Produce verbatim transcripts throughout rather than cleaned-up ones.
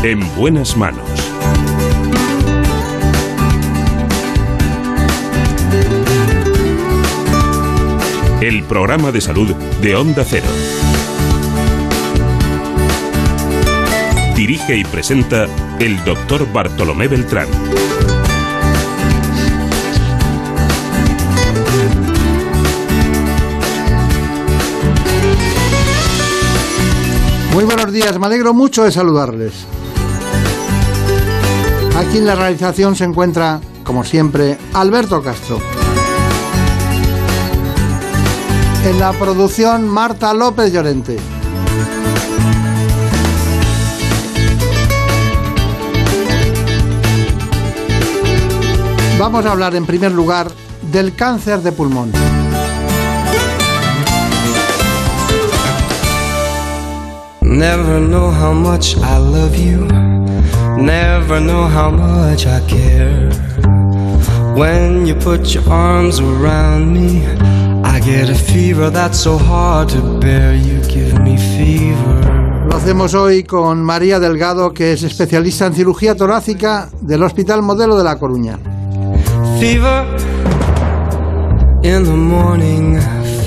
En buenas manos. El programa de salud de Onda Cero. Dirige y presenta el doctor Bartolomé Beltrán. Muy buenos días, me alegro mucho de saludarles. Aquí en la realización se encuentra, como siempre, Alberto Castro. En la producción, Marta López Llorente. Vamos a hablar en primer lugar del cáncer de pulmón. Never know how much I love you. Never know how much I care. When you put your arms around me, I get a fever that's so hard to bear. You give me fever. Lo hacemos hoy con María Delgado, que es especialista en cirugía torácica del Hospital Modelo de La Coruña. Fever in the morning.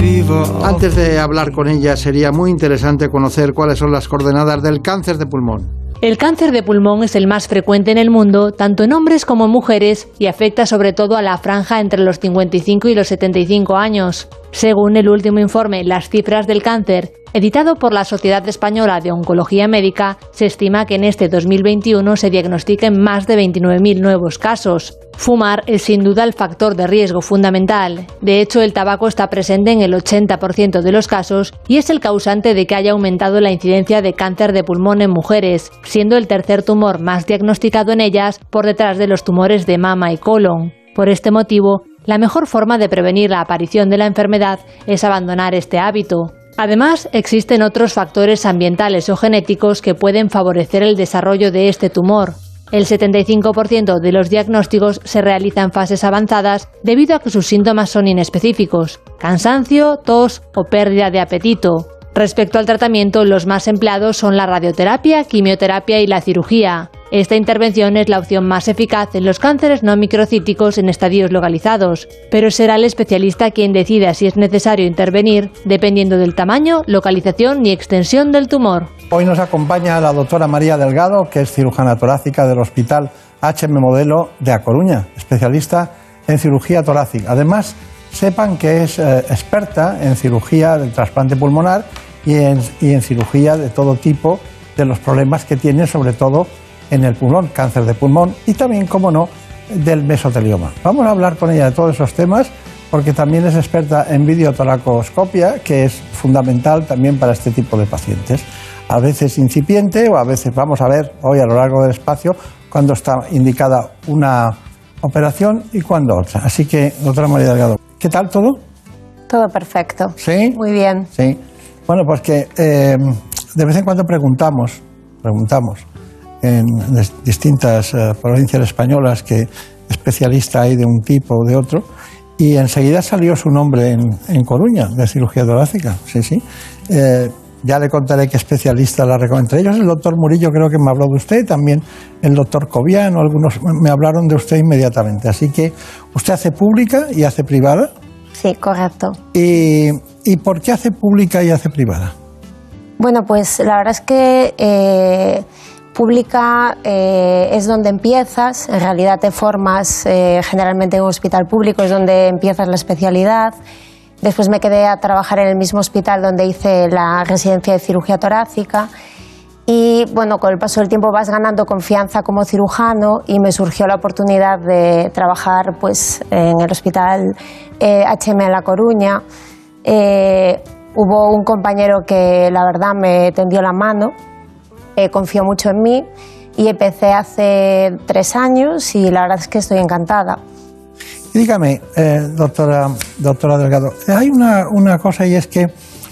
Antes de hablar con ella, sería muy interesante conocer cuáles son las coordenadas del cáncer de pulmón. El cáncer de pulmón es el más frecuente en el mundo, tanto en hombres como en mujeres, y afecta sobre todo a la franja entre los cincuenta y cinco y los setenta y cinco años. Según el último informe Las cifras del cáncer, editado por la Sociedad Española de Oncología Médica, se estima que en este dos mil veintiuno se diagnostiquen más de veintinueve mil nuevos casos. Fumar es sin duda el factor de riesgo fundamental. De hecho, el tabaco está presente en el ochenta por ciento de los casos y es el causante de que haya aumentado la incidencia de cáncer de pulmón en mujeres, siendo el tercer tumor más diagnosticado en ellas por detrás de los tumores de mama y colon. Por este motivo, la mejor forma de prevenir la aparición de la enfermedad es abandonar este hábito. Además, existen otros factores ambientales o genéticos que pueden favorecer el desarrollo de este tumor. El setenta y cinco por ciento de los diagnósticos se realiza en fases avanzadas debido a que sus síntomas son inespecíficos: cansancio, tos o pérdida de apetito. Respecto al tratamiento, los más empleados son la radioterapia, quimioterapia y la cirugía. Esta intervención es la opción más eficaz en los cánceres no microcíticos en estadios localizados, pero será el especialista quien decida si es necesario intervenir, dependiendo del tamaño, localización y extensión del tumor. Hoy nos acompaña la doctora María Delgado, que es cirujana torácica del Hospital H M Modelo de A Coruña, especialista en cirugía torácica. Además, sepan que es eh, experta en cirugía del trasplante pulmonar y en, y en cirugía de todo tipo de los problemas que tiene, sobre todo en el pulmón, cáncer de pulmón y también, como no, del mesotelioma. Vamos a hablar con ella de todos esos temas porque también es experta en videotoracoscopia, que es fundamental también para este tipo de pacientes. A veces incipiente o a veces, vamos a ver hoy a lo largo del espacio, cuando está indicada una operación y cuando otra. Así que, doctora María Delgado, ¿qué tal todo? Todo perfecto. ¿Sí? Muy bien. Sí. Bueno, pues que eh, de vez en cuando preguntamos, preguntamos en distintas eh, provincias españolas qué especialista hay de un tipo o de otro, y enseguida salió su nombre en, en Coruña, de cirugía torácica. Sí, sí. Eh, ya le contaré qué especialista la recomiendo. Entre ellos el doctor Murillo, creo que me habló de usted, también el doctor Cobiano, algunos me hablaron de usted inmediatamente. Así que usted hace pública y hace privada. Sí, correcto. ¿Y, y por qué hace pública y hace privada? Bueno, pues la verdad es que eh, pública eh, es donde empiezas, en realidad te formas eh, generalmente en un hospital público, es donde empiezas la especialidad. Después me quedé a trabajar en el mismo hospital donde hice la residencia de cirugía torácica y bueno, con el paso del tiempo vas ganando confianza como cirujano y me surgió la oportunidad de trabajar pues en el hospital eh, H M en La Coruña. Eh, hubo un compañero que la verdad me tendió la mano, eh, confió mucho en mí y empecé hace tres años y la verdad es que estoy encantada. Y dígame, eh, doctora, doctora Delgado, hay una, una cosa y es que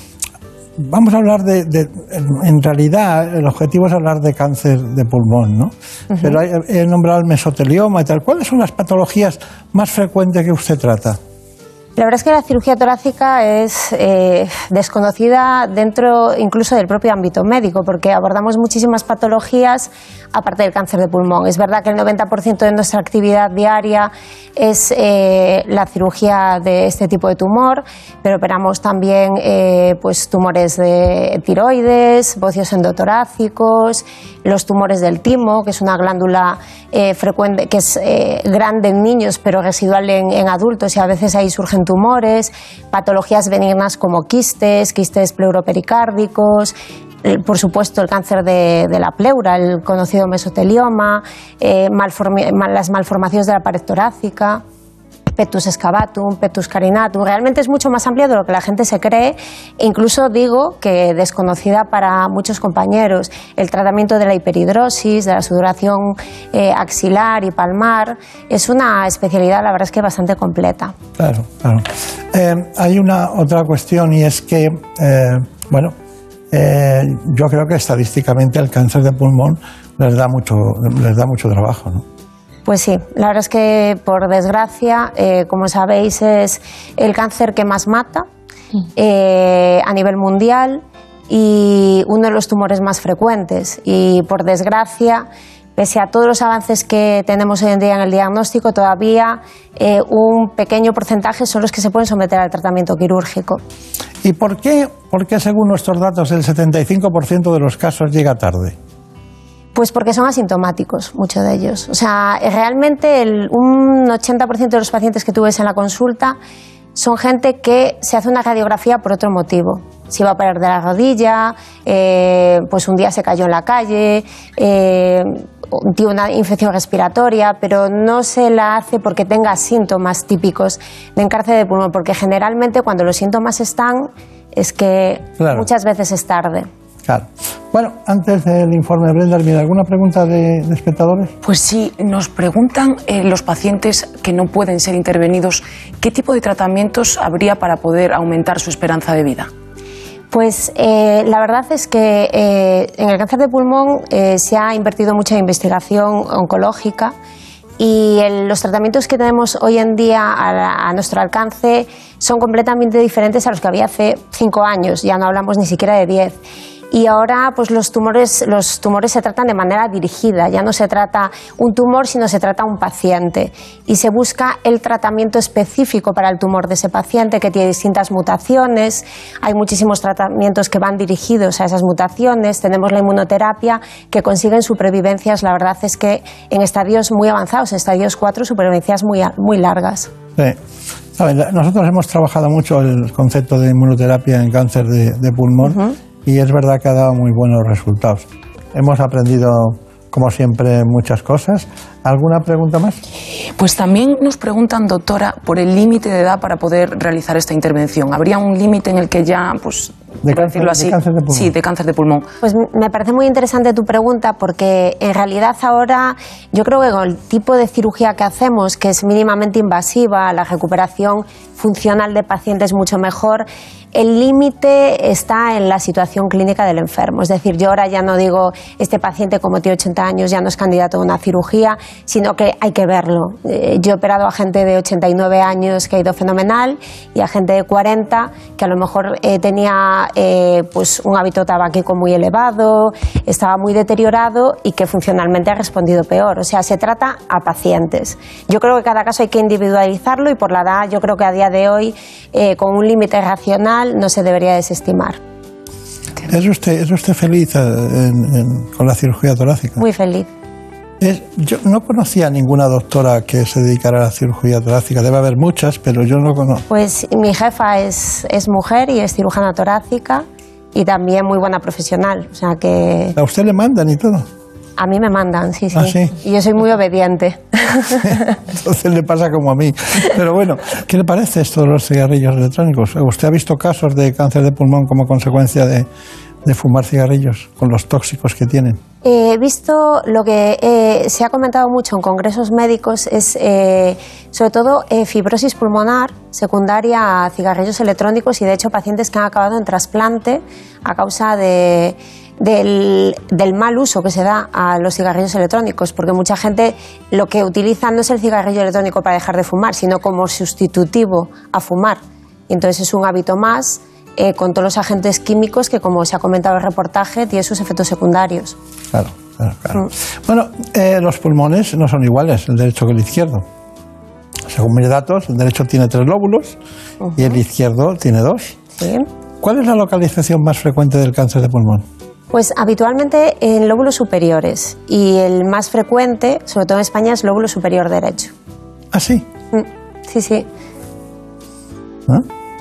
vamos a hablar de, de, en realidad el objetivo es hablar de cáncer de pulmón, ¿no? Uh-huh. Pero hay, he nombrado el mesotelioma y tal. ¿Cuáles son las patologías más frecuentes que usted trata? La verdad es que la cirugía torácica es eh, desconocida dentro incluso del propio ámbito médico, porque abordamos muchísimas patologías aparte del cáncer de pulmón. Es verdad que el noventa por ciento de nuestra actividad diaria es eh, la cirugía de este tipo de tumor, pero operamos también eh, pues, tumores de tiroides, bocios endotorácicos, los tumores del timo, que es una glándula eh, frecuente, que es eh, grande en niños pero residual en, en adultos, y a veces ahí surgen tumores, patologías benignas como quistes, quistes pleuropericárdicos, por supuesto el cáncer de, de la pleura, el conocido mesotelioma, eh, malformi- mal, las malformaciones de la pared torácica, petus excavatum, petus carinatum. Realmente es mucho más amplio de lo que la gente se cree, e incluso digo que desconocida para muchos compañeros. El tratamiento de la hiperhidrosis, de la sudoración eh, axilar y palmar, es una especialidad, la verdad es que bastante completa. Claro, claro. Eh, hay una otra cuestión, y es que, eh, bueno, eh, yo creo que estadísticamente el cáncer de pulmón les da mucho, les da mucho trabajo, ¿no? Pues sí, la verdad es que por desgracia, eh, como sabéis, es el cáncer que más mata eh, a nivel mundial y uno de los tumores más frecuentes. Y por desgracia, pese a todos los avances que tenemos hoy en día en el diagnóstico, todavía eh, un pequeño porcentaje son los que se pueden someter al tratamiento quirúrgico. ¿Y por qué, por qué, según nuestros datos, el setenta y cinco por ciento de los casos llega tarde? Pues porque son asintomáticos, muchos de ellos. O sea, realmente el, un ochenta por ciento de los pacientes que tú ves en la consulta son gente que se hace una radiografía por otro motivo. Se iba a operar de la rodilla, eh, pues un día se cayó en la calle, eh, tiene una infección respiratoria, pero no se la hace porque tenga síntomas típicos de cáncer de pulmón, porque generalmente cuando los síntomas están es que claro, muchas veces es tarde. Claro. Bueno, antes del informe, Brenda, ¿mira alguna pregunta de, de espectadores? Pues sí, nos preguntan eh, los pacientes que no pueden ser intervenidos, ¿qué tipo de tratamientos habría para poder aumentar su esperanza de vida? Pues eh, la verdad es que eh, en el cáncer de pulmón eh, se ha invertido mucha investigación oncológica, y el, los tratamientos que tenemos hoy en día a, a nuestro alcance son completamente diferentes a los que había hace cinco años, ya no hablamos ni siquiera de diez. Y ahora pues los tumores, los tumores se tratan de manera dirigida, ya no se trata un tumor, sino se trata un paciente. Y se busca el tratamiento específico para el tumor de ese paciente, que tiene distintas mutaciones. Hay muchísimos tratamientos que van dirigidos a esas mutaciones. Tenemos la inmunoterapia, que consiguen supervivencias, la verdad es que en estadios muy avanzados, estadios cuatro, supervivencias muy, muy largas. Sí. ¿Saben? Nosotros hemos trabajado mucho el concepto de inmunoterapia en cáncer de, de pulmón. Uh-huh. Y es verdad que ha dado muy buenos resultados. Hemos aprendido, como siempre, muchas cosas. ¿Alguna pregunta más? Pues también nos preguntan, doctora, por el límite de edad para poder realizar esta intervención. ¿Habría un límite en el que ya, pues, de cáncer, decirlo así, de cáncer de pulmón? Sí, de cáncer de pulmón. Pues me parece muy interesante tu pregunta, porque en realidad ahora yo creo que con el tipo de cirugía que hacemos, que es mínimamente invasiva, la recuperación funcional de pacientes mucho mejor, el límite está en la situación clínica del enfermo. Es decir, yo ahora ya no digo, este paciente como tiene ochenta años ya no es candidato a una cirugía, sino que hay que verlo. Eh, yo he operado a gente de ochenta y nueve años que ha ido fenomenal, y a gente de cuarenta que a lo mejor eh, tenía eh, pues un hábito tabáquico muy elevado, estaba muy deteriorado y que funcionalmente ha respondido peor. O sea, se trata a pacientes. Yo creo que cada caso hay que individualizarlo, y por la edad yo creo que a día de hoy, eh, con un límite racional, no se debería desestimar. ¿Es usted, es usted feliz en, en, con la cirugía torácica? Muy feliz. Es, yo no conocía a ninguna doctora que se dedicara a la cirugía torácica. Debe haber muchas, pero yo no conozco. Pues mi jefa es, es mujer y es cirujana torácica, y también muy buena profesional. O sea que... ¿A usted le mandan y todo? A mí me mandan, sí, sí. ¿Ah, sí? Y yo soy muy obediente. Entonces le pasa como a mí. Pero bueno, ¿qué le parece esto de los cigarrillos electrónicos? ¿Usted ha visto casos de cáncer de pulmón como consecuencia de, de fumar cigarrillos, con los tóxicos que tienen? Eh, he visto lo que eh, se ha comentado mucho en congresos médicos, es eh, sobre todo eh, fibrosis pulmonar secundaria a cigarrillos electrónicos, y de hecho pacientes que han acabado en trasplante a causa de del, del mal uso que se da a los cigarrillos electrónicos, porque mucha gente lo que utiliza no es el cigarrillo electrónico para dejar de fumar, sino como sustitutivo a fumar. Y entonces es un hábito más eh, con todos los agentes químicos que, como se ha comentado en el reportaje, tiene sus efectos secundarios. Claro, claro, claro. Mm. Bueno, eh, los pulmones no son iguales, el derecho que el izquierdo. Según mis datos, el derecho tiene tres lóbulos uh-huh. y el izquierdo tiene dos. Sí. ¿Cuál es la localización más frecuente del cáncer de pulmón? Pues habitualmente en lóbulos superiores, y el más frecuente, sobre todo en España, es lóbulo superior derecho. ¿Ah, sí? Sí, sí. ¿Ah?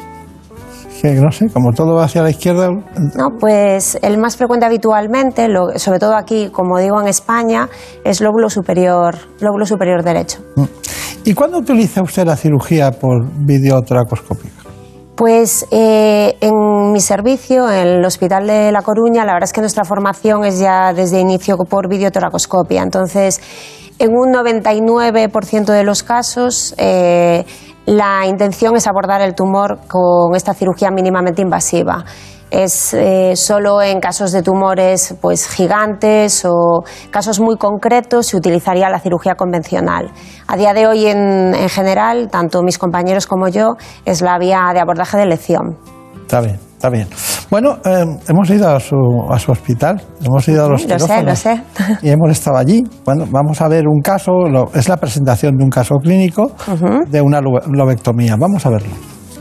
Que no sé, como todo va hacia la izquierda. No, pues el más frecuente habitualmente, lo, sobre todo aquí, como digo, en España, es lóbulo superior, lóbulo superior derecho. ¿Y cuándo utiliza usted la cirugía por videotoracoscópica? Pues eh, en mi servicio, en el Hospital de La Coruña, la verdad es que nuestra formación es ya desde inicio por videotoracoscopia. Entonces, en un noventa y nueve por ciento de los casos, eh, la intención es abordar el tumor con esta cirugía mínimamente invasiva. Es eh, solo en casos de tumores pues, gigantes o casos muy concretos se utilizaría la cirugía convencional. A día de hoy, en, en general, tanto mis compañeros como yo, es la vía de abordaje de elección. Está bien, está bien. Bueno, eh, hemos ido a su, a su hospital, hemos ido a los quirófanos. Lo sé, lo sé. Y hemos estado allí. Bueno, vamos a ver un caso, lo, es la presentación de un caso clínico uh-huh. de una lobectomía. Vamos a verlo.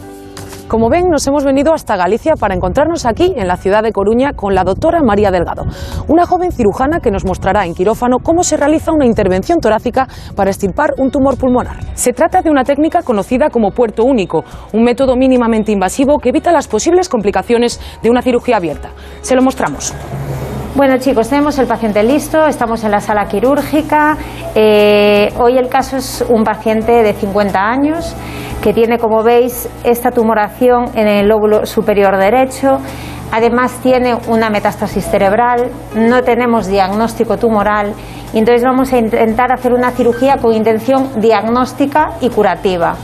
Como ven, nos hemos venido hasta Galicia para encontrarnos aquí, en la ciudad de Coruña, con la doctora María Delgado, una joven cirujana que nos mostrará en quirófano cómo se realiza una intervención torácica para extirpar un tumor pulmonar. Se trata de una técnica conocida como puerto único, un método mínimamente invasivo que evita las posibles complicaciones de una cirugía abierta. Se lo mostramos. Bueno, chicos, tenemos el paciente listo, estamos en la sala quirúrgica. Eh, hoy el caso es un paciente de cincuenta años que tiene, como veis, esta tumoración en el lóbulo superior derecho. Además tiene una metástasis cerebral, no tenemos diagnóstico tumoral y entonces vamos a intentar hacer una cirugía con intención diagnóstica y curativa.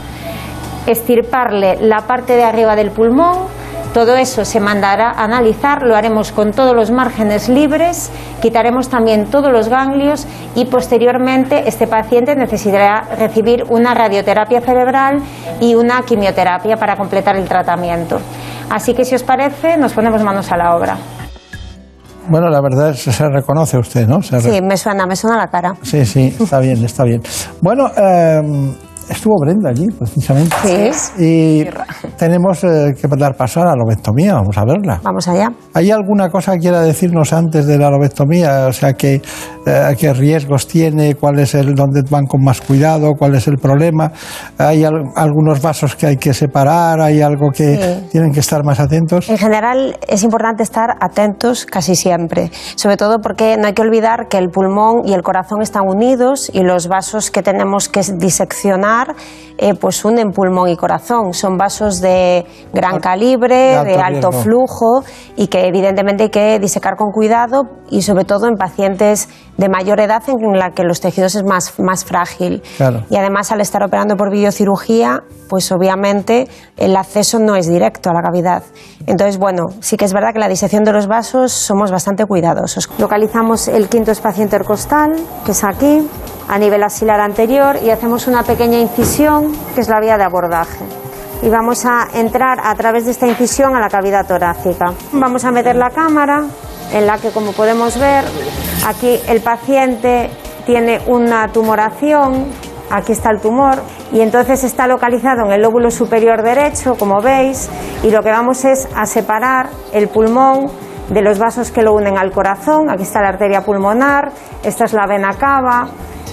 Extirparle la parte de arriba del pulmón. Todo eso se mandará a analizar, lo haremos con todos los márgenes libres, quitaremos también todos los ganglios y posteriormente este paciente necesitará recibir una radioterapia cerebral y una quimioterapia para completar el tratamiento. Así que si os parece, nos ponemos manos a la obra. Bueno, la verdad es que se reconoce usted, ¿no? Se sí, me suena, me suena la cara. Sí, sí, está bien, está bien. Bueno, eh... estuvo Brenda allí, precisamente. Sí. Y tenemos eh, que dar paso a la lobectomía, vamos a verla. Vamos allá. ¿Hay alguna cosa que quiera decirnos antes de la lobectomía? O sea, ¿qué, eh, qué riesgos tiene? ¿Cuál es el dónde van con más cuidado? ¿Cuál es el problema? ¿Hay al, algunos vasos que hay que separar? ¿Hay algo que sí. tienen que estar más atentos? En general es importante estar atentos casi siempre, sobre todo porque no hay que olvidar que el pulmón y el corazón están unidos y los vasos que tenemos que diseccionar Eh, pues unen pulmón y corazón. Son vasos de gran calibre, de alto, de alto flujo y que evidentemente hay que disecar con cuidado y sobre todo en pacientes de mayor edad en la que los tejidos es más, más frágil. Claro. Y además al estar operando por videocirugía, pues obviamente el acceso no es directo a la cavidad. Entonces, bueno, sí que es verdad que la disección de los vasos somos bastante cuidadosos. Localizamos el quinto espacio intercostal, que es aquí, a nivel axilar anterior, y hacemos una pequeña incisión, que es la vía de abordaje. Y vamos a entrar a través de esta incisión a la cavidad torácica. Vamos a meter la cámara, en la que, como podemos ver, aquí el paciente tiene una tumoración, aquí está el tumor, y entonces está localizado en el lóbulo superior derecho, como veis, y lo que vamos es a separar el pulmón de los vasos que lo unen al corazón. Aquí está la arteria pulmonar, esta es la vena cava,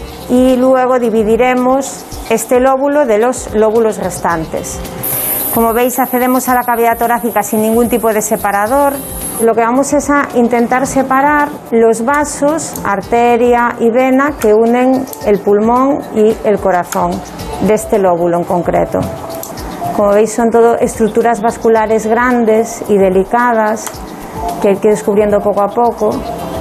y luego dividiremos este lóbulo de los lóbulos restantes. Como veis, accedemos a la cavidad torácica sin ningún tipo de separador. Lo que vamos es a intentar separar los vasos, arteria y vena, que unen el pulmón y el corazón de este lóbulo en concreto. Como veis, son todo estructuras vasculares grandes y delicadas que hay que ir descubriendo poco a poco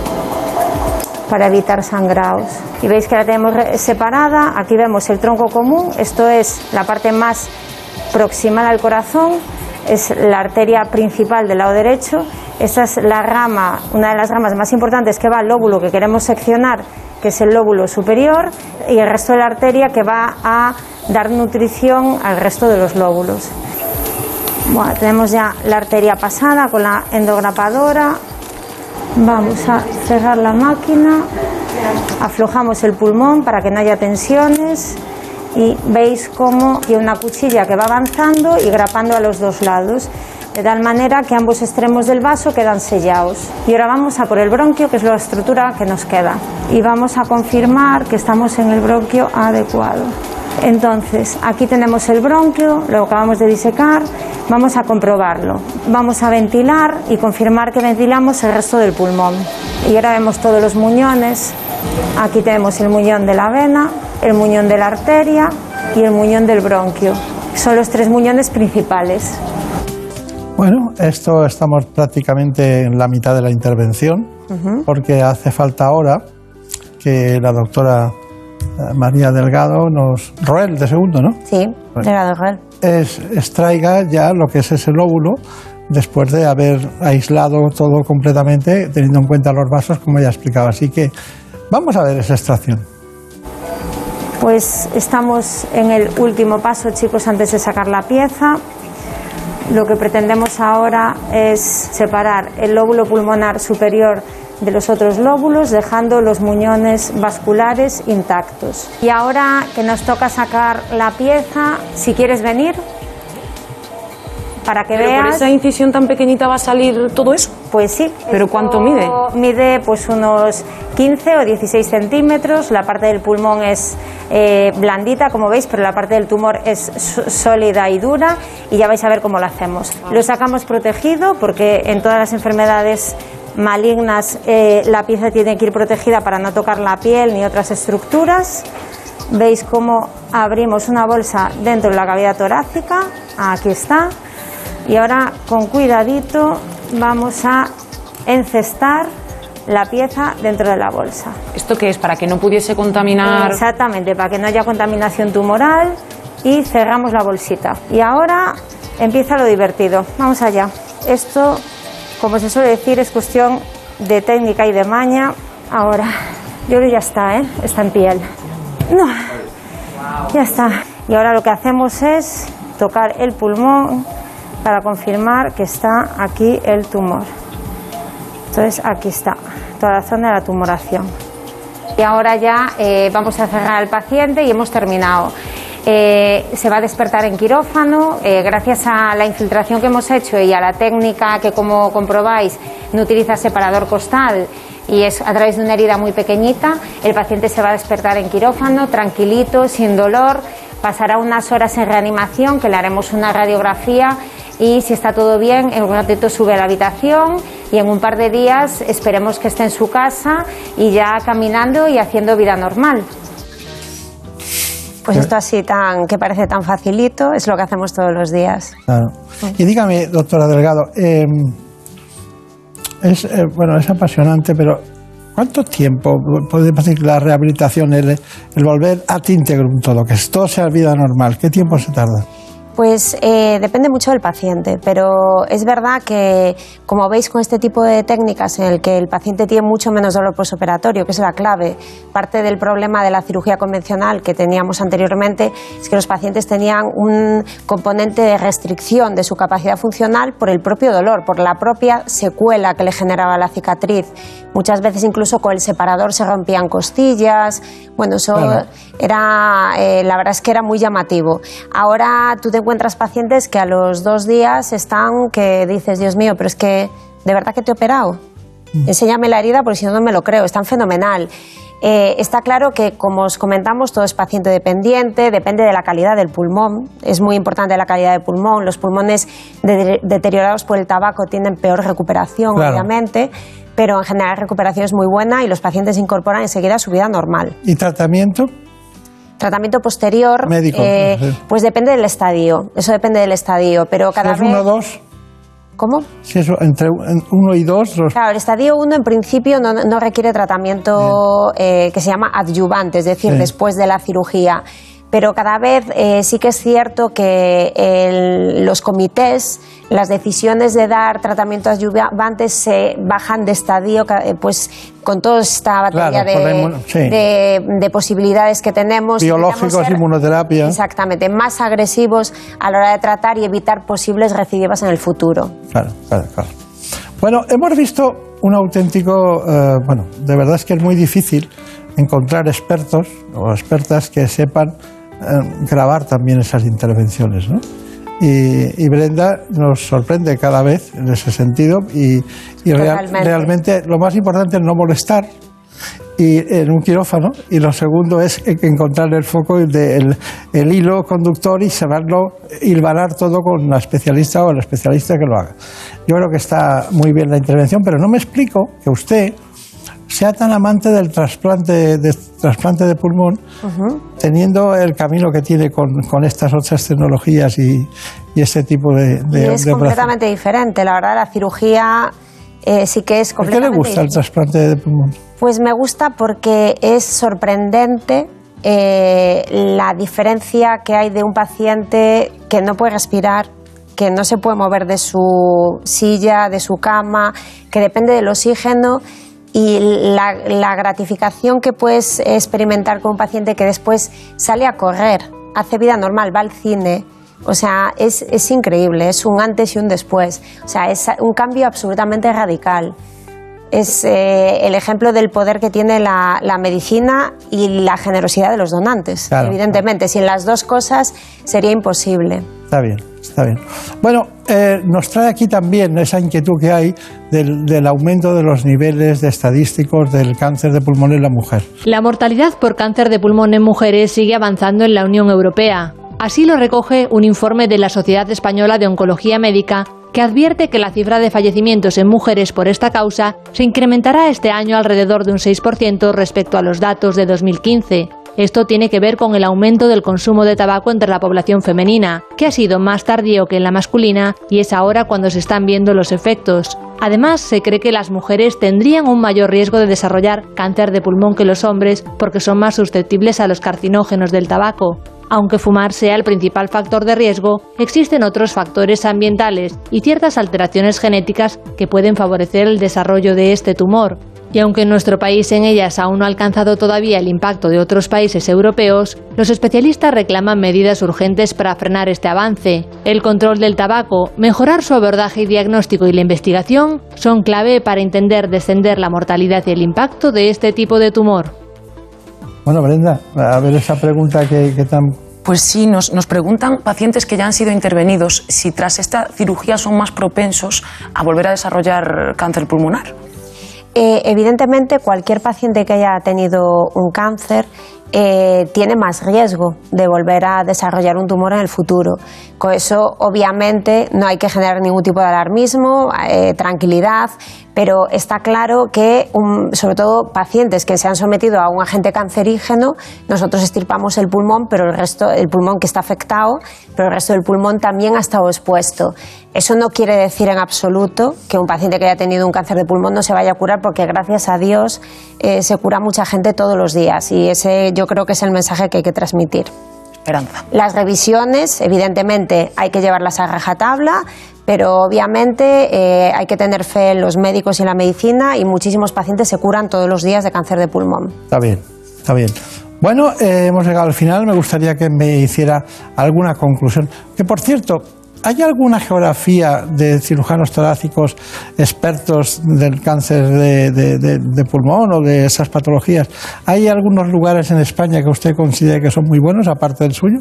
para evitar sangrados. Y veis que la tenemos separada. Aquí vemos el tronco común, esto es la parte más proximal al corazón, es la arteria principal del lado derecho, Esta es la rama, una de las ramas más importantes que va al lóbulo que queremos seccionar, que es el lóbulo superior, y el resto de la arteria que va a dar nutrición al resto de los lóbulos. Bueno, tenemos ya la arteria pasada con la endograpadora. Vamos a cerrar la máquina, aflojamos el pulmón para que no haya tensiones y veis cómo tiene una cuchilla que va avanzando y grapando a los dos lados, de tal manera que ambos extremos del vaso quedan sellados. Y ahora vamos a por el bronquio, que es la estructura que nos queda, y vamos a confirmar que estamos en el bronquio adecuado. Entonces, aquí tenemos el bronquio, lo acabamos de disecar, vamos a comprobarlo. Vamos a ventilar y confirmar que ventilamos el resto del pulmón. Y ahora vemos todos los muñones. Aquí tenemos el muñón de la vena, el muñón de la arteria y el muñón del bronquio. Son los tres muñones principales. Bueno, esto estamos prácticamente en la mitad de la intervención, uh-huh. porque hace falta ahora que la doctora María Delgado nos... Roel, de segundo, ¿no? Sí, Delgado Roel. Es, extraiga ya lo que es ese lóbulo después de haber aislado todo completamente, teniendo en cuenta los vasos, como ya explicaba. Así que vamos a ver esa extracción. Pues estamos en el último paso, chicos, antes de sacar la pieza. Lo que pretendemos ahora es separar el lóbulo pulmonar superior de los otros lóbulos, dejando los muñones vasculares intactos. Y ahora que nos toca sacar la pieza, si quieres venir, para que ¿Pero veas... por esa incisión tan pequeñita va a salir todo eso? Pues sí. ¿Pero cuánto mide? Mide pues unos quince o dieciséis centímetros. La parte del pulmón es eh, blandita, como veis, pero la parte del tumor es sólida y dura, y ya vais a ver cómo lo hacemos. Lo sacamos protegido porque en todas las enfermedades malignas eh, la pieza tiene que ir protegida para no tocar la piel ni otras estructuras. Veis cómo abrimos una bolsa dentro de la cavidad torácica. Aquí está. Y ahora, con cuidadito, vamos a encestar la pieza dentro de la bolsa. ¿Esto qué es? ¿Para que no pudiese contaminar? Exactamente, para que no haya contaminación tumoral, y cerramos la bolsita. Y ahora empieza lo divertido. Vamos allá. Esto, como se suele decir, es cuestión de técnica y de maña. Ahora, yo creo que ya está, ¿eh? Está en piel. No, ya está. Y ahora lo que hacemos es tocar el pulmón para confirmar que está aquí el tumor. Entonces aquí está toda la zona de la tumoración. Y ahora ya eh, vamos a cerrar al paciente y hemos terminado. Eh, se va a despertar en quirófano. Eh, gracias a la infiltración que hemos hecho y a la técnica que, como comprobáis, no utiliza separador costal y es a través de una herida muy pequeñita, el paciente se va a despertar en quirófano, tranquilito, sin dolor. Pasará unas horas en reanimación, que le haremos una radiografía, y si está todo bien, en un ratito sube a la habitación, y en un par de días esperemos que esté en su casa y ya caminando y haciendo vida normal. Pues esto así tan que parece tan facilito es lo que hacemos todos los días. Claro. Y dígame, doctora Delgado, eh, es eh, bueno, es apasionante, pero ¿cuánto tiempo puede pasar la rehabilitación, el, el volver a ti integrum todo, que todo sea vida normal? ¿Qué tiempo se tarda? Pues eh, depende mucho del paciente, pero es verdad que, como veis con este tipo de técnicas en el que el paciente tiene mucho menos dolor postoperatorio, que es la clave, parte del problema de la cirugía convencional que teníamos anteriormente es que los pacientes tenían un componente de restricción de su capacidad funcional por el propio dolor, por la propia secuela que le generaba la cicatriz. Muchas veces incluso con el separador se rompían costillas. Bueno, eso claro. era, eh, la verdad es que era muy llamativo. Ahora tú te encuentras pacientes que a los dos días están que dices, Dios mío, pero es que ¿de verdad que te he operado? Mm. Enséñame la herida porque si no, no me lo creo. Están fenomenal. Eh, está claro que, como os comentamos, todo es paciente dependiente, depende de la calidad del pulmón. Es muy importante la calidad del pulmón. Los pulmones de- deteriorados por el tabaco tienen peor recuperación, claro. obviamente, pero en general la recuperación es muy buena y los pacientes se incorporan enseguida a su vida normal. ¿Y tratamiento? Tratamiento posterior, médico, eh, sí. pues depende del estadio. Eso depende del estadio, pero cada ¿Es vez... uno o dos? ¿Cómo? Si es entre uno y dos. Los... Claro, el estadio uno en principio no, no requiere tratamiento eh, que se llama adyuvante, es decir, sí. después de la cirugía. pero cada vez eh, sí que es cierto que el, los comités, las decisiones de dar tratamientos adyuvantes se bajan de estadio, pues con toda esta batería claro, de, inmun- sí. de, de posibilidades que tenemos. Biológicos, ser, inmunoterapia. Exactamente, más agresivos a la hora de tratar y evitar posibles recidivas en el futuro. Claro, claro, claro. Bueno, hemos visto un auténtico, eh, bueno, de verdad es que es muy difícil encontrar expertos o expertas que sepan eh, grabar también esas intervenciones, ¿no? Y, y Brenda nos sorprende cada vez en ese sentido y, y real, realmente lo más importante es no molestar y en un quirófano, y lo segundo es encontrar el foco del el hilo conductor y saberlo hilvanar todo con la especialista o el especialista que lo haga. Yo creo que está muy bien la intervención, pero no me explico que usted sea tan amante del trasplante de, trasplante de pulmón, uh-huh. teniendo el camino que tiene con, con estas otras tecnologías y, y este tipo de, de, y es de completamente diferente, la verdad, la cirugía eh, sí que es completamente ¿Por qué le gusta diferente. el trasplante de pulmón? Pues me gusta porque es sorprendente eh, la diferencia que hay de un paciente que no puede respirar, que no se puede mover de su silla, de su cama, que depende del oxígeno, y la, la gratificación que puedes experimentar con un paciente que después sale a correr, hace vida normal, va al cine. O sea, es, es increíble, es un antes y un después. O sea, es un cambio absolutamente radical. Es eh, el ejemplo del poder que tiene la, la medicina y la generosidad de los donantes. Claro, evidentemente, claro. Sin las dos cosas sería imposible. Está bien, está bien. Bueno, eh, nos trae aquí también esa inquietud que hay del, del aumento de los niveles de estadísticos del cáncer de pulmón en la mujer. La mortalidad por cáncer de pulmón en mujeres sigue avanzando en la Unión Europea. Así lo recoge un informe de la Sociedad Española de Oncología Médica, que advierte que la cifra de fallecimientos en mujeres por esta causa se incrementará este año alrededor de un seis por ciento respecto a los datos de dos mil quince. Esto tiene que ver con el aumento del consumo de tabaco entre la población femenina, que ha sido más tardío que en la masculina y es ahora cuando se están viendo los efectos. Además, se cree que las mujeres tendrían un mayor riesgo de desarrollar cáncer de pulmón que los hombres porque son más susceptibles a los carcinógenos del tabaco. Aunque fumar sea el principal factor de riesgo, existen otros factores ambientales y ciertas alteraciones genéticas que pueden favorecer el desarrollo de este tumor. Y aunque en nuestro país en ellas aún no ha alcanzado todavía el impacto de otros países europeos, los especialistas reclaman medidas urgentes para frenar este avance. El control del tabaco, mejorar su abordaje y diagnóstico y la investigación son clave para entender descender la mortalidad y el impacto de este tipo de tumor. Bueno, Brenda, a ver esa pregunta que, que tan... Pues sí, nos, nos preguntan pacientes que ya han sido intervenidos si tras esta cirugía son más propensos a volver a desarrollar cáncer pulmonar. Eh, evidentemente, cualquier paciente que haya tenido un cáncer eh, tiene más riesgo de volver a desarrollar un tumor en el futuro. Con eso, obviamente, no hay que generar ningún tipo de alarmismo, eh, tranquilidad, pero está claro que, um, sobre todo pacientes que se han sometido a un agente cancerígeno, nosotros extirpamos el pulmón, pero el resto, el pulmón que está afectado, pero el resto del pulmón también ha estado expuesto. Eso no quiere decir en absoluto que un paciente que haya tenido un cáncer de pulmón no se vaya a curar, porque gracias a Dios eh, se cura mucha gente todos los días, y ese yo creo que es el mensaje que hay que transmitir. Esperanza. Las revisiones, evidentemente, hay que llevarlas a rajatabla, pero obviamente eh, hay que tener fe en los médicos y en la medicina, y muchísimos pacientes se curan todos los días de cáncer de pulmón. Está bien, está bien. Bueno, eh, hemos llegado al final. Me gustaría que me hiciera alguna conclusión. Que, por cierto, ¿hay alguna geografía de cirujanos torácicos expertos del cáncer de, de, de, de pulmón o de esas patologías? ¿Hay algunos lugares en España que usted considere que son muy buenos, aparte del suyo?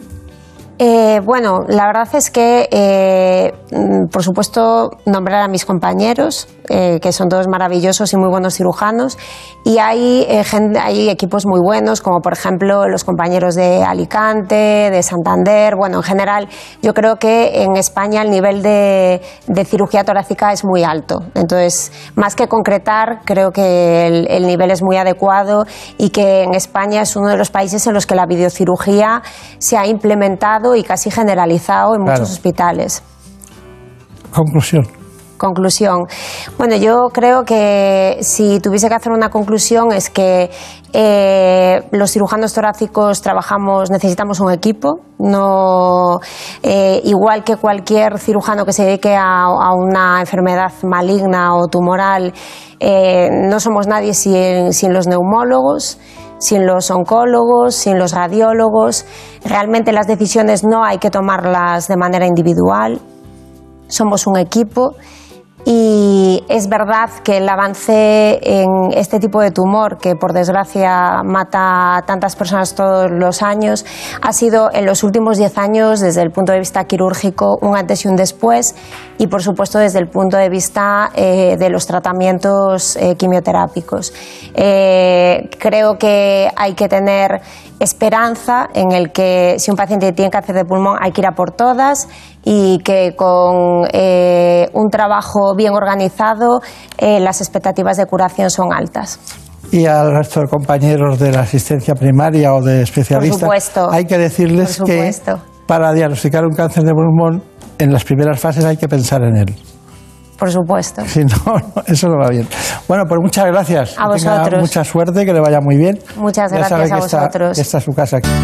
Eh, bueno, la verdad es que, eh, por supuesto, nombrar a mis compañeros, eh, que son todos maravillosos y muy buenos cirujanos, y hay, eh, gente, hay equipos muy buenos, como por ejemplo los compañeros de Alicante, de Santander. Bueno, en general, yo creo que en España el nivel de, de cirugía torácica es muy alto. Entonces, más que concretar, creo que el, el nivel es muy adecuado, y que en España es uno de los países en los que la videocirugía se ha implementado y casi generalizado en muchos claro. hospitales. Conclusión. Conclusión. Bueno, yo creo que si tuviese que hacer una conclusión es que eh, los cirujanos torácicos trabajamos, necesitamos un equipo, no eh, igual que cualquier cirujano que se dedique a, a una enfermedad maligna o tumoral, eh, no somos nadie sin, sin los neumólogos, sin los oncólogos, sin los radiólogos. Realmente las decisiones no hay que tomarlas de manera individual, somos un equipo. Y es verdad que el avance en este tipo de tumor, que por desgracia mata a tantas personas todos los años, ha sido en los últimos diez años, desde el punto de vista quirúrgico, un antes y un después, y por supuesto desde el punto de vista eh, de los tratamientos eh, quimioterápicos. Eh, creo que hay que tener esperanza en el que si un paciente tiene cáncer de pulmón hay que ir a por todas, y que con eh, un trabajo bien organizado eh, las expectativas de curación son altas. Y al resto de compañeros de la asistencia primaria o de especialistas, por supuesto, hay que decirles que para diagnosticar un cáncer de pulmón en las primeras fases hay que pensar en él. Por supuesto. Si no, eso no va bien. Bueno, pues muchas gracias. A que vosotros. Tenga mucha suerte, que le vaya muy bien. Muchas ya gracias sabe a que vosotros. Esta, esta es su casa aquí.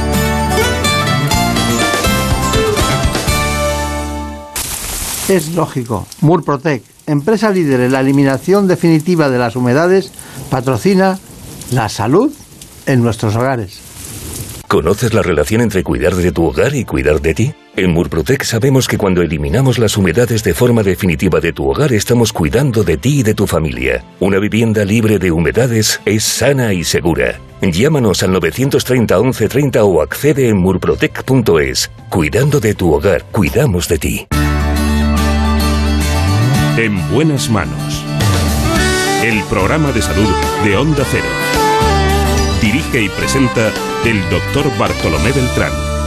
Es lógico. Murprotec, empresa líder en la eliminación definitiva de las humedades, patrocina la salud en nuestros hogares. ¿Conoces la relación entre cuidar de tu hogar y cuidar de ti? En Murprotec sabemos que cuando eliminamos las humedades de forma definitiva de tu hogar, estamos cuidando de ti y de tu familia. Una vivienda libre de humedades es sana y segura. Llámanos al novecientos treinta, once treinta o accede en murprotec punto es. Cuidando de tu hogar, cuidamos de ti. En buenas manos. El programa de salud de Onda Cero. Dirige y presenta el doctor Bartolomé Beltrán.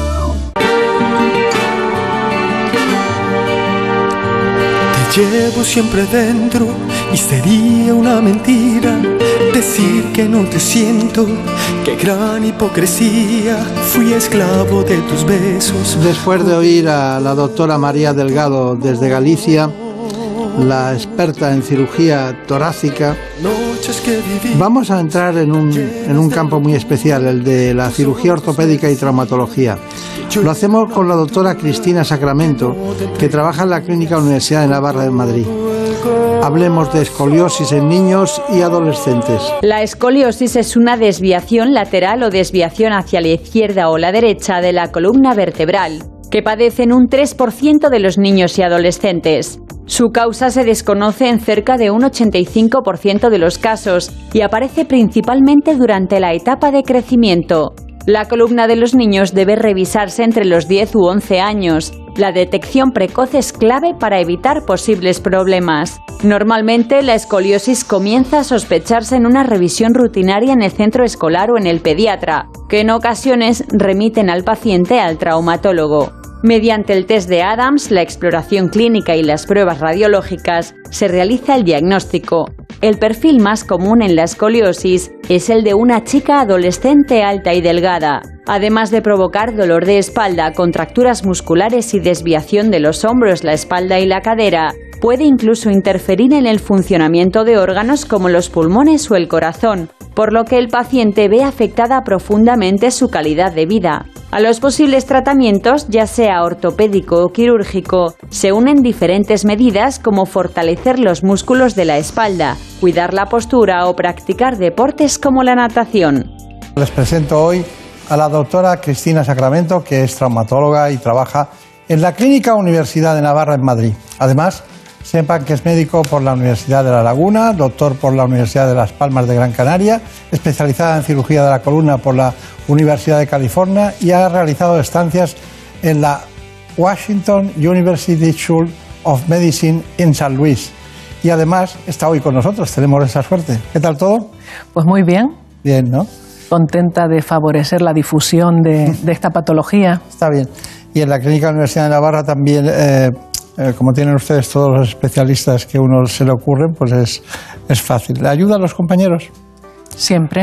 Te llevo siempre dentro y sería una mentira decir que no te siento. Qué gran hipocresía, fui esclavo de tus besos. Después de oír a la doctora María Delgado desde Galicia, la experta en cirugía torácica, vamos a entrar en un, en un campo muy especial, el de la cirugía ortopédica y traumatología. Lo hacemos con la doctora Cristina Sacramento, que trabaja en la Clínica Universidad de Navarra de Madrid. Hablemos de escoliosis en niños y adolescentes. La escoliosis es una desviación lateral o desviación hacia la izquierda o la derecha de la columna vertebral, que padecen un tres por ciento de los niños y adolescentes. Su causa se desconoce en cerca de un ochenta y cinco por ciento de los casos y aparece principalmente durante la etapa de crecimiento. La columna de los niños debe revisarse entre los diez u once años. La detección precoz es clave para evitar posibles problemas. Normalmente, la escoliosis comienza a sospecharse en una revisión rutinaria en el centro escolar o en el pediatra, que en ocasiones remiten al paciente al traumatólogo. Mediante el test de Adams, la exploración clínica y las pruebas radiológicas, se realiza el diagnóstico. El perfil más común en la escoliosis es el de una chica adolescente alta y delgada. Además de provocar dolor de espalda, contracturas musculares y desviación de los hombros, la espalda y la cadera, puede incluso interferir en el funcionamiento de órganos como los pulmones o el corazón, por lo que el paciente ve afectada profundamente su calidad de vida. A los posibles tratamientos, ya sea ortopédico o quirúrgico, se unen diferentes medidas como fortalecer los músculos de la espalda, cuidar la postura o practicar deportes como la natación. Les presento hoy a la doctora Cristina Sacramento, que es traumatóloga y trabaja en la Clínica Universidad de Navarra en Madrid. Además, sepan que es médico por la Universidad de La Laguna, doctor por la Universidad de Las Palmas de Gran Canaria, especializada en cirugía de la columna por la Universidad de California y ha realizado estancias en la Washington University School of Medicine en San Luis. Y además está hoy con nosotros, tenemos esa suerte. ¿Qué tal todo? Pues muy bien. Bien, ¿no? Contenta de favorecer la difusión de, de esta patología. Está bien. Y en la Clínica Universidad de Navarra también... Eh, Eh, como tienen ustedes todos los especialistas que a uno se le ocurren, pues es, es fácil. ¿Le ayudan los compañeros? Siempre.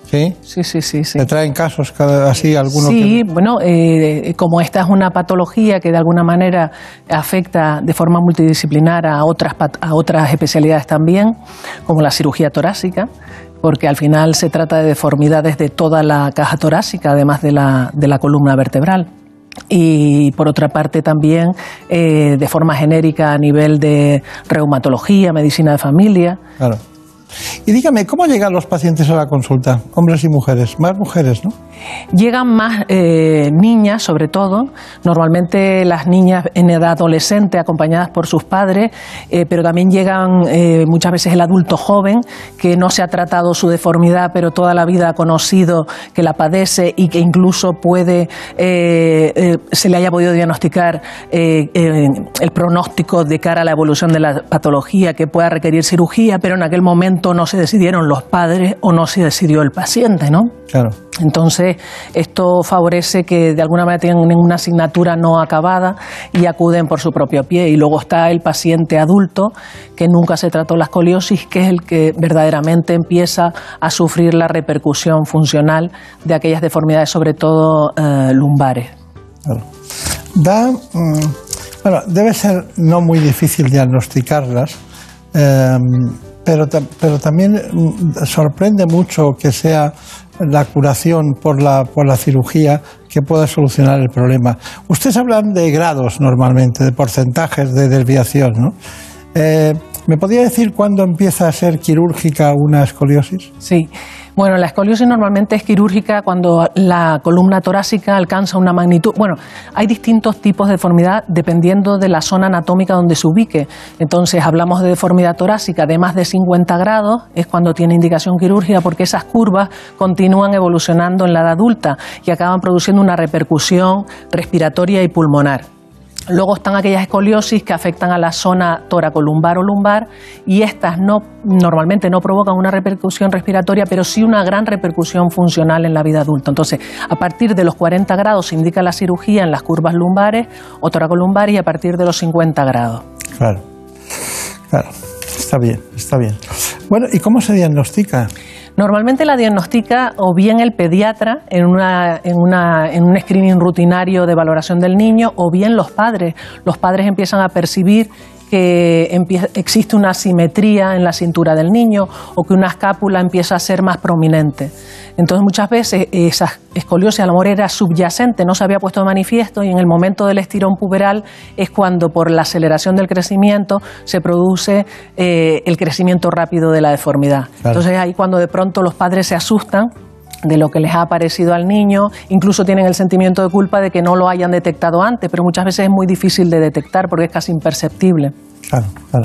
¿Sí? Sí, sí, sí. sí. ¿Te traen casos cada, así alguno? Sí, que... bueno, eh, como esta es una patología que de alguna manera afecta de forma multidisciplinar a otras, a otras especialidades también, como la cirugía torácica, porque al final se trata de deformidades de toda la caja torácica, además de la, de la columna vertebral. Y por otra parte también eh, de forma genérica a nivel de reumatología, medicina de familia. Claro. Y dígame, ¿cómo llegan los pacientes a la consulta? Hombres y mujeres, más mujeres, ¿no? Llegan más eh, niñas, sobre todo, normalmente las niñas en edad adolescente acompañadas por sus padres, eh, pero también llegan eh, muchas veces el adulto joven que no se ha tratado su deformidad, pero toda la vida ha conocido que la padece y que incluso puede, eh, eh, se le haya podido diagnosticar eh, eh, el pronóstico de cara a la evolución de la patología que pueda requerir cirugía, pero en aquel momento no se decidieron los padres o no se decidió el paciente, ¿no? Claro. Entonces, esto favorece que de alguna manera tengan una asignatura no acabada y acuden por su propio pie. Y luego está el paciente adulto que nunca se trató la escoliosis, que es el que verdaderamente empieza a sufrir la repercusión funcional de aquellas deformidades, sobre todo eh, lumbares. Claro. Da, mmm, bueno, debe ser no muy difícil diagnosticarlas. Eh, Pero, pero también sorprende mucho que sea la curación por la, por la cirugía que pueda solucionar el problema. Ustedes hablan de grados normalmente, de porcentajes de desviación, ¿no? Eh, ¿Me podría decir cuándo empieza a ser quirúrgica una escoliosis? Sí. Bueno, la escoliosis normalmente es quirúrgica cuando la columna torácica alcanza una magnitud. Bueno, hay distintos tipos de deformidad dependiendo de la zona anatómica donde se ubique. Entonces, hablamos de deformidad torácica de más de cincuenta grados, es cuando tiene indicación quirúrgica, porque esas curvas continúan evolucionando en la edad adulta y acaban produciendo una repercusión respiratoria y pulmonar. Luego están aquellas escoliosis que afectan a la zona toracolumbar o lumbar y estas no, normalmente no provocan una repercusión respiratoria, pero sí una gran repercusión funcional en la vida adulta. Entonces, a partir de los cuarenta grados se indica la cirugía en las curvas lumbares o toracolumbares y a partir de los cincuenta grados. Claro, claro, está bien, está bien. Bueno, ¿y cómo se diagnostica? Normalmente la diagnostica o bien el pediatra en, una, en, una, en un screening rutinario de valoración del niño o bien los padres. Los padres empiezan a percibir que empieza, existe una asimetría en la cintura del niño o que una escápula empieza a ser más prominente. Entonces muchas veces esa escoliosis a lo mejor era subyacente, no se había puesto de manifiesto y en el momento del estirón puberal es cuando por la aceleración del crecimiento se produce eh, el crecimiento rápido de la deformidad. Claro. Entonces ahí cuando de pronto los padres se asustan de lo que les ha aparecido al niño, incluso tienen el sentimiento de culpa de que no lo hayan detectado antes, pero muchas veces es muy difícil de detectar porque es casi imperceptible. Claro, claro.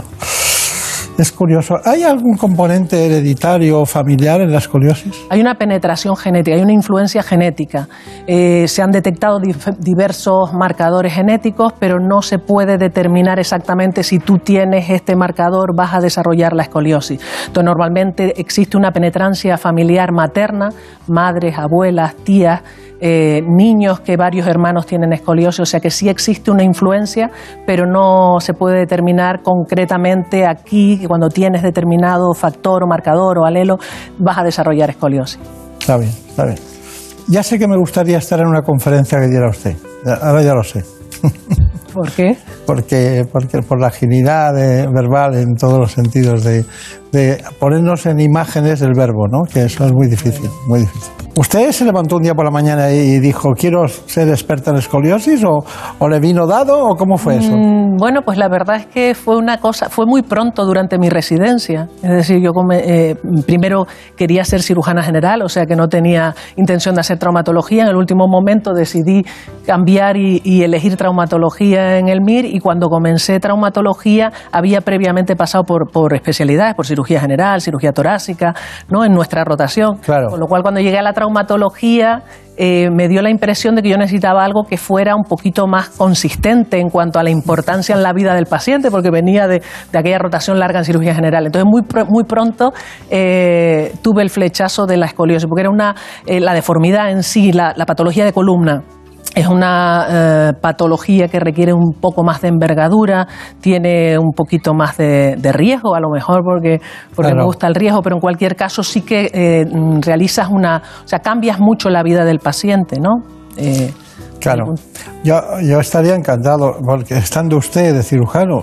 Es curioso. ¿Hay algún componente hereditario o familiar en la escoliosis? Hay una penetración genética, hay una influencia genética. Eh, se han detectado dif- diversos marcadores genéticos, pero no se puede determinar exactamente si tú tienes este marcador, vas a desarrollar la escoliosis. Entonces, normalmente existe una penetrancia familiar materna, madres, abuelas, tías, eh, niños que varios hermanos tienen escoliosis, o sea que sí existe una influencia, pero no se puede determinar concretamente aquí, que cuando tienes determinado factor o marcador o alelo, vas a desarrollar escoliosis. Está bien, está bien. Ya sé que me gustaría estar en una conferencia que diera usted, ahora ya lo sé. ¿Por qué? Porque, porque por la agilidad de, verbal en todos los sentidos, de, de ponernos en imágenes del verbo, ¿no? Que eso es muy difícil, muy difícil. ¿Usted se levantó un día por la mañana y dijo, quiero ser experta en escoliosis, o, o le vino dado, o cómo fue eso? Mm, bueno, pues la verdad es que fue una cosa, fue muy pronto durante mi residencia. Es decir, yo come, eh, primero quería ser cirujana general, o sea que no tenía intención de hacer traumatología. En el último momento decidí cambiar y, y elegir traumatología en el M I R, y cuando comencé traumatología había previamente pasado por, por especialidades, por cirugía general, cirugía torácica, ¿no? En nuestra rotación. Claro. Con lo cual, cuando llegué a la traumatología, eh, me dio la impresión de que yo necesitaba algo que fuera un poquito más consistente en cuanto a la importancia en la vida del paciente, porque venía de, de aquella rotación larga en cirugía general. Entonces, muy, pr- muy pronto eh, tuve el flechazo de la escoliosis, porque era una, eh, la deformidad en sí, la, la patología de columna, Es una eh, patología que requiere un poco más de envergadura, tiene un poquito más de, de riesgo, a lo mejor porque, porque claro. me gusta el riesgo, pero en cualquier caso sí que eh, realizas una, o sea, cambias mucho la vida del paciente, ¿no? Eh, Claro, yo, yo estaría encantado, porque estando usted de cirujano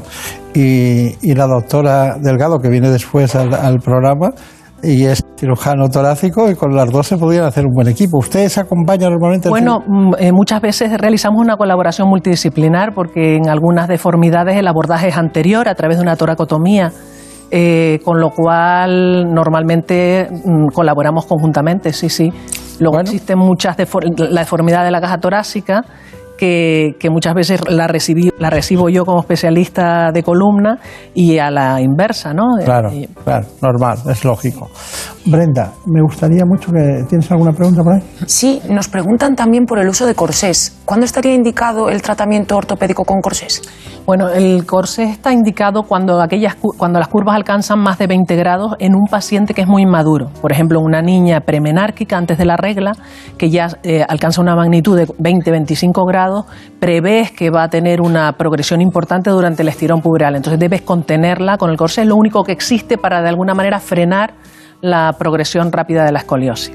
y, y la doctora Delgado, que viene después al, al programa, y es cirujano torácico, y con las dos se podrían hacer un buen equipo. ¿Usted se acompaña normalmente? Bueno, eh, muchas veces realizamos una colaboración multidisciplinar, porque en algunas deformidades el abordaje es anterior a través de una toracotomía. Eh, con lo cual normalmente mm, colaboramos conjuntamente, sí, sí. Luego bueno. existen muchas defor- la deformidad de la caja torácica que, que muchas veces la, recibí, la recibo yo como especialista de columna y a la inversa, ¿no? Claro, y, claro, normal, es lógico. Brenda, me gustaría mucho que... ¿Tienes alguna pregunta por ahí? Sí, nos preguntan también por el uso de corsés. ¿Cuándo estaría indicado el tratamiento ortopédico con corsés? Bueno, el corsés está indicado cuando, aquellas, cuando las curvas alcanzan más de veinte grados en un paciente que es muy inmaduro. Por ejemplo, una niña premenárquica antes de la regla, que ya eh, alcanza una magnitud de veinte a veinticinco grados, prevés que va a tener una progresión importante durante el estirón puberal. Entonces debes contenerla con el corsés. Es lo único que existe para de alguna manera frenar la progresión rápida de la escoliosis.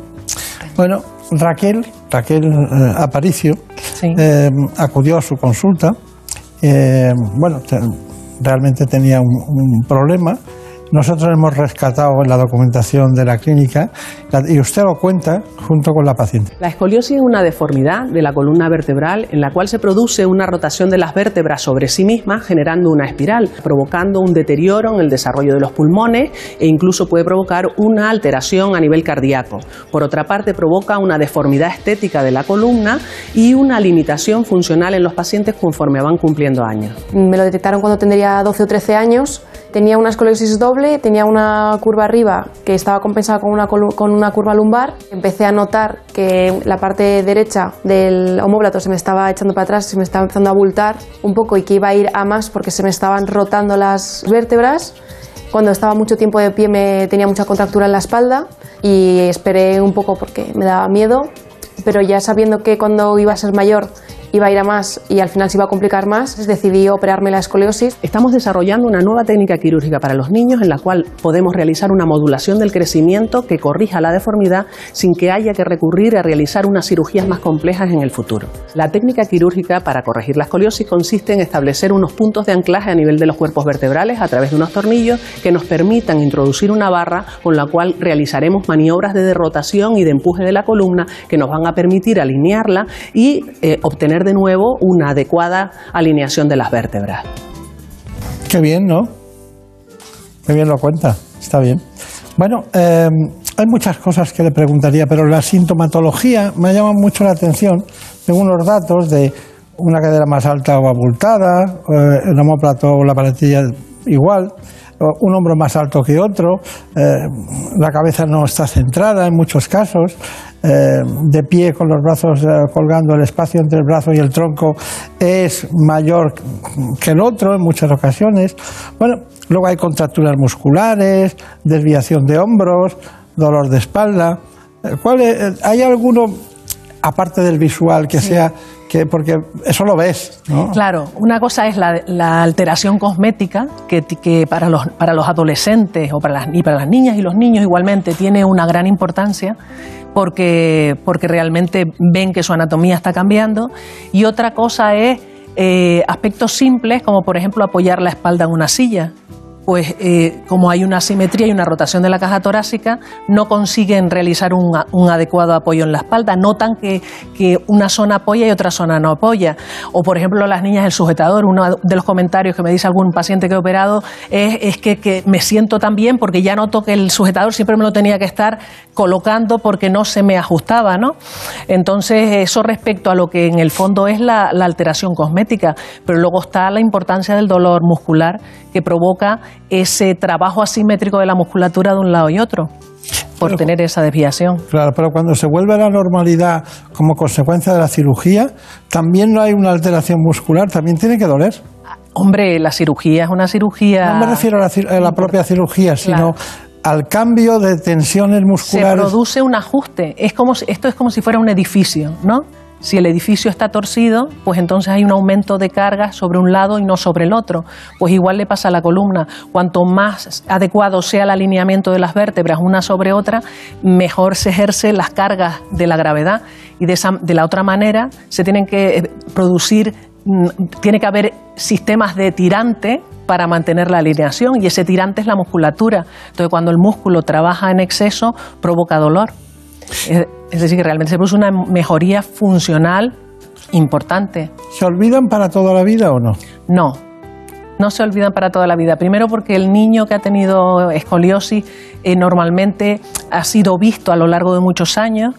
Bueno, Raquel, Raquel eh, Aparicio, sí. eh, acudió a su consulta. Eh, bueno, te, realmente tenía un, un problema. Nosotros hemos rescatado la documentación de la clínica y usted lo cuenta junto con la paciente. La escoliosis es una deformidad de la columna vertebral en la cual se produce una rotación de las vértebras sobre sí mismas, generando una espiral, provocando un deterioro en el desarrollo de los pulmones e incluso puede provocar una alteración a nivel cardíaco. Por otra parte, provoca una deformidad estética de la columna y una limitación funcional en los pacientes conforme van cumpliendo años. Me lo detectaron cuando tendría doce o trece años. Tenía una escoliosis doble, tenía una curva arriba que estaba compensada con una, con una curva lumbar. Empecé a notar que la parte derecha del omóplato se me estaba echando para atrás, se me estaba empezando a abultar un poco y que iba a ir a más porque se me estaban rotando las vértebras. Cuando estaba mucho tiempo de pie me tenía mucha contractura en la espalda y esperé un poco porque me daba miedo, pero ya sabiendo que cuando iba a ser mayor iba a ir a más y al final se iba a complicar más, decidí operarme la escoliosis. Estamos desarrollando una nueva técnica quirúrgica para los niños en la cual podemos realizar una modulación del crecimiento que corrija la deformidad sin que haya que recurrir a realizar unas cirugías más complejas en el futuro. La técnica quirúrgica para corregir la escoliosis consiste en establecer unos puntos de anclaje a nivel de los cuerpos vertebrales a través de unos tornillos que nos permitan introducir una barra con la cual realizaremos maniobras de derrotación y de empuje de la columna que nos van a permitir alinearla y eh, obtener de nuevo una adecuada alineación de las vértebras. Qué bien, ¿no? Qué bien lo cuenta, está bien. Bueno, eh, hay muchas cosas que le preguntaría, pero la sintomatología me llama mucho la atención. Tengo unos datos de una cadera más alta o abultada, eh, el omóplato o la paletilla igual, un hombro más alto que otro, eh, la cabeza no está centrada en muchos casos, eh, de pie con los brazos eh, colgando, el espacio entre el brazo y el tronco es mayor que el otro en muchas ocasiones. Bueno, luego hay contracturas musculares, desviación de hombros, dolor de espalda. ¿Cuál es, ¿Hay alguno, aparte del visual, que sí. sea... Que porque eso lo ves, ¿no? Claro, una cosa es la, la alteración cosmética, que, que para, los, para los adolescentes o para las, y para las niñas y los niños igualmente tiene una gran importancia porque, porque realmente ven que su anatomía está cambiando. Y otra cosa es eh, aspectos simples, como por ejemplo apoyar la espalda en una silla. Pues eh, como hay una asimetría y una rotación de la caja torácica, no consiguen realizar un, un adecuado apoyo en la espalda, notan que, que una zona apoya y otra zona no apoya. O por ejemplo las niñas el sujetador, uno de los comentarios que me dice algún paciente que he operado es, es que, que me siento tan bien porque ya noto que el sujetador siempre me lo tenía que estar colocando porque no se me ajustaba, ¿no? Entonces eso respecto a lo que en el fondo es la, la alteración cosmética, pero luego está la importancia del dolor muscular que provoca ese trabajo asimétrico de la musculatura de un lado y otro, por pero, tener esa desviación. Claro, pero cuando se vuelve a la normalidad como consecuencia de la cirugía, también no hay una alteración muscular, también tiene que doler. Hombre, la cirugía es una cirugía... No me refiero a la, a la propia cirugía, sino... Claro. Al cambio de tensiones musculares. Se produce un ajuste. Es como si, esto es como si fuera un edificio, ¿no? Si el edificio está torcido, pues entonces hay un aumento de carga sobre un lado y no sobre el otro. Pues igual le pasa a la columna. Cuanto más adecuado sea el alineamiento de las vértebras una sobre otra, mejor se ejercen las cargas de la gravedad. Y de, esa, de la otra manera se tienen que producir, tiene que haber sistemas de tirante para mantener la alineación, y ese tirante es la musculatura. Entonces, cuando el músculo trabaja en exceso, provoca dolor. Es, es decir, que realmente se produce una mejoría funcional importante. ¿Se olvidan para toda la vida o no? No, no se olvidan para toda la vida. Primero porque el niño que ha tenido escoliosis eh, normalmente ha sido visto a lo largo de muchos años,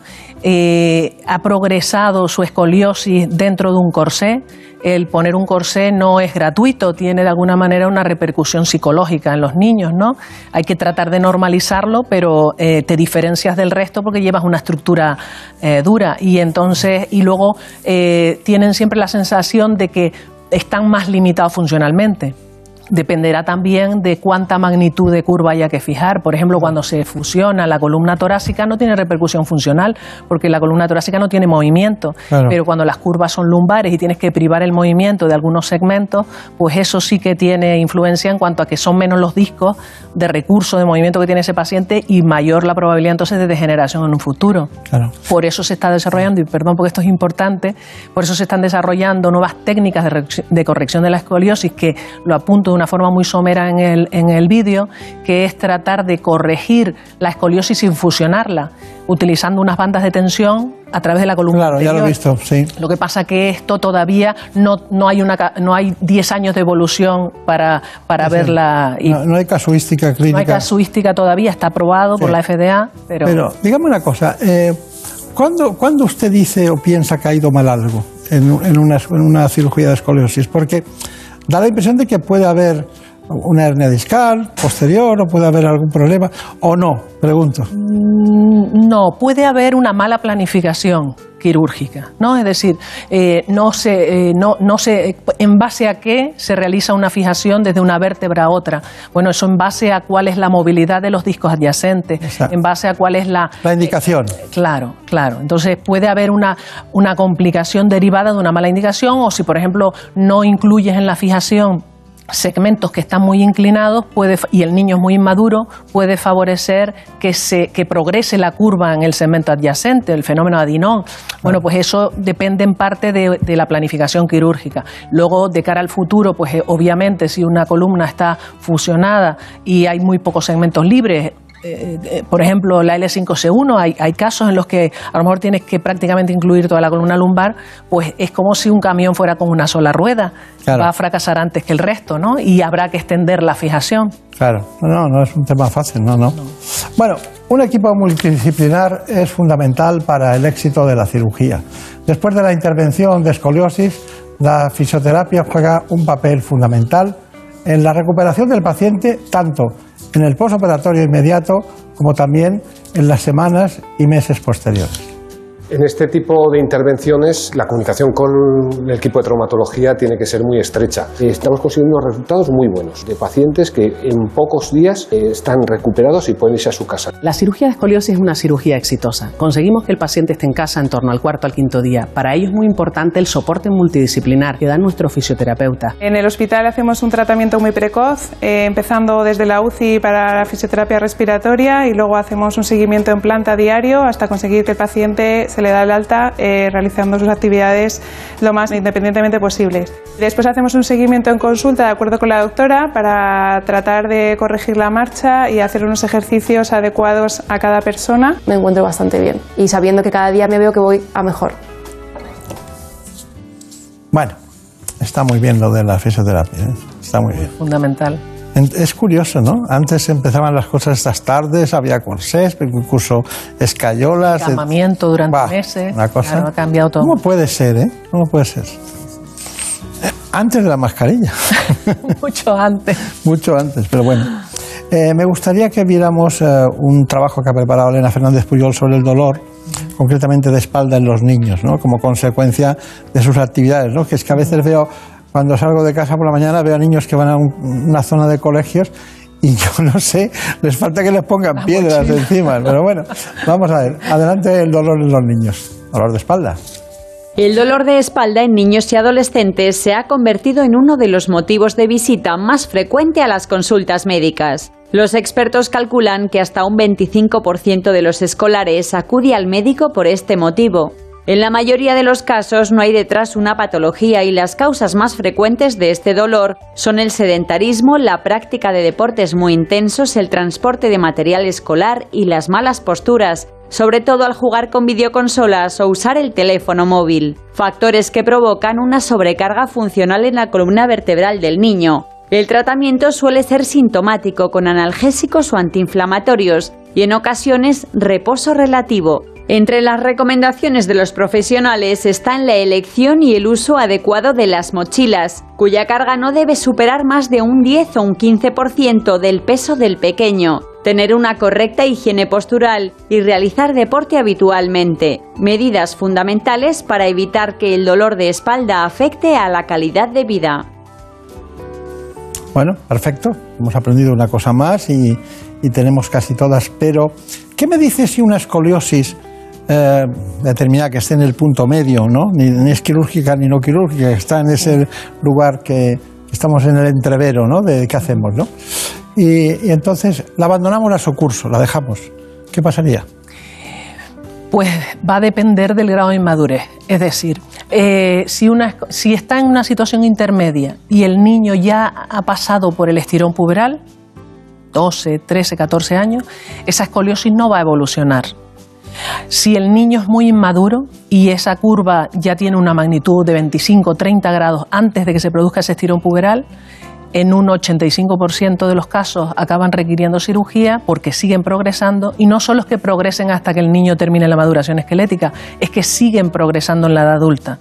eh, ha progresado su escoliosis dentro de un corsé. El poner un corsé no es gratuito, tiene de alguna manera una repercusión psicológica en los niños, ¿no? Hay que tratar de normalizarlo, pero eh, te diferencias del resto porque llevas una estructura eh, dura, y entonces y luego eh, tienen siempre la sensación de que están más limitados funcionalmente. Dependerá también de cuánta magnitud de curva haya que fijar. Por ejemplo, cuando se fusiona la columna torácica no tiene repercusión funcional porque la columna torácica no tiene movimiento. Claro. Pero cuando las curvas son lumbares y tienes que privar el movimiento de algunos segmentos, pues eso sí que tiene influencia en cuanto a que son menos los discos de recurso de movimiento que tiene ese paciente y mayor la probabilidad entonces de degeneración en un futuro. Claro. Por eso se está desarrollando, y perdón porque esto es importante, por eso se están desarrollando nuevas técnicas de, de corrección de la escoliosis, que lo apunto de una forma muy somera en el, en el vídeo, que es tratar de corregir la escoliosis sin fusionarla, utilizando unas bandas de tensión a través de la columna Claro, anterior. ya lo he visto, sí. Lo que pasa que esto todavía no, no hay una no hay diez años de evolución para, para sí, verla. Y no, no hay casuística clínica. No hay casuística todavía, está aprobado sí. por la F D A. Pero, pero dígame una cosa, eh, ¿cuándo, ¿cuándo usted dice o piensa que ha ido mal algo en, en, una, en una cirugía de escoliosis? Porque da la impresión de que puede haber una hernia discal posterior, o puede haber algún problema, o no, pregunto. No, puede haber una mala planificación quirúrgica, ¿no? Es decir, eh, no sé, eh, no, no sé en base a qué se realiza una fijación desde una vértebra a otra. Bueno, eso en base a cuál es la movilidad de los discos adyacentes, Exacto. en base a cuál es la... La indicación. Eh, claro, claro. Entonces puede haber una, una complicación derivada de una mala indicación, o si, por ejemplo, no incluyes en la fijación segmentos que están muy inclinados, puede, y el niño es muy inmaduro, puede favorecer que se que progrese la curva en el segmento adyacente, el fenómeno Adinón. Bueno, pues eso depende en parte de, de la planificación quirúrgica. Luego, de cara al futuro, pues eh, obviamente si una columna está fusionada y hay muy pocos segmentos libres, Eh, eh, por ejemplo, la L cinco C uno, hay, hay casos en los que a lo mejor tienes que prácticamente incluir toda la columna lumbar, pues es como si un camión fuera con una sola rueda, claro. va a fracasar antes que el resto, ¿no? Y habrá que extender la fijación. Claro, no, no es un tema fácil, no, no. no. Bueno, un equipo multidisciplinar es fundamental para el éxito de la cirugía. Después de la intervención de escoliosis, la fisioterapia juega un papel fundamental en la recuperación del paciente, tanto en el posoperatorio inmediato como también en las semanas y meses posteriores. En este tipo de intervenciones, la comunicación con el equipo de traumatología tiene que ser muy estrecha. Estamos consiguiendo unos resultados muy buenos de pacientes que en pocos días están recuperados y pueden irse a su casa. La cirugía de escoliosis es una cirugía exitosa. Conseguimos que el paciente esté en casa en torno al cuarto al quinto día. Para ello es muy importante el soporte multidisciplinar que dan nuestros fisioterapeutas. En el hospital hacemos un tratamiento muy precoz, eh, empezando desde la U C I para la fisioterapia respiratoria, y luego hacemos un seguimiento en planta diario hasta conseguir que el paciente se le da el alta eh, realizando sus actividades lo más independientemente posible. Después hacemos un seguimiento en consulta de acuerdo con la doctora para tratar de corregir la marcha y hacer unos ejercicios adecuados a cada persona. Me encuentro bastante bien y sabiendo que cada día me veo que voy a mejor. Bueno, está muy bien lo de la fisioterapia, ¿eh? Está muy bien. Fundamental. Es curioso, ¿no? Antes empezaban las cosas estas tardes, había corsés, incluso escayolas. Encamamiento durante bah, meses. Una cosa. Claro, ha cambiado todo. ¿Cómo puede ser, eh? ¿Cómo puede ser? Antes de la mascarilla. Mucho antes. Mucho antes, pero bueno. Eh, me gustaría que viéramos eh, un trabajo que ha preparado Elena Fernández Puyol sobre el dolor, uh-huh. concretamente de espalda en los niños, ¿no? Como consecuencia de sus actividades, ¿no? Que es que a veces veo... Cuando salgo de casa por la mañana veo a niños que van a un, una zona de colegios y yo no sé, les falta que les pongan la piedras mochila. encima. Pero bueno, vamos a ver. Adelante el dolor en los niños. Dolor de espalda. El dolor de espalda en niños y adolescentes se ha convertido en uno de los motivos de visita más frecuente a las consultas médicas. Los expertos calculan que hasta un veinticinco por ciento de los escolares acude al médico por este motivo. En la mayoría de los casos no hay detrás una patología y las causas más frecuentes de este dolor son el sedentarismo, la práctica de deportes muy intensos, el transporte de material escolar y las malas posturas, sobre todo al jugar con videoconsolas o usar el teléfono móvil, factores que provocan una sobrecarga funcional en la columna vertebral del niño. El tratamiento suele ser sintomático con analgésicos o antiinflamatorios y en ocasiones reposo relativo. Entre las recomendaciones de los profesionales están la elección y el uso adecuado de las mochilas, cuya carga no debe superar más de un diez o un quince por ciento del peso del pequeño, tener una correcta higiene postural y realizar deporte habitualmente, medidas fundamentales para evitar que el dolor de espalda afecte a la calidad de vida. Bueno, perfecto, hemos aprendido una cosa más y, y tenemos casi todas, pero ¿qué me dices si una escoliosis eh, determinada que esté en el punto medio, ¿no? Ni, ni es quirúrgica ni no quirúrgica, está en ese lugar que estamos en el entrevero, ¿no? De qué hacemos, ¿no? Y, y entonces la abandonamos a su curso, la dejamos. ¿Qué pasaría? Pues va a depender del grado de inmadurez. Es decir, eh, si, una, si está en una situación intermedia y el niño ya ha pasado por el estirón puberal, doce, trece, catorce años, esa escoliosis no va a evolucionar. Si el niño es muy inmaduro y esa curva ya tiene una magnitud de veinticinco, treinta grados antes de que se produzca ese estirón puberal, en un ochenta y cinco por ciento de los casos acaban requiriendo cirugía porque siguen progresando, y no solo es que progresen hasta que el niño termine la maduración esquelética, es que siguen progresando en la edad adulta.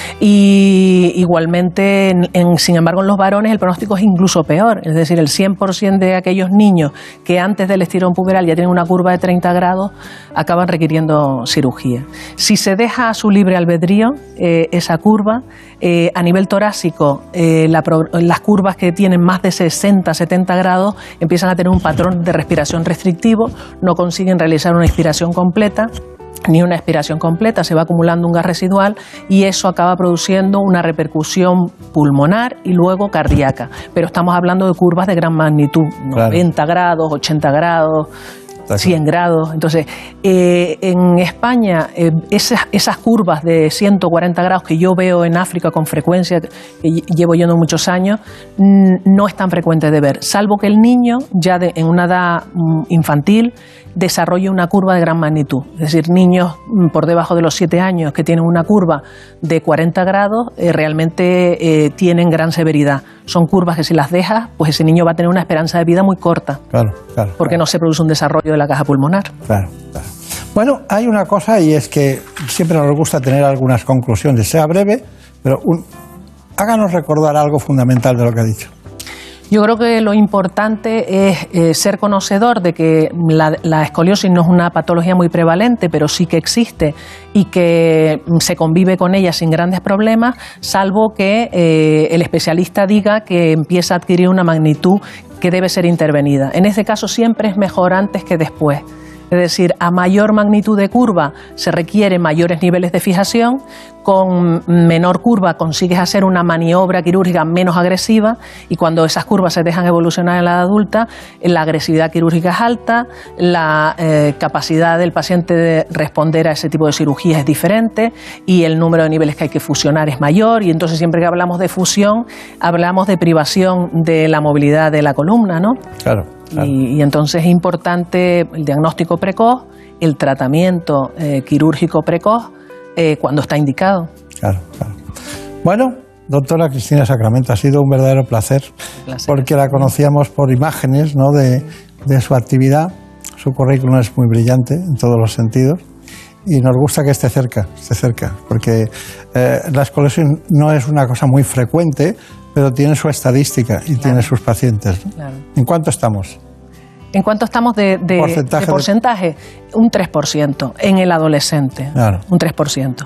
Y igualmente, en, en, sin embargo, en los varones el pronóstico es incluso peor, es decir, el cien por ciento de aquellos niños que antes del estirón puberal ya tienen una curva de treinta grados acaban requiriendo cirugía. Si se deja a su libre albedrío eh, esa curva, eh, a nivel torácico, eh, la, las curvas que tienen tienen más de sesenta, setenta grados, empiezan a tener un patrón de respiración restrictivo, no consiguen realizar una inspiración completa ni una expiración completa, se va acumulando un gas residual y eso acaba produciendo una repercusión pulmonar y luego cardíaca. Pero estamos hablando de curvas de gran magnitud, noventa claro. grados, ochenta grados, cien grados. Entonces, eh, en España, eh, esas, esas curvas de ciento cuarenta grados que yo veo en África con frecuencia, que llevo yendo muchos años, no es tan frecuente de ver, salvo que el niño ya de, en una edad infantil desarrolle una curva de gran magnitud. Es decir, niños por debajo de los siete años que tienen una curva de cuarenta grados eh, realmente eh, tienen gran severidad. Son curvas que si las dejas, pues ese niño va a tener una esperanza de vida muy corta. Claro, claro. Porque claro. no se produce un desarrollo de la caja pulmonar. Claro, claro. Bueno, hay una cosa y es que siempre nos gusta tener algunas conclusiones, sea breve, pero un... háganos recordar algo fundamental de lo que ha dicho. Yo creo que lo importante es eh, ser conocedor de que la, la escoliosis no es una patología muy prevalente, pero sí que existe y que se convive con ella sin grandes problemas, salvo que eh, el especialista diga que empieza a adquirir una magnitud que debe ser intervenida. En ese caso siempre es mejor antes que después. Es decir, a mayor magnitud de curva se requieren mayores niveles de fijación, con menor curva consigues hacer una maniobra quirúrgica menos agresiva y cuando esas curvas se dejan evolucionar en la edad adulta, la agresividad quirúrgica es alta, la eh, capacidad del paciente de responder a ese tipo de cirugía es diferente y el número de niveles que hay que fusionar es mayor y entonces siempre que hablamos de fusión hablamos de privación de la movilidad de la columna, ¿no? Claro. Claro. Y, y entonces es importante el diagnóstico precoz, el tratamiento eh, quirúrgico precoz eh, cuando está indicado. Claro, claro. Bueno, doctora Cristina Sacramento, ha sido un verdadero placer, placer porque la conocíamos por imágenes, ¿no? de, de su actividad. Su currículum es muy brillante en todos los sentidos y nos gusta que esté cerca, esté cerca, porque eh, la escoliosis no es una cosa muy frecuente, pero tiene su estadística y claro. tiene sus pacientes, ¿no? Claro. ¿En cuánto estamos? ¿En cuánto estamos de, de porcentaje? De porcentaje? De... Un tres por ciento en el adolescente, claro. un tres por ciento.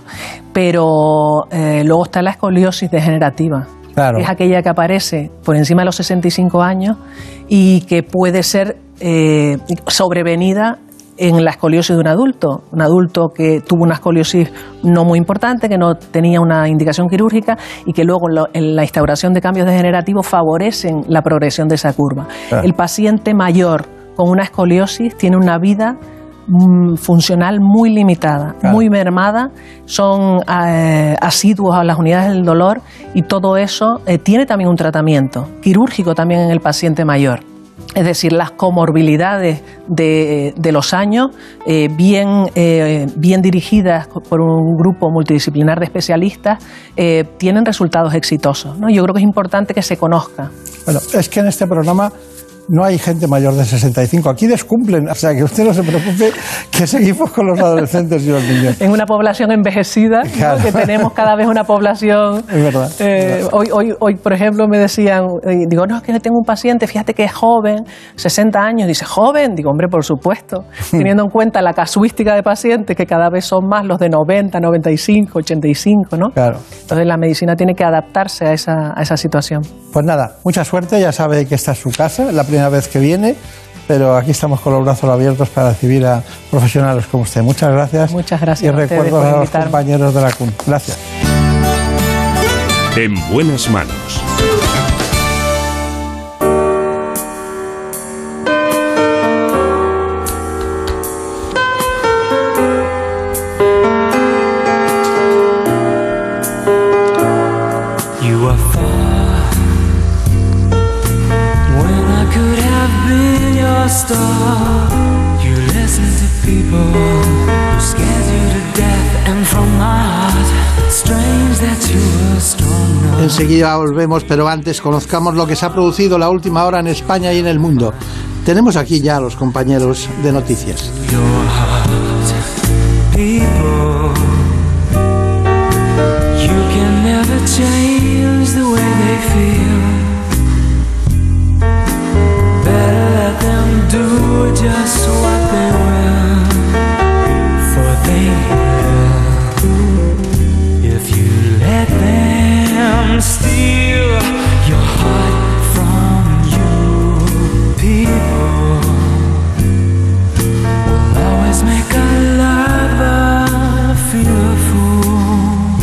Pero eh, luego está la escoliosis degenerativa, claro. que es aquella que aparece por encima de los sesenta y cinco años y que puede ser eh, sobrevenida en la escoliosis de un adulto, un adulto que tuvo una escoliosis no muy importante, que no tenía una indicación quirúrgica y que luego lo, en la instauración de cambios degenerativos favorecen la progresión de esa curva. Claro. El paciente mayor con una escoliosis tiene una vida mm, funcional muy limitada, claro. muy mermada, son eh, asiduos a las unidades del dolor y todo eso eh, tiene también un tratamiento quirúrgico también en el paciente mayor. Es decir, las comorbilidades de, de los años, eh, bien, eh, bien dirigidas por un grupo multidisciplinar de especialistas, eh, tienen resultados exitosos, ¿no? Yo creo que es importante que se conozca. Bueno, es que en este programa no hay gente mayor de sesenta y cinco. Aquí descumplen, o sea, que usted no se preocupe, que seguimos con los adolescentes y los niños. En una población envejecida, claro. ¿no? Que tenemos cada vez una población... Es verdad. Eh, es verdad. Hoy, hoy, hoy, por ejemplo, me decían, eh, digo, no, es que tengo un paciente, fíjate que es joven, sesenta años. Dice, ¿joven? Digo, hombre, por supuesto. Teniendo en cuenta la casuística de pacientes, que cada vez son más los de noventa, noventa y cinco, ochenta y cinco, ¿no? Claro. Entonces la medicina tiene que adaptarse a esa, a esa situación. Pues nada, mucha suerte, ya sabe que esta es su casa, la primera vez que viene, pero aquí estamos con los brazos abiertos para recibir a profesionales como usted. Muchas gracias. Muchas gracias. Y recuerdo a los compañeros de la C U N. Gracias. En buenas manos. Enseguida volvemos, pero antes conozcamos lo que se ha producido la última hora en España y en el mundo. Tenemos aquí ya a los compañeros de noticias. Steal your heart from you. People will always make a lover feel a fool,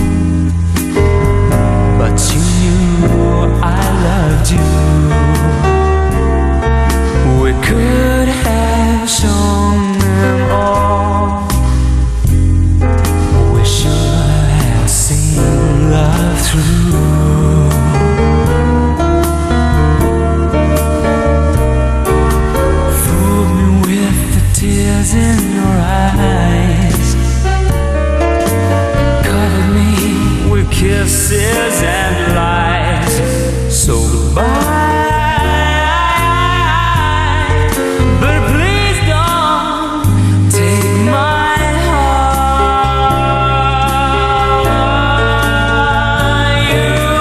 but you knew I loved you. We could have shown them all. We should have seen love through. In your eyes, covered me with kisses and lies. So goodbye, but please don't take my heart. You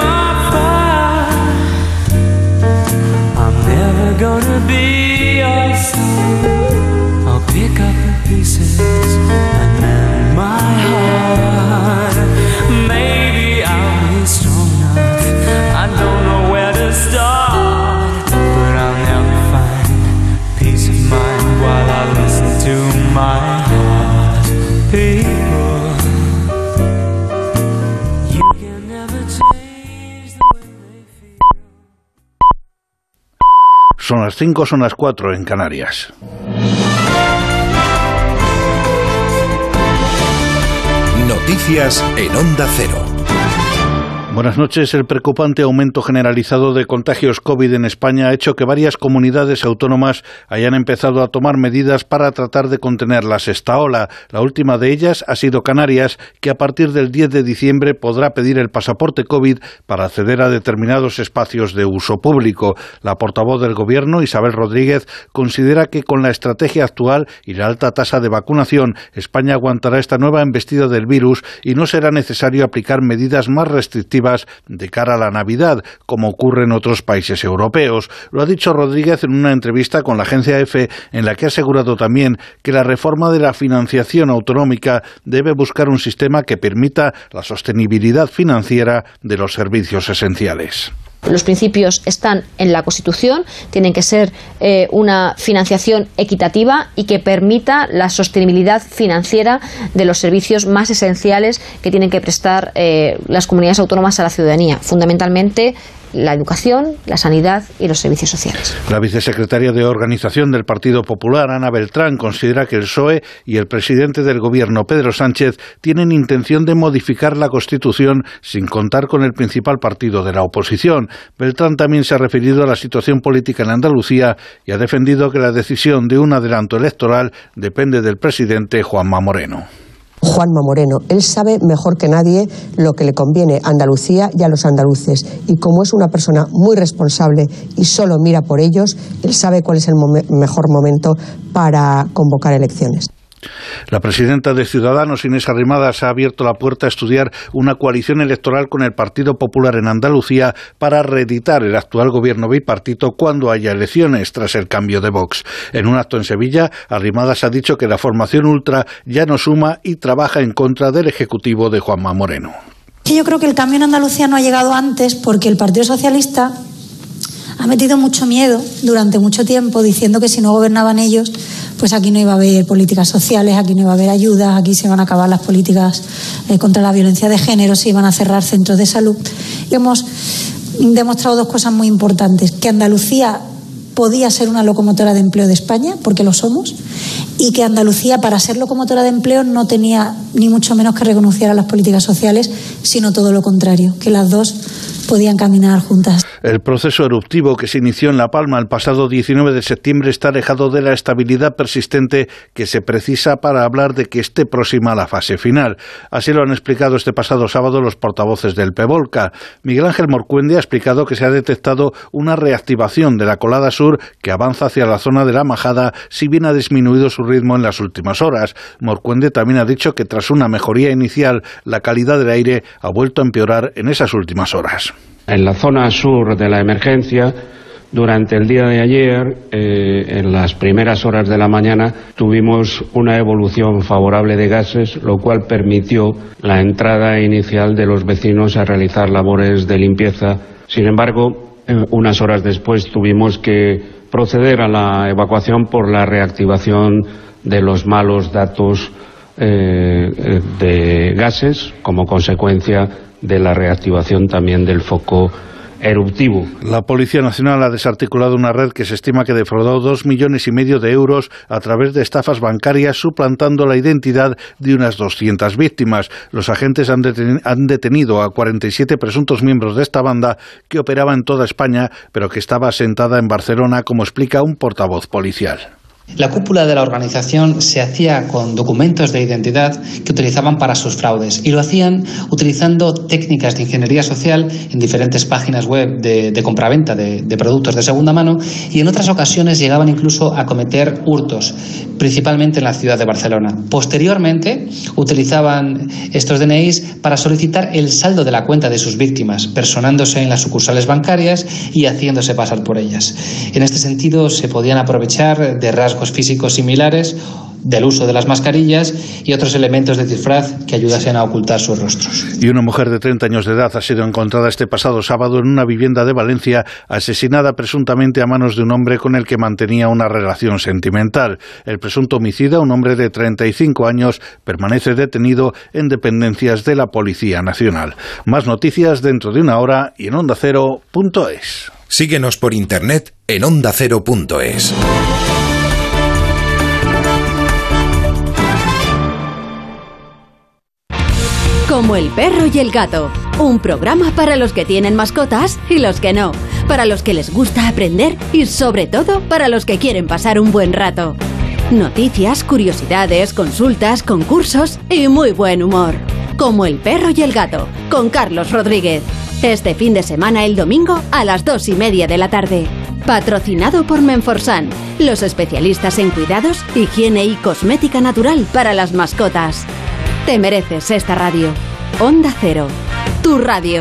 are far. I'm never gonna be your son. Pick up the pieces and mend my heart. Maybe I'll be strong enough. I don't know where to start, but I'll never find peace of mind while I listen to my heart. People, you can never change the way they feel. Son las cinco, son las cuatro en Canarias. Noticias en Onda Cero. Buenas noches. El preocupante aumento generalizado de contagios COVID en España ha hecho que varias comunidades autónomas hayan empezado a tomar medidas para tratar de contener la sexta ola. La última de ellas ha sido Canarias, que a partir del diez de diciembre podrá pedir el pasaporte COVID para acceder a determinados espacios de uso público. La portavoz del Gobierno, Isabel Rodríguez, considera que con la estrategia actual y la alta tasa de vacunación, España aguantará esta nueva embestida del virus y no será necesario aplicar medidas más restrictivas de cara a la Navidad, como ocurre en otros países europeos. Lo ha dicho Rodríguez en una entrevista con la agencia EFE, en la que ha asegurado también que la reforma de la financiación autonómica debe buscar un sistema que permita la sostenibilidad financiera de los servicios esenciales. Los principios están en la Constitución, tienen que ser eh, una financiación equitativa y que permita la sostenibilidad financiera de los servicios más esenciales que tienen que prestar eh, las comunidades autónomas a la ciudadanía, fundamentalmente la educación, la sanidad y los servicios sociales. La vicesecretaria de Organización del Partido Popular, Ana Beltrán, considera que el P S O E y el presidente del Gobierno, Pedro Sánchez, tienen intención de modificar la Constitución sin contar con el principal partido de la oposición. Beltrán también se ha referido a la situación política en Andalucía y ha defendido que la decisión de un adelanto electoral depende del presidente Juanma Moreno. Juanma Moreno, él sabe mejor que nadie lo que le conviene a Andalucía y a los andaluces, y como es una persona muy responsable y solo mira por ellos, él sabe cuál es el mom- mejor momento para convocar elecciones. La presidenta de Ciudadanos, Inés Arrimadas, ha abierto la puerta a estudiar una coalición electoral con el Partido Popular en Andalucía para reeditar el actual gobierno bipartito cuando haya elecciones tras el cambio de Vox. En un acto en Sevilla, Arrimadas ha dicho que la formación ultra ya no suma y trabaja en contra del ejecutivo de Juanma Moreno. Yo creo que el cambio en Andalucía no ha llegado antes porque el Partido Socialista ha metido mucho miedo durante mucho tiempo diciendo que si no gobernaban ellos, pues aquí no iba a haber políticas sociales, aquí no iba a haber ayudas, aquí se iban a acabar las políticas eh, contra la violencia de género, se iban a cerrar centros de salud. Y hemos demostrado dos cosas muy importantes: que Andalucía podía ser una locomotora de empleo de España, porque lo somos, y que Andalucía, para ser locomotora de empleo, no tenía ni mucho menos que renunciar a las políticas sociales, sino todo lo contrario, que las dos podían caminar juntas. El proceso eruptivo que se inició en La Palma el pasado diecinueve de septiembre está alejado de la estabilidad persistente que se precisa para hablar de que esté próxima a la fase final. Así lo han explicado este pasado sábado los portavoces del PEVOLCA. Miguel Ángel Morcuende ha explicado que se ha detectado una reactivación de la colada sur que avanza hacia la zona de la Majada, si bien ha disminuido su ritmo en las últimas horas. Morcuende también ha dicho que tras una mejoría inicial, la calidad del aire ha vuelto a empeorar en esas últimas horas. En la zona sur de la emergencia, durante el día de ayer, eh, en las primeras horas de la mañana, tuvimos una evolución favorable de gases, lo cual permitió la entrada inicial de los vecinos a realizar labores de limpieza. Sin embargo, eh, unas horas después tuvimos que proceder a la evacuación por la reactivación de los malos datos eh, de gases como consecuencia de la reactivación también del foco eruptivo. La Policía Nacional ha desarticulado una red que se estima que defraudó dos millones y medio de euros a través de estafas bancarias, suplantando la identidad de unas doscientas víctimas. Los agentes han, deten- han detenido a cuarenta y siete presuntos miembros de esta banda que operaba en toda España, pero que estaba asentada en Barcelona, como explica un portavoz policial. La cúpula de la organización se hacía con documentos de identidad que utilizaban para sus fraudes, y lo hacían utilizando técnicas de ingeniería social en diferentes páginas web de, de compraventa de, de productos de segunda mano, y en otras ocasiones llegaban incluso a cometer hurtos, principalmente en la ciudad de Barcelona. Posteriormente utilizaban estos D N Is para solicitar el saldo de la cuenta de sus víctimas, personándose en las sucursales bancarias y haciéndose pasar por ellas. En este sentido se podían aprovechar de rasgos físicos similares, del uso de las mascarillas y otros elementos de disfraz que ayudasen a ocultar sus rostros. Y una mujer de treinta años de edad ha sido encontrada este pasado sábado en una vivienda de Valencia, asesinada presuntamente a manos de un hombre con el que mantenía una relación sentimental. El presunto homicida, un hombre de treinta y cinco años, permanece detenido en dependencias de la Policía Nacional. Más noticias dentro de una hora y en onda cero punto es. Síguenos por internet en onda cero punto es. Como el perro y el gato, un programa para los que tienen mascotas y los que no, para los que les gusta aprender y sobre todo para los que quieren pasar un buen rato. Noticias, curiosidades, consultas, concursos y muy buen humor. Como el perro y el gato, con Carlos Rodríguez. Este fin de semana el domingo a las dos y media de la tarde. Patrocinado por Menforsan, los especialistas en cuidados, higiene y cosmética natural para las mascotas. Te mereces esta radio. Onda Cero, tu radio.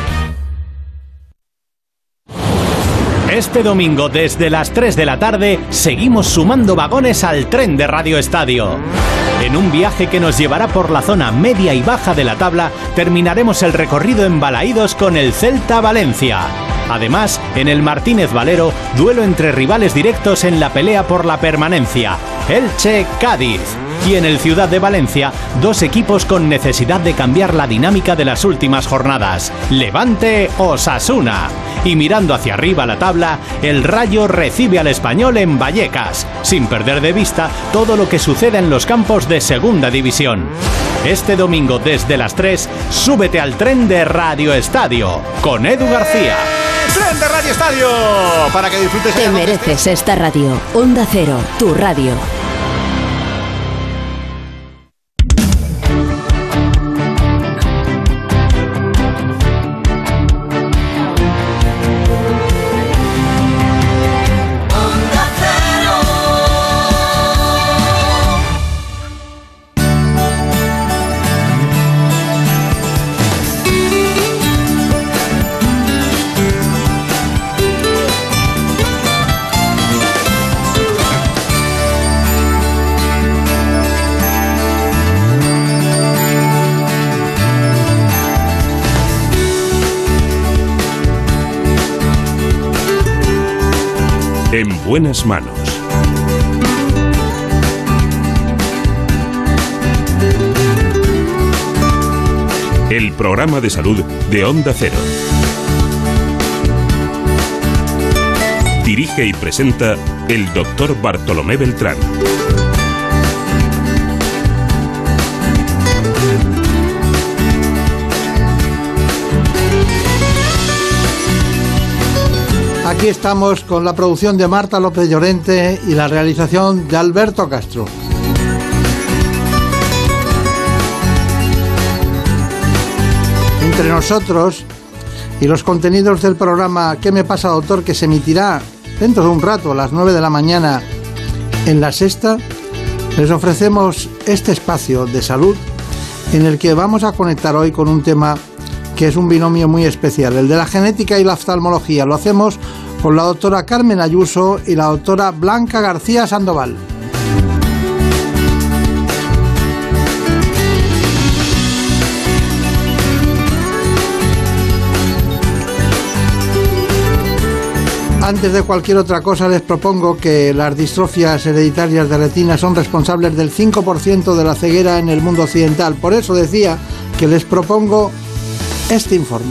Este domingo desde las tres de la tarde seguimos sumando vagones al tren de Radio Estadio. En un viaje que nos llevará por la zona media y baja de la tabla, terminaremos el recorrido en Balaídos con el Celta Valencia. Además, en el Martínez Valero, duelo entre rivales directos en la pelea por la permanencia. Elche-Cádiz. Y en el Ciudad de Valencia, dos equipos con necesidad de cambiar la dinámica de las últimas jornadas. Levante-Osasuna. Y mirando hacia arriba la tabla, el Rayo recibe al Español en Vallecas, sin perder de vista todo lo que sucede en los campos de Segunda División. Este domingo desde las tres, súbete al tren de Radio Estadio, con Edu García. ¡Tren de Radio Estadio! Para que disfrutes. Te mereces esta radio. Onda Cero, tu radio. En buenas manos. El programa de salud de Onda Cero. Dirige y presenta el doctor Bartolomé Beltrán. Aquí estamos con la producción de Marta López Llorente y la realización de Alberto Castro. Entre nosotros y los contenidos del programa ¿Qué me pasa, doctor?, que se emitirá dentro de un rato a las nueve de la mañana en La Sexta, les ofrecemos este espacio de salud en el que vamos a conectar hoy con un tema que es un binomio muy especial, el de la genética y la oftalmología. Lo hacemos con la doctora Carmen Ayuso y la doctora Blanca García Sandoval. Antes de cualquier otra cosa, les propongo que las distrofias hereditarias de retina son responsables del cinco por ciento de la ceguera en el mundo occidental. Por eso decía que les propongo este informe.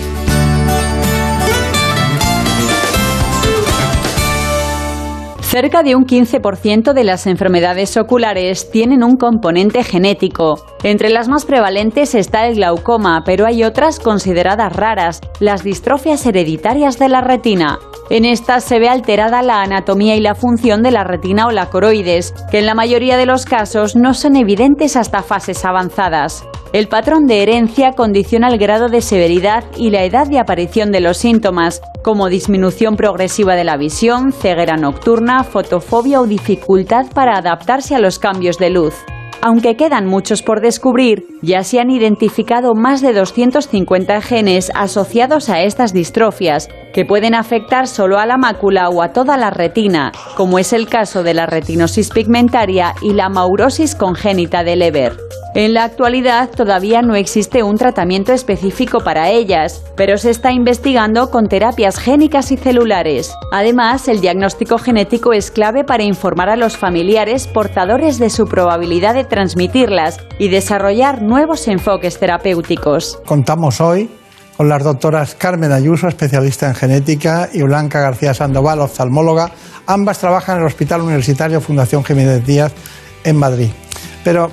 Cerca de un quince por ciento de las enfermedades oculares tienen un componente genético. Entre las más prevalentes está el glaucoma, pero hay otras consideradas raras, las distrofias hereditarias de la retina. En estas se ve alterada la anatomía y la función de la retina o la coroides, que en la mayoría de los casos no son evidentes hasta fases avanzadas. El patrón de herencia condiciona el grado de severidad y la edad de aparición de los síntomas, como disminución progresiva de la visión, ceguera nocturna, fotofobia o dificultad para adaptarse a los cambios de luz. Aunque quedan muchos por descubrir, ya se han identificado más de doscientos cincuenta genes asociados a estas distrofias, que pueden afectar solo a la mácula o a toda la retina, como es el caso de la retinosis pigmentaria y la maurosis congénita de Leber. En la actualidad todavía no existe un tratamiento específico para ellas, pero se está investigando con terapias génicas y celulares. Además, el diagnóstico genético es clave para informar a los familiares portadores de su probabilidad de transmitirlas y desarrollar nuevos enfoques terapéuticos. Contamos hoy con las doctoras Carmen Ayuso, especialista en genética, y Blanca García Sandoval, oftalmóloga. Ambas trabajan en el Hospital Universitario Fundación Jiménez Díaz en Madrid. Pero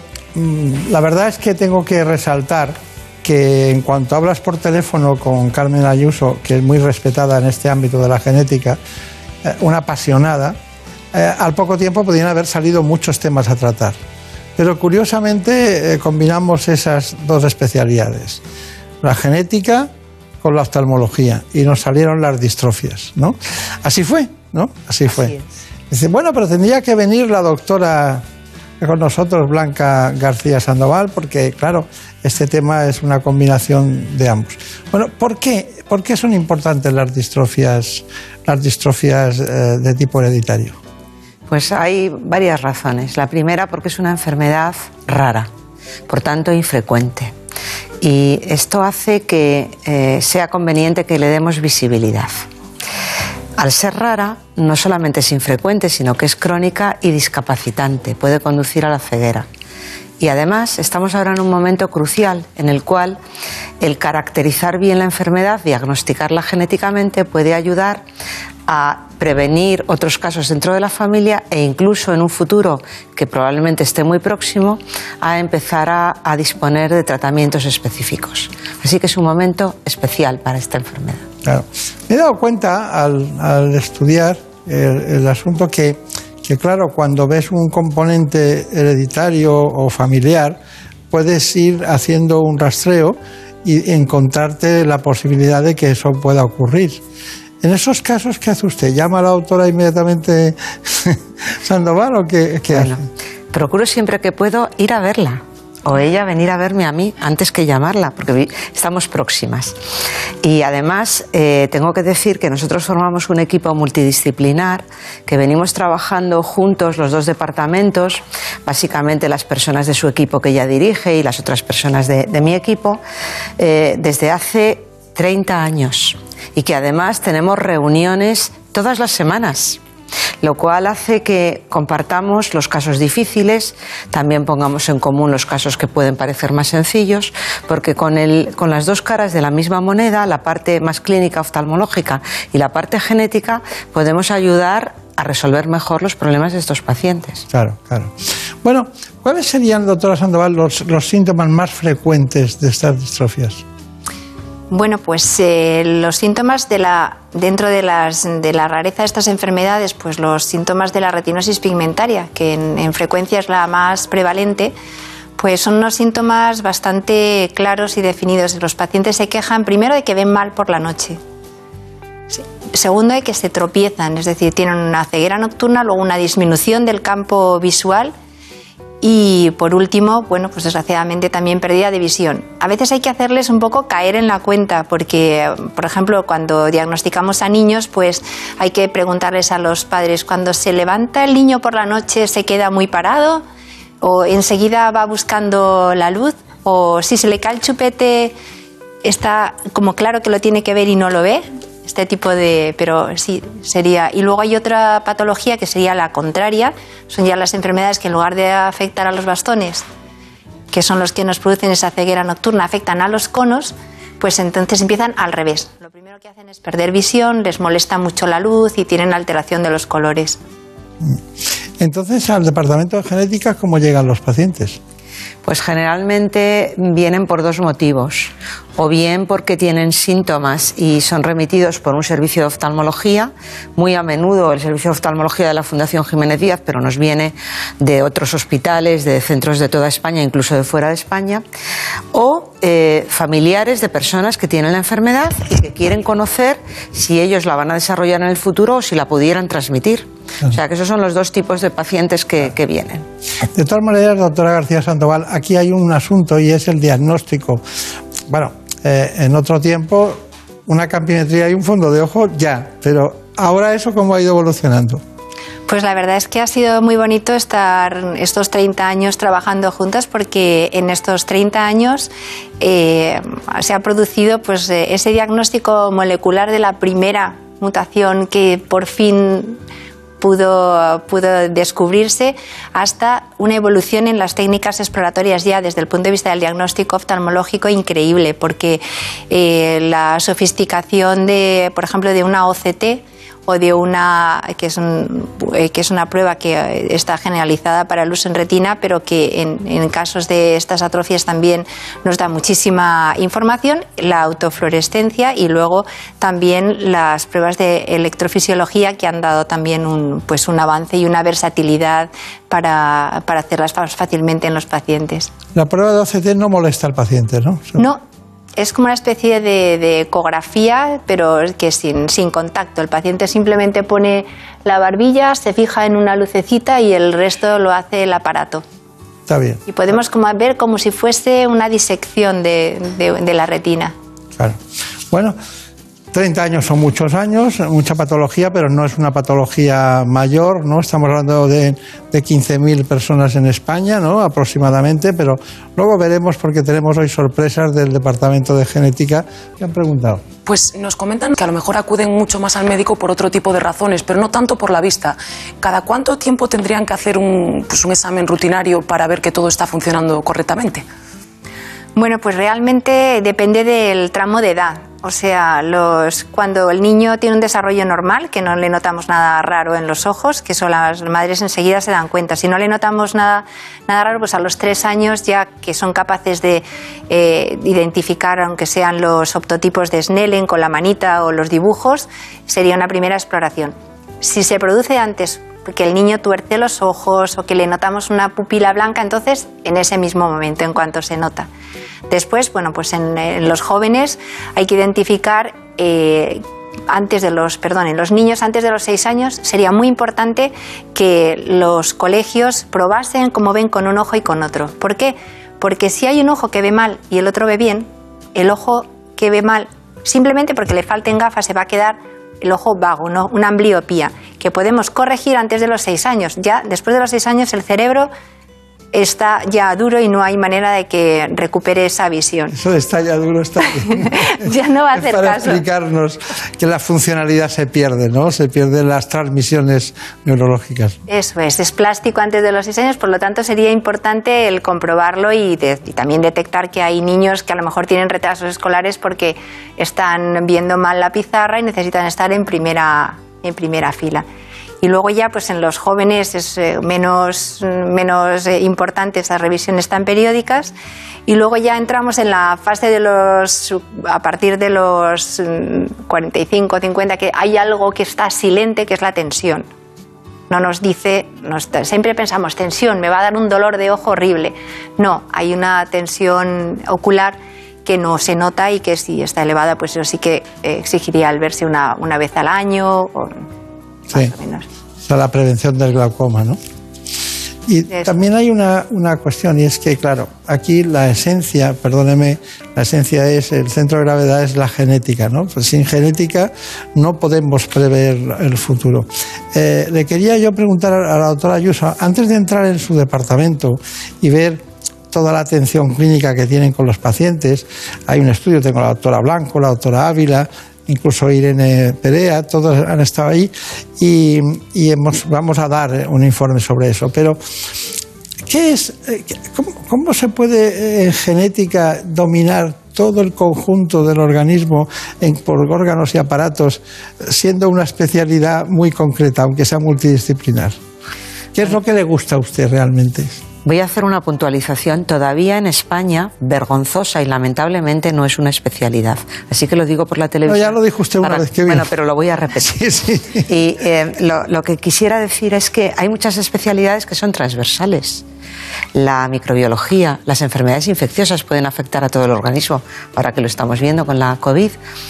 la verdad es que tengo que resaltar que en cuanto hablas por teléfono con Carmen Ayuso, que es muy respetada en este ámbito de la genética, una apasionada, eh, al poco tiempo podrían haber salido muchos temas a tratar. Pero curiosamente eh, combinamos esas dos especialidades, la genética con la oftalmología, y nos salieron las distrofias, ¿no? Así fue, ¿no? Así fue. Así es. Dice, bueno, pero tendría que venir la doctora con nosotros, Blanca García Sandoval, porque claro, este tema es una combinación de ambos. Bueno, ¿por qué? ¿Por qué son importantes las distrofias, las distrofias eh, de tipo hereditario? Pues hay varias razones. La primera, porque es una enfermedad rara, por tanto infrecuente. y esto hace que eh, sea conveniente que le demos visibilidad. Al ser rara, no solamente es infrecuente, sino que es crónica y discapacitante, puede conducir a la ceguera. Y además estamos ahora en un momento crucial en el cual el caracterizar bien la enfermedad, diagnosticarla genéticamente, puede ayudar a prevenir otros casos dentro de la familia e incluso en un futuro que probablemente esté muy próximo a empezar a, a disponer de tratamientos específicos. Así que es un momento especial para esta enfermedad. Claro. Me he dado cuenta al, al estudiar el, el asunto que, que, claro, cuando ves un componente hereditario o familiar, puedes ir haciendo un rastreo y encontrarte la posibilidad de que eso pueda ocurrir. En esos casos, ¿qué hace usted? ¿Llama a la doctora inmediatamente Sandoval o qué, qué bueno, hace? Procuro siempre que puedo ir a verla o ella venir a verme a mí antes que llamarla, porque estamos próximas. Y además eh, tengo que decir que nosotros formamos un equipo multidisciplinar que venimos trabajando juntos los dos departamentos, básicamente las personas de su equipo que ella dirige y las otras personas de, de mi equipo, eh, desde hace treinta años. Y que además tenemos reuniones todas las semanas, lo cual hace que compartamos los casos difíciles, también pongamos en común los casos que pueden parecer más sencillos, porque con, el, con las dos caras de la misma moneda, la parte más clínica oftalmológica y la parte genética, podemos ayudar a resolver mejor los problemas de estos pacientes. Claro, claro. Bueno, ¿cuáles serían, doctora Sandoval, los, los síntomas más frecuentes de estas distrofias? Bueno, pues eh, los síntomas de la, dentro de, las, de la rareza de estas enfermedades, pues los síntomas de la retinosis pigmentaria, que en, en frecuencia es la más prevalente, pues son unos síntomas bastante claros y definidos. Los pacientes se quejan primero de que ven mal por la noche. Sí. Segundo, de que se tropiezan, es decir, tienen una ceguera nocturna, luego una disminución del campo visual. Y por último, bueno, pues desgraciadamente también pérdida de visión. A veces hay que hacerles un poco caer en la cuenta, porque, por ejemplo, cuando diagnosticamos a niños, pues hay que preguntarles a los padres, cuando se levanta el niño por la noche, ¿se queda muy parado? ¿O enseguida va buscando la luz? ¿O si se le cae el chupete, está como claro que lo tiene que ver y no lo ve? Este tipo de... pero sí, sería... Y luego hay otra patología que sería la contraria, son ya las enfermedades que en lugar de afectar a los bastones, que son los que nos producen esa ceguera nocturna, afectan a los conos, pues entonces empiezan al revés. Lo primero que hacen es perder visión, les molesta mucho la luz y tienen alteración de los colores. Entonces, al departamento de genética, ¿cómo llegan los pacientes? Pues generalmente vienen por dos motivos, o bien porque tienen síntomas y son remitidos por un servicio de oftalmología, muy a menudo el servicio de oftalmología de la Fundación Jiménez Díaz, pero nos viene de otros hospitales, de centros de toda España, incluso de fuera de España, o eh, familiares de personas que tienen la enfermedad y que quieren conocer si ellos la van a desarrollar en el futuro o si la pudieran transmitir. O sea, que esos son los dos tipos de pacientes que, que vienen. De todas maneras, doctora García Sandoval, aquí hay un asunto y es el diagnóstico. Bueno, eh, en otro tiempo, una campimetría y un fondo de ojo, ya, pero ahora eso, ¿cómo ha ido evolucionando? Pues la verdad es que ha sido muy bonito estar estos treinta años trabajando juntas, porque en estos treinta años eh, se ha producido pues ese diagnóstico molecular de la primera mutación que por fin Pudo, pudo descubrirse, hasta una evolución en las técnicas exploratorias ya desde el punto de vista del diagnóstico oftalmológico increíble, porque eh, la sofisticación de, por ejemplo, de una O C T o de una que es, un, que es una prueba que está generalizada para el uso en retina, pero que en, en casos de estas atrofias también nos da muchísima información, la autofluorescencia y luego también las pruebas de electrofisiología, que han dado también un, pues un avance y una versatilidad para, para hacerlas fácilmente en los pacientes. La prueba de O C T no molesta al paciente, ¿no? No. Es como una especie de, de ecografía, pero que sin, sin contacto. El paciente simplemente pone la barbilla, se fija en una lucecita y el resto lo hace el aparato. Está bien. Y podemos como ver como si fuese una disección de, de, de la retina. Claro. Bueno, treinta años son muchos años, mucha patología, pero no es una patología mayor, ¿no? Estamos hablando de, de quince mil personas en España, ¿no? Aproximadamente, pero luego veremos porque tenemos hoy sorpresas del Departamento de Genética que han preguntado. Pues nos comentan que a lo mejor acuden mucho más al médico por otro tipo de razones, pero no tanto por la vista. ¿Cada cuánto tiempo tendrían que hacer un, pues un examen rutinario para ver que todo está funcionando correctamente? Bueno, pues realmente depende del tramo de edad. O sea, los, cuando el niño tiene un desarrollo normal, que no le notamos nada raro en los ojos, que eso las madres enseguida se dan cuenta. Si no le notamos nada, nada raro, pues a los tres años ya que son capaces de eh, identificar, aunque sean los optotipos de Snellen con la manita o los dibujos, sería una primera exploración. Si se produce antes que el niño tuerce los ojos o que le notamos una pupila blanca, entonces en ese mismo momento, en cuanto se nota. Después, bueno, pues en, en los jóvenes hay que identificar eh, antes de los, perdón, en los niños antes de los seis años sería muy importante que los colegios probasen cómo ven con un ojo y con otro. ¿Por qué? Porque si hay un ojo que ve mal y el otro ve bien, el ojo que ve mal, simplemente porque le falten gafas, se va a quedar el ojo vago, ¿no? Una ambliopía, que podemos corregir antes de los seis años. Ya después de los seis años el cerebro está ya duro y no hay manera de que recupere esa visión. Eso de está ya duro está bien. Ya no va a hacer para caso. explicarnos que la funcionalidad se pierde, ¿no? Se pierden las transmisiones neurológicas. Eso es, es plástico antes de los seis años, por lo tanto sería importante el comprobarlo y, de, y también detectar que hay niños que a lo mejor tienen retrasos escolares porque están viendo mal la pizarra y necesitan estar en primera, en primera fila. Y luego ya pues en los jóvenes es eh, menos, menos eh, importante esas revisiones tan periódicas. Y luego ya entramos en la fase de los, a partir de los cuarenta y cinco, cincuenta, que hay algo que está silente, que es la tensión. No nos dice, nos, siempre pensamos, tensión, me va a dar un dolor de ojo horrible. No, hay una tensión ocular que no se nota y que si está elevada, pues eso sí que eh, exigiría el verse una, una vez al año o sí, más o menos. O sea, la prevención del glaucoma, ¿no? Y eso. También hay una, una cuestión, y es que, claro, aquí la esencia, perdóneme, la esencia es, el centro de gravedad es la genética, ¿no? Pues sin genética no podemos prever el futuro. Eh, le quería yo preguntar a la doctora Ayuso, antes de entrar en su departamento y ver toda la atención clínica que tienen con los pacientes, hay un estudio, tengo la doctora Blanco, la doctora Ávila, incluso Irene Perea, todos han estado ahí y, y hemos, vamos a dar un informe sobre eso. Pero, ¿qué es, cómo, cómo se puede en genética dominar todo el conjunto del organismo en, por órganos y aparatos, siendo una especialidad muy concreta, aunque sea multidisciplinar? ¿Qué es lo que le gusta a usted realmente? Voy a hacer una puntualización. Todavía en España, vergonzosa y lamentablemente, no es una especialidad. Así que lo digo por la televisión. No, ya lo dijo usted una para, vez que vino. Bueno, pero lo voy a repetir. Sí, sí. Y eh, lo, lo que quisiera decir es que hay muchas especialidades que son transversales. La microbiología, las enfermedades infecciosas pueden afectar a todo el organismo, ahora que lo estamos viendo con la COVID.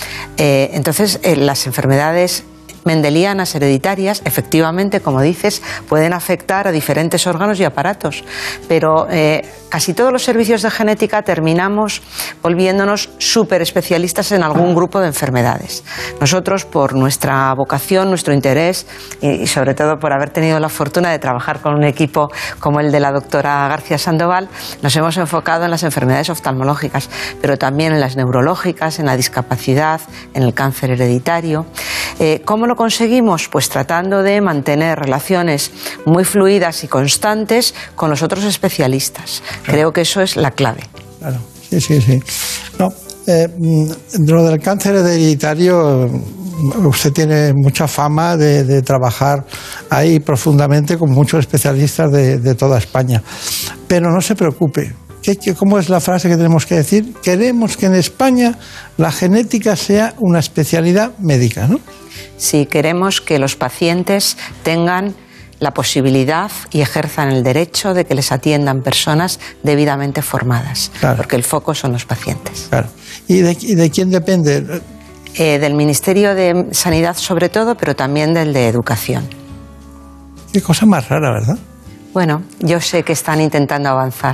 Eh, entonces, eh, las enfermedades mendelianas, hereditarias, efectivamente, como dices, pueden afectar a diferentes órganos y aparatos, pero eh, casi todos los servicios de genética terminamos volviéndonos súper especialistas en algún grupo de enfermedades. Nosotros, por nuestra vocación, nuestro interés y, y sobre todo por haber tenido la fortuna de trabajar con un equipo como el de la doctora García Sandoval, nos hemos enfocado en las enfermedades oftalmológicas, pero también en las neurológicas, en la discapacidad, en el cáncer hereditario. Eh, ¿Cómo lo conseguimos? Pues tratando de mantener relaciones muy fluidas y constantes con los otros especialistas. Claro. Creo que eso es la clave. Claro, sí, sí, sí. No, eh, lo del cáncer hereditario, usted tiene mucha fama de, de trabajar ahí profundamente con muchos especialistas de, de toda España. Pero no se preocupe. ¿Qué, qué, ¿Cómo es la frase que tenemos que decir? Queremos que en España la genética sea una especialidad médica, ¿no? Sí, queremos que los pacientes tengan la posibilidad y ejerzan el derecho de que les atiendan personas debidamente formadas, claro, porque el foco son los pacientes. Claro. ¿Y de, y de quién depende? Eh, del Ministerio de Sanidad sobre todo, pero también del de Educación. Qué cosa más rara, ¿verdad? Bueno, yo sé que están intentando avanzar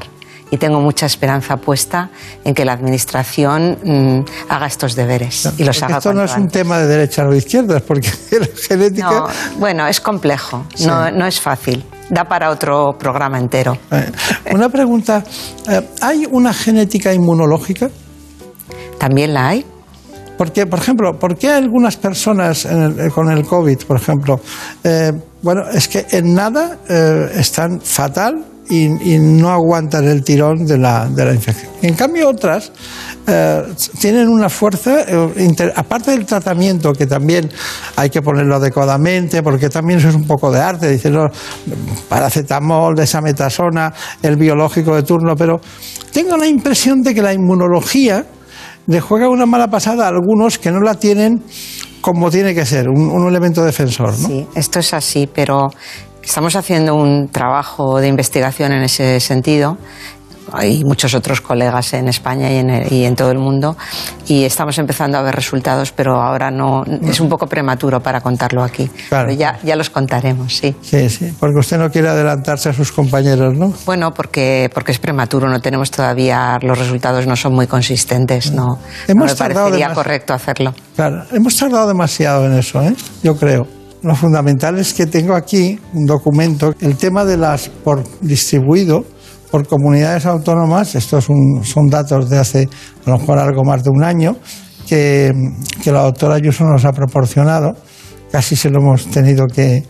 y tengo mucha esperanza puesta en que la Administración mmm, haga estos deberes y los haga Esto no es un antes. tema de derechas o izquierdas, porque la genética... No, bueno, es complejo, sí. no, no es fácil. Da para otro programa entero. Eh, una pregunta, eh, ¿hay una genética inmunológica? También la hay. Porque, por ejemplo, ¿por qué algunas personas en el, con el COVID, por ejemplo, eh, bueno, es que en nada eh, están fatal y, y no aguantan el tirón de la, de la infección? En cambio, otras eh, tienen una fuerza, eh, inter, aparte del tratamiento, que también hay que ponerlo adecuadamente, porque también eso es un poco de arte, dicen, no, paracetamol, desametasona, el biológico de turno, pero tengo la impresión de que la inmunología le juega una mala pasada a algunos que no la tienen como tiene que ser, un, un elemento defensor, ¿no? Sí, esto es así, pero estamos haciendo un trabajo de investigación en ese sentido. Hay muchos otros colegas en España y en, el, y en todo el mundo y estamos empezando a ver resultados, pero ahora no, es un poco prematuro para contarlo aquí. Claro. Pero ya, ya los contaremos, sí. Sí, sí, porque usted no quiere adelantarse a sus compañeros, ¿no? Bueno, porque, porque es prematuro, no tenemos todavía, los resultados no son muy consistentes, no, Hemos no me tardado parecería demas- correcto hacerlo. Claro, hemos tardado demasiado en eso, ¿eh? Yo creo. Lo fundamental es que tengo aquí un documento, el tema de las por distribuido por comunidades autónomas, estos son, son datos de hace a lo mejor algo más de un año, que, que la doctora Ayuso nos ha proporcionado. Casi se lo hemos tenido que,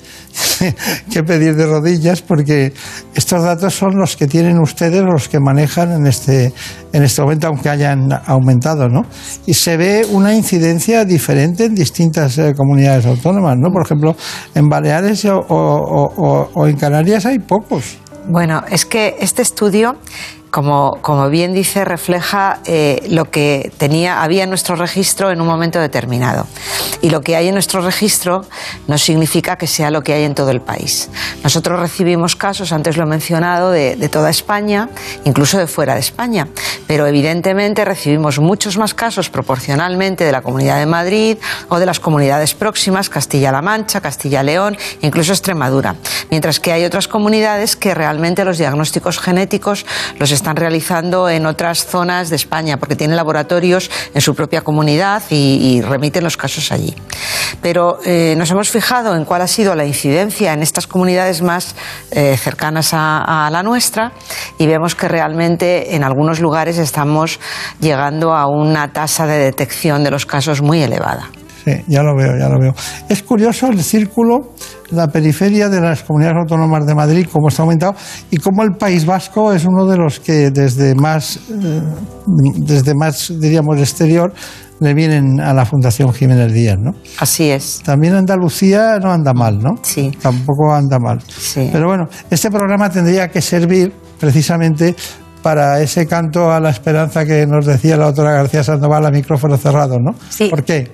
que pedir de rodillas, porque estos datos son los que tienen ustedes, los que manejan en este, en este momento, aunque hayan aumentado, ¿no? Y se ve una incidencia diferente en distintas eh, comunidades autónomas, ¿no? Por ejemplo, en Baleares o, o, o, o en Canarias hay pocos. Bueno, es que este estudio, como, como bien dice, refleja eh, lo que tenía, había en nuestro registro en un momento determinado. Y lo que hay en nuestro registro no significa que sea lo que hay en todo el país. Nosotros recibimos casos, antes lo he mencionado, de, de toda España, incluso de fuera de España. Pero evidentemente recibimos muchos más casos proporcionalmente de la Comunidad de Madrid o de las comunidades próximas, Castilla-La Mancha, Castilla-León, incluso Extremadura. Mientras que hay otras comunidades que realmente los diagnósticos genéticos los están realizando en otras zonas de España, porque tienen laboratorios en su propia comunidad y, y remiten los casos allí. Pero eh, nos hemos fijado en cuál ha sido la incidencia en estas comunidades más eh, cercanas a, a la nuestra y vemos que realmente en algunos lugares estamos llegando a una tasa de detección de los casos muy elevada. Sí, ya lo veo, ya lo veo. Es curioso el círculo, la periferia de las comunidades autónomas de Madrid, cómo está aumentado, y cómo el País Vasco es uno de los que desde más, eh, desde más, diríamos, exterior, le vienen a la Fundación Jiménez Díaz, ¿no? Así es. También Andalucía no anda mal, ¿no? Sí. Tampoco anda mal. Sí. Pero bueno, este programa tendría que servir precisamente para ese canto a la esperanza que nos decía la doctora García Sandoval a micrófono cerrado, ¿no? Sí. ¿Por qué?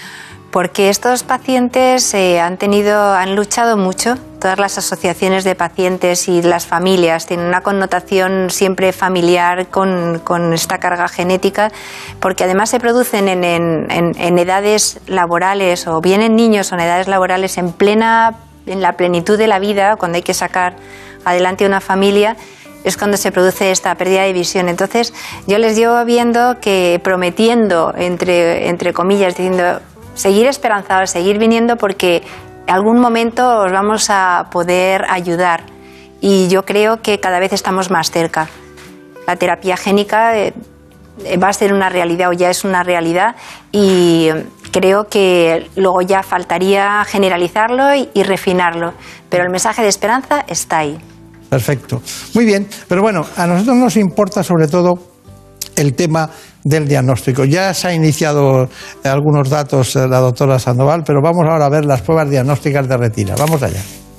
Porque estos pacientes eh, han tenido, han luchado mucho. Todas las asociaciones de pacientes y las familias tienen una connotación siempre familiar con, con esta carga genética, porque además se producen en, en, en, en edades laborales, o bien en niños o en edades laborales, en plena, en la plenitud de la vida, cuando hay que sacar adelante una familia. Es cuando se produce esta pérdida de visión. Entonces, yo les llevo viendo que, prometiendo, entre, entre comillas, diciendo, seguir esperanzados, seguir viniendo, porque en algún momento os vamos a poder ayudar. Y yo creo que cada vez estamos más cerca. La terapia génica eh, va a ser una realidad, o ya es una realidad, y creo que luego ya faltaría generalizarlo y, y refinarlo. Pero el mensaje de esperanza está ahí. Perfecto. Muy bien, pero bueno, a nosotros nos importa sobre todo el tema del diagnóstico. Ya se ha iniciado algunos datos la doctora Sandoval, pero vamos ahora a ver las pruebas diagnósticas de retina. Vamos allá.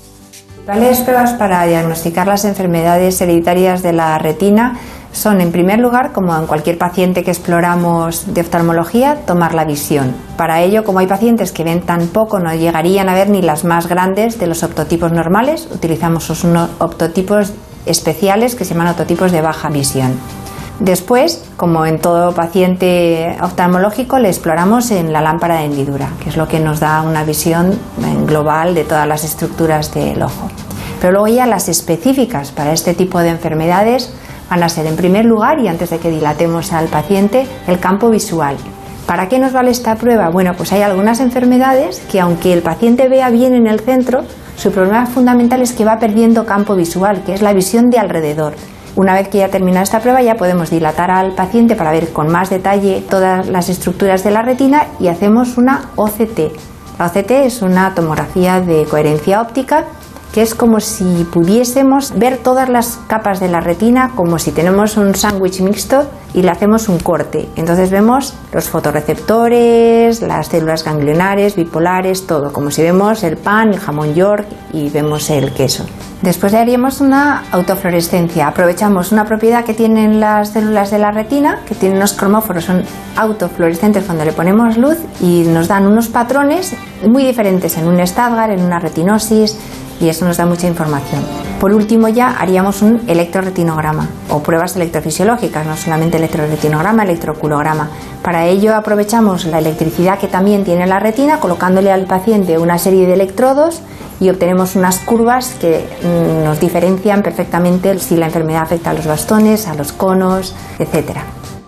Las pruebas para diagnosticar las enfermedades hereditarias de la retina son, en primer lugar, como en cualquier paciente que exploramos de oftalmología, tomar la visión. Para ello, como hay pacientes que ven tan poco, no llegarían a ver ni las más grandes de los optotipos normales, utilizamos unos optotipos especiales que se llaman optotipos de baja visión. Después, como en todo paciente oftalmológico, le exploramos en la lámpara de hendidura, que es lo que nos da una visión global de todas las estructuras del ojo. Pero luego ya las específicas para este tipo de enfermedades van a ser, en primer lugar, y antes de que dilatemos al paciente, el campo visual. ¿Para qué nos vale esta prueba? Bueno, pues hay algunas enfermedades que, aunque el paciente vea bien en el centro, su problema fundamental es que va perdiendo campo visual, que es la visión de alrededor. Una vez que ya termina esta prueba, ya podemos dilatar al paciente para ver con más detalle todas las estructuras de la retina y hacemos una O C T. La O C T es una tomografía de coherencia óptica, que es como si pudiésemos ver todas las capas de la retina, como si tenemos un sándwich mixto y le hacemos un corte. Entonces vemos los fotorreceptores, las células ganglionares, bipolares, todo, como si vemos el pan, el jamón York y vemos el queso. Después le haríamos una autofluorescencia. Aprovechamos una propiedad que tienen las células de la retina, que tienen unos cromóforos, son autofluorescentes cuando le ponemos luz y nos dan unos patrones muy diferentes en un Stargardt, en una retinosis, y eso nos da mucha información. Por último, ya haríamos un electroretinograma o pruebas electrofisiológicas, no solamente electroretinograma, electroculograma. Para ello aprovechamos la electricidad que también tiene la retina, colocándole al paciente una serie de electrodos y obtenemos unas curvas que mm, nos diferencian perfectamente si la enfermedad afecta a los bastones, a los conos, etcétera.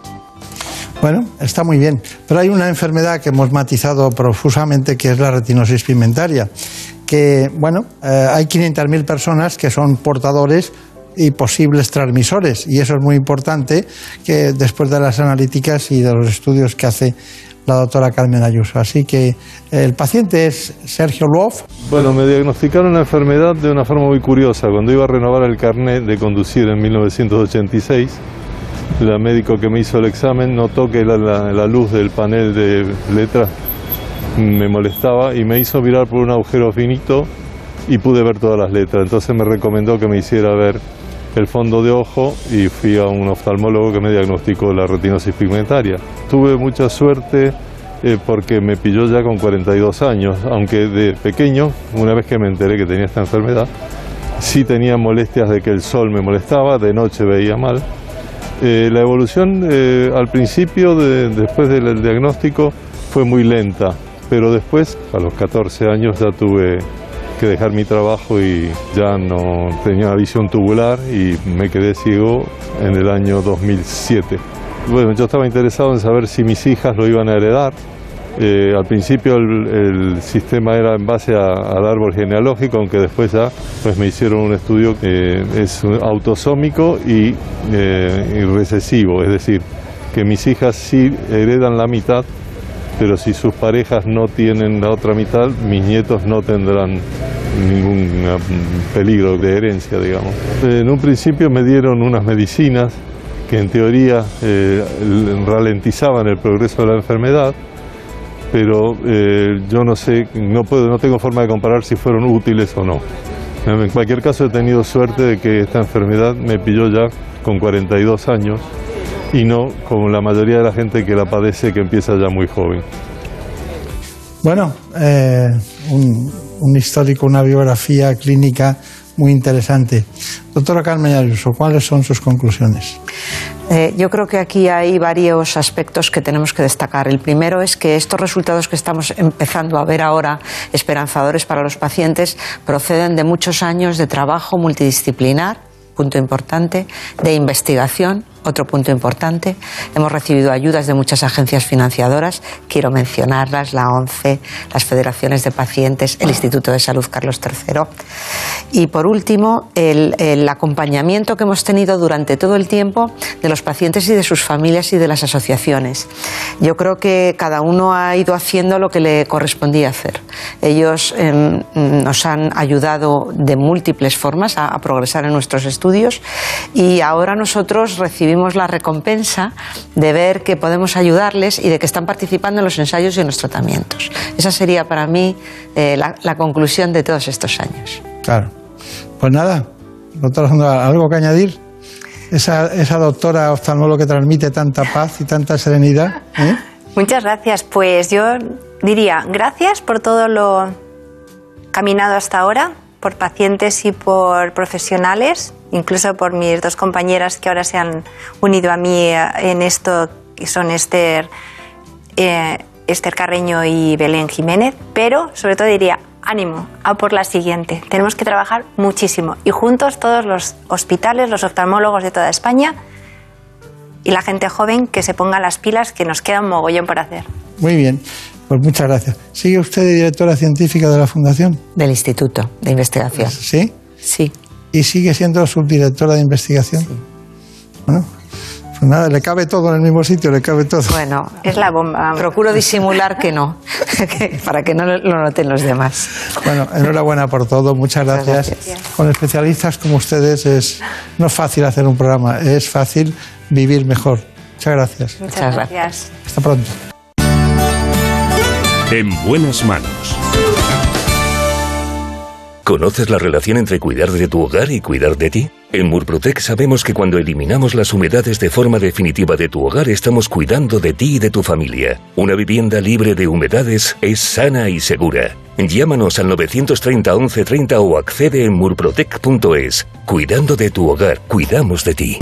Bueno, está muy bien, pero hay una enfermedad que hemos matizado profusamente, que es la retinosis pigmentaria, que, bueno, eh, hay quinientas mil personas que son portadores y posibles transmisores, y eso es muy importante, que después de las analíticas y de los estudios que hace la doctora Carmen Ayuso. Así que el paciente es Sergio Lwoff. Bueno, me diagnosticaron la enfermedad de una forma muy curiosa. Cuando iba a renovar el carnet de conducir en mil novecientos ochenta y seis, la médico que me hizo el examen notó que la, la, la luz del panel de letras me molestaba y me hizo mirar por un agujero finito y pude ver todas las letras. Entonces me recomendó que me hiciera ver el fondo de ojo y fui a un oftalmólogo que me diagnosticó la retinosis pigmentaria. Tuve mucha suerte eh, porque me pilló ya con cuarenta y dos años, aunque de pequeño, una vez que me enteré que tenía esta enfermedad, sí tenía molestias de que el sol me molestaba, de noche veía mal. Eh, la evolución eh, al principio, de, después del, del diagnóstico, fue muy lenta, pero después, a los catorce años, ya tuve que dejar mi trabajo y ya no tenía visión tubular y me quedé ciego en el año dos mil siete. Bueno, yo estaba interesado en saber si mis hijas lo iban a heredar. Eh, al principio el, el sistema era en base a, al árbol genealógico, aunque después ya pues me hicieron un estudio que es autosómico y, eh, y recesivo, es decir, que mis hijas sí heredan la mitad, pero si sus parejas no tienen la otra mitad, mis nietos no tendrán ningún peligro de herencia, digamos. En un principio me dieron unas medicinas que en teoría eh, ralentizaban el progreso de la enfermedad, pero eh, yo no sé, no puedo, no tengo forma de comparar si fueron útiles o no. En cualquier caso he tenido suerte de que esta enfermedad me pilló ya con cuarenta y dos años y no como la mayoría de la gente que la padece, que empieza ya muy joven. Bueno, eh, un, un histórico, una biografía clínica muy interesante. Doctora Carmen Ayuso, ¿cuáles son sus conclusiones? Eh, yo creo que aquí hay varios aspectos que tenemos que destacar. El primero es que estos resultados que estamos empezando a ver ahora, esperanzadores para los pacientes, proceden de muchos años de trabajo multidisciplinar, punto importante, de investigación, otro punto importante. Hemos recibido ayudas de muchas agencias financiadoras, quiero mencionarlas, la ONCE, las federaciones de pacientes, el Instituto de Salud Carlos tercero. Y por último, el, el acompañamiento que hemos tenido durante todo el tiempo de los pacientes y de sus familias y de las asociaciones. Yo creo que cada uno ha ido haciendo lo que le correspondía hacer. Ellos eh, nos han ayudado de múltiples formas a, a progresar en nuestros estudios y ahora nosotros recibimos la recompensa de ver que podemos ayudarles y de que están participando en los ensayos y en los tratamientos. Esa sería para mí eh, la, la conclusión de todos estos años. Claro. Pues nada, doctora Sandra, ¿algo que añadir? Esa, esa doctora oftalmóloga que transmite tanta paz y tanta serenidad. ¿eh? Muchas gracias. Pues yo diría gracias por todo lo caminado hasta ahora, por pacientes y por profesionales, incluso por mis dos compañeras que ahora se han unido a mí en esto, que son Esther, eh, Esther Carreño y Belén Jiménez, pero sobre todo diría ánimo, a por la siguiente. Tenemos que trabajar muchísimo y juntos todos los hospitales, los oftalmólogos de toda España y la gente joven que se ponga las pilas, que nos queda un mogollón por hacer. Muy bien, pues muchas gracias. ¿Sigue usted de directora científica de la Fundación? Del Instituto de Investigación. ¿Sí? Sí. ¿Y sigue siendo subdirectora de investigación? Sí. Bueno, pues nada, le cabe todo en el mismo sitio, le cabe todo. Bueno, es la bomba. Procuro disimular que no, para que no lo noten los demás. Bueno, enhorabuena por todo, muchas gracias. muchas gracias. Con especialistas como ustedes es no es fácil hacer un programa, es fácil vivir mejor. Muchas gracias. Muchas, muchas gracias. gracias. Hasta pronto. En buenas manos. ¿Conoces la relación entre cuidar de tu hogar y cuidar de ti? En Murprotec sabemos que cuando eliminamos las humedades de forma definitiva de tu hogar, estamos cuidando de ti y de tu familia. Una vivienda libre de humedades es sana y segura. Llámanos al novecientos treinta, once treinta o accede en murprotec punto es. Cuidando de tu hogar, cuidamos de ti.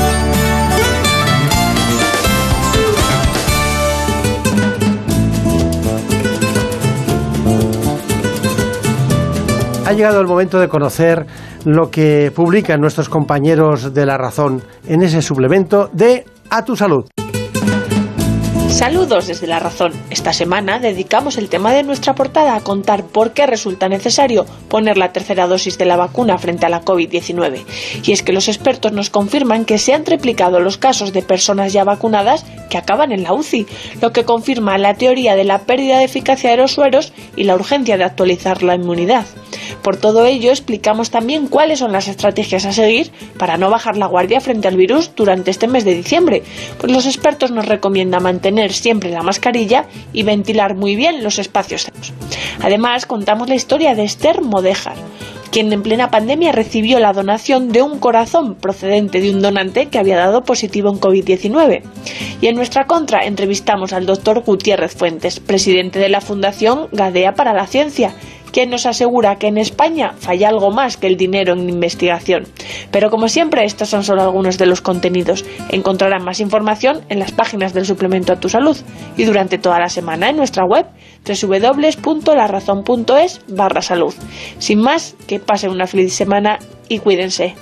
Ha llegado el momento de conocer lo que publican nuestros compañeros de La Razón en ese suplemento de A Tu Salud. Saludos desde La Razón. Esta semana dedicamos el tema de nuestra portada a contar por qué resulta necesario poner la tercera dosis de la vacuna frente a la covid diecinueve. Y es que los expertos nos confirman que se han triplicado los casos de personas ya vacunadas que acaban en la U C I, lo que confirma la teoría de la pérdida de eficacia de los sueros y la urgencia de actualizar la inmunidad. Por todo ello, explicamos también cuáles son las estrategias a seguir para no bajar la guardia frente al virus durante este mes de diciembre, pues los expertos nos recomiendan mantener siempre la mascarilla y ventilar muy bien los espacios. Además, contamos la historia de Esther Modéjar, quien en plena pandemia recibió la donación de un corazón procedente de un donante que había dado positivo en covid diecinueve. Y en nuestra contra entrevistamos al doctor Gutiérrez Fuentes, presidente de la Fundación Gadea para la Ciencia, quien nos asegura que en España falla algo más que el dinero en investigación. Pero como siempre, estos son solo algunos de los contenidos. Encontrarán más información en las páginas del suplemento A Tu Salud y durante toda la semana en nuestra web doble u doble u doble u punto la razón punto es barra salud. Sin más, que pasen una feliz semana y cuídense.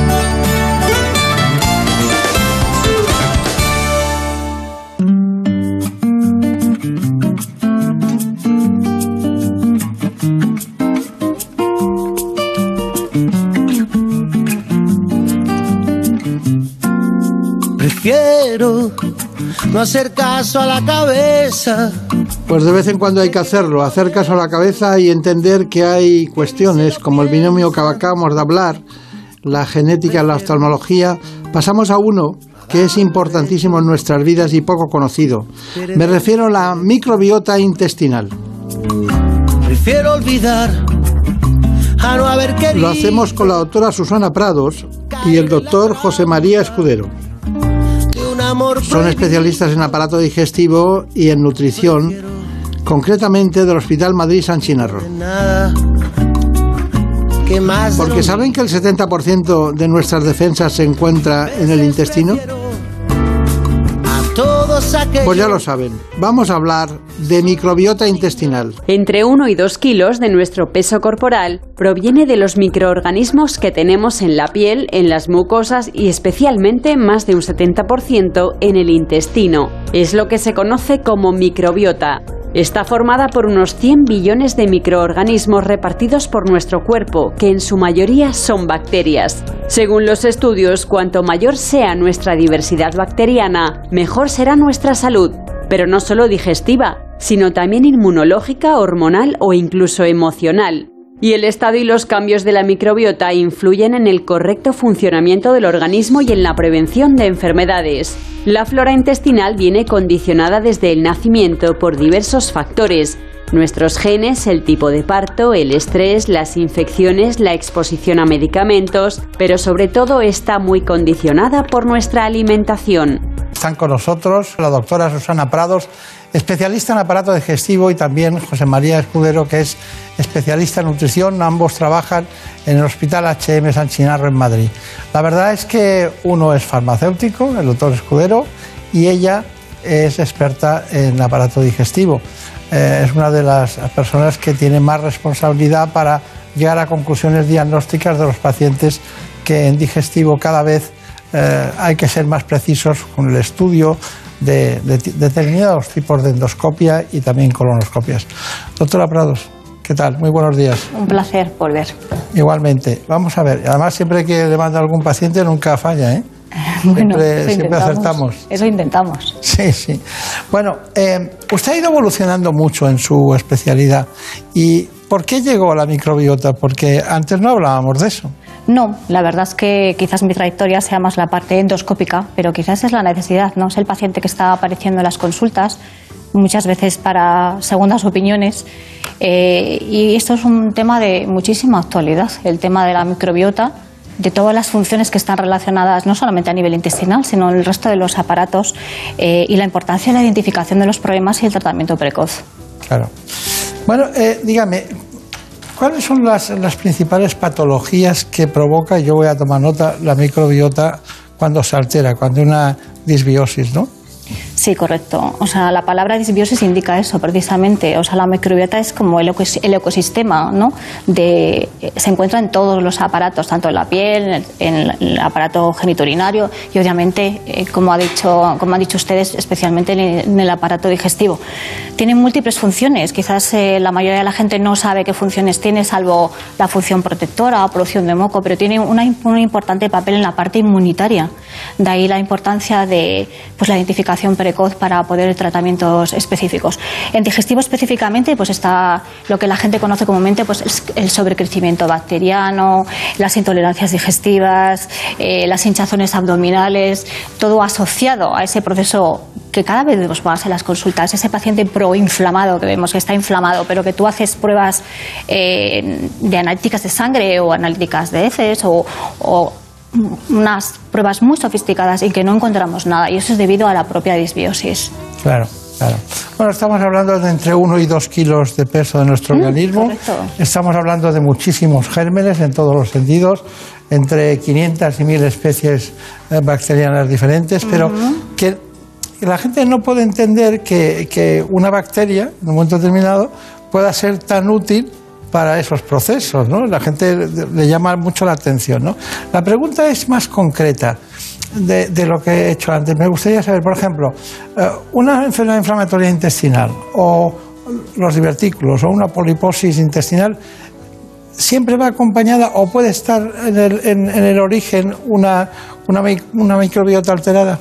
Prefiero no hacer caso a la cabeza. Pues de vez en cuando hay que hacerlo, hacer caso a la cabeza y entender que hay cuestiones como el binomio que acabamos de hablar, la genética, la oftalmología. Pasamos a uno que es importantísimo en nuestras vidas y poco conocido. Me refiero a la microbiota intestinal. Prefiero olvidar a no haber querido. Lo hacemos con la doctora Susana Prados y el doctor José María Escudero. Son especialistas en aparato digestivo y en nutrición, concretamente del Hospital Madrid San Chinarro. Porque ¿saben que el setenta por ciento de nuestras defensas se encuentra en el intestino? Pues ya lo saben, vamos a hablar de microbiota intestinal. Entre uno y dos kilos de nuestro peso corporal proviene de los microorganismos que tenemos en la piel, en las mucosas y especialmente más de un setenta por ciento en el intestino. Es lo que se conoce como microbiota. Está formada por unos cien billones de microorganismos repartidos por nuestro cuerpo, que en su mayoría son bacterias. Según los estudios, cuanto mayor sea nuestra diversidad bacteriana, mejor será nuestra salud, pero no solo digestiva, sino también inmunológica, hormonal o incluso emocional. Y el estado y los cambios de la microbiota influyen en el correcto funcionamiento del organismo y en la prevención de enfermedades. La flora intestinal viene condicionada desde el nacimiento por diversos factores: nuestros genes, el tipo de parto, el estrés, las infecciones, la exposición a medicamentos, pero sobre todo está muy condicionada por nuestra alimentación. Están con nosotros la doctora Susana Prados, especialista en aparato digestivo, y también José María Escudero, que es especialista en nutrición. Ambos trabajan en el Hospital H M San Chinarro en Madrid. La verdad es que uno es farmacéutico, el doctor Escudero, y ella es experta en aparato digestivo. eh, es una de las personas que tiene más responsabilidad para llegar a conclusiones diagnósticas de los pacientes, que en digestivo cada vez eh, hay que ser más precisos con el estudio de, de, de determinados tipos de endoscopia y también colonoscopias. Doctora Prados, ¿qué tal? Muy buenos días. Un placer volver. Igualmente. Vamos a ver, además siempre que le manda algún paciente nunca falla, ¿eh? Bueno, siempre, siempre acertamos. Eso intentamos. Sí, sí. Bueno, eh, usted ha ido evolucionando mucho en su especialidad. ¿Y por qué llegó a la microbiota? Porque antes no hablábamos de eso. No, la verdad es que quizás mi trayectoria sea más la parte endoscópica, pero quizás es la necesidad, ¿no? Es el paciente que está apareciendo en las consultas, muchas veces para segundas opiniones, eh, y esto es un tema de muchísima actualidad, el tema de la microbiota, de todas las funciones que están relacionadas no solamente a nivel intestinal, sino en el resto de los aparatos, eh, y la importancia de la identificación de los problemas y el tratamiento precoz. Claro. Bueno, eh, dígame, ¿cuáles son las, las principales patologías que provoca, yo voy a tomar nota, la microbiota cuando se altera, cuando hay una disbiosis, ¿no? Sí, correcto. O sea, la palabra disbiosis indica eso precisamente. O sea, la microbiota es como el, ecos el ecosistema, ¿no? De, se encuentra en todos los aparatos, tanto en la piel, en el, en el aparato genitourinario y obviamente, eh, como, ha dicho, como han dicho ustedes, especialmente en el, en el aparato digestivo. Tiene múltiples funciones. Quizás eh, la mayoría de la gente no sabe qué funciones tiene, salvo la función protectora o producción de moco, pero tiene una, un importante papel en la parte inmunitaria. De ahí la importancia de pues, la identificación precoz para poder tratamientos específicos. En digestivo específicamente pues está lo que la gente conoce comúnmente, pues el sobrecrecimiento bacteriano, las intolerancias digestivas, eh, las hinchazones abdominales, todo asociado a ese proceso que cada vez vemos más en las consultas, ese paciente proinflamado que vemos que está inflamado, pero que tú haces pruebas eh, de analíticas de sangre o analíticas de heces o, o unas pruebas muy sofisticadas y que no encontramos nada, y eso es debido a la propia disbiosis. Claro, claro. Bueno, estamos hablando de entre uno y dos kilos de peso de nuestro mm, organismo. Correcto. Estamos hablando de muchísimos gérmenes en todos los sentidos, entre quinientas y mil especies bacterianas diferentes, uh-huh. pero que la gente no puede entender que, que una bacteria, en un momento determinado, pueda ser tan útil para esos procesos, ¿no? La gente le llama mucho la atención, ¿no? La pregunta es más concreta de, de lo que he hecho antes. Me gustaría saber, por ejemplo, una enfermedad inflamatoria intestinal o los divertículos o una poliposis intestinal, ¿siempre va acompañada o puede estar en el, en, en el origen una, una, una microbiota alterada?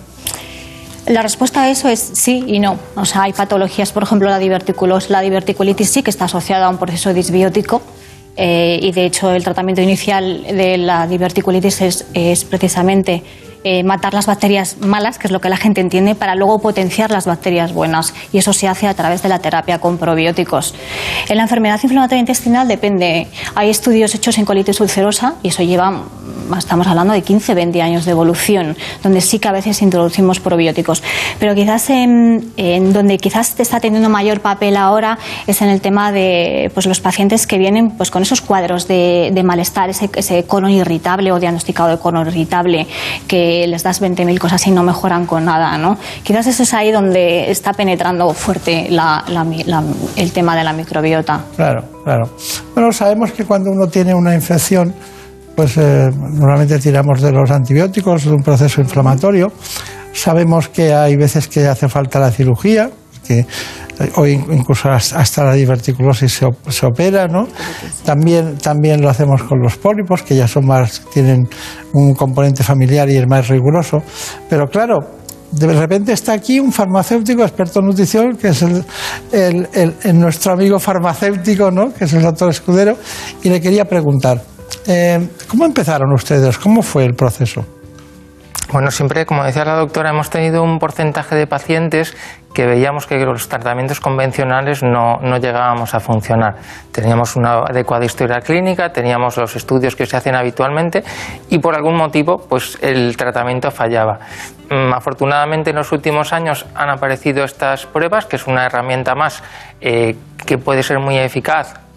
La respuesta a eso es sí y no. O sea, hay patologías, por ejemplo, la diverticulosis, la diverticulitis sí que está asociada a un proceso disbiótico, eh, y de hecho el tratamiento inicial de la diverticulitis es, es precisamente eh, matar las bacterias malas, que es lo que la gente entiende, para luego potenciar las bacterias buenas, y eso se hace a través de la terapia con probióticos. En la enfermedad inflamatoria intestinal depende, hay estudios hechos en colitis ulcerosa y eso lleva, estamos hablando de quince, veinte años de evolución, donde sí que a veces introducimos probióticos, pero quizás en, en donde quizás te está teniendo mayor papel ahora es en el tema de pues, los pacientes que vienen pues, con esos cuadros de, de malestar, ese, ese colon irritable o diagnosticado de colon irritable, que les das veinte mil cosas y no mejoran con nada, ¿no? Quizás ese es ahí donde está penetrando fuerte la, la, la, el tema de la microbiota. Claro, claro. Bueno, sabemos que cuando uno tiene una infección, pues eh, normalmente tiramos de los antibióticos, de un proceso inflamatorio. Sabemos que hay veces que hace falta la cirugía, que hoy incluso hasta la diverticulosis se, se opera, ¿no? También, también lo hacemos con los pólipos, que ya son más, tienen un componente familiar y es más riguroso. Pero claro, de repente está aquí un farmacéutico experto en nutrición, que es el, el, el, el nuestro amigo farmacéutico, ¿no? Que es el doctor Escudero, y le quería preguntar, Eh, ¿cómo empezaron ustedes? ¿Cómo fue el proceso? Bueno, siempre, como decía la doctora, hemos tenido un porcentaje de pacientes que veíamos que los tratamientos convencionales no, no llegábamos a funcionar. Teníamos una adecuada historia clínica, teníamos los estudios que se hacen habitualmente y por algún motivo pues el tratamiento fallaba. Afortunadamente en los últimos años han aparecido estas pruebas, que es una herramienta más eh, que puede ser muy eficaz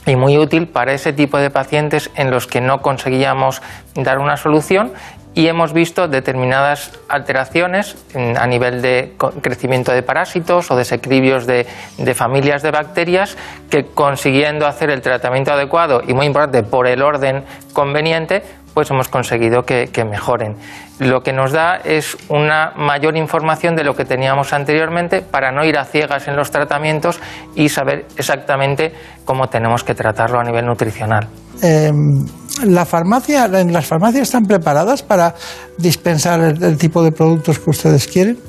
y muy útil para ese tipo de pacientes en los que no conseguíamos dar una solución. Y hemos visto determinadas alteraciones a nivel de crecimiento de parásitos o desequilibrios de, de familias de bacterias que, consiguiendo hacer el tratamiento adecuado y, muy importante, por el orden conveniente, pues hemos conseguido que, que mejoren. Lo que nos da es una mayor información de lo que teníamos anteriormente para no ir a ciegas en los tratamientos y saber exactamente cómo tenemos que tratarlo a nivel nutricional. Eh, la farmacia, ¿en las farmacias están preparadas para dispensar el, el tipo de productos que ustedes quieren?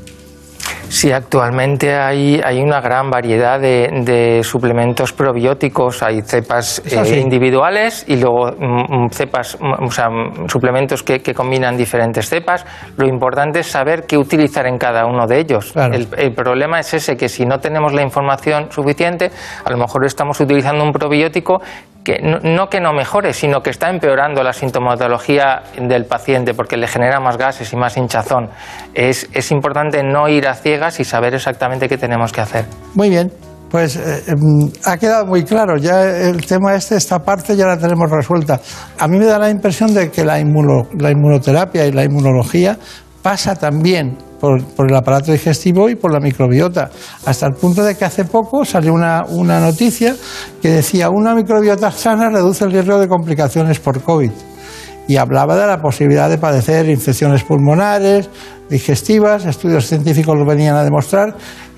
Sí, actualmente hay, hay una gran variedad de, de suplementos probióticos. Hay cepas eh, sí. individuales y luego mm, cepas, mm, o sea, suplementos que, que combinan diferentes cepas. Lo importante es saber qué utilizar en cada uno de ellos. Claro. El, el problema es ese, que si no tenemos la información suficiente, a lo mejor estamos utilizando un probiótico que no, no que no mejore, sino que está empeorando la sintomatología del paciente porque le genera más gases y más hinchazón. Es, es importante no ir a ciegas y saber exactamente qué tenemos que hacer. Muy bien, pues eh, ha quedado muy claro. Ya el tema este, esta parte ya la tenemos resuelta. A mí me da la impresión de que la, inmuno, la inmunoterapia y la inmunología pasa también por, por el aparato digestivo y por la microbiota, hasta el punto de que hace poco salió una, una noticia que decía una microbiota sana reduce el riesgo de complicaciones por COVID, y hablaba de la posibilidad de padecer infecciones pulmonares, digestivas. Estudios científicos lo venían a demostrar,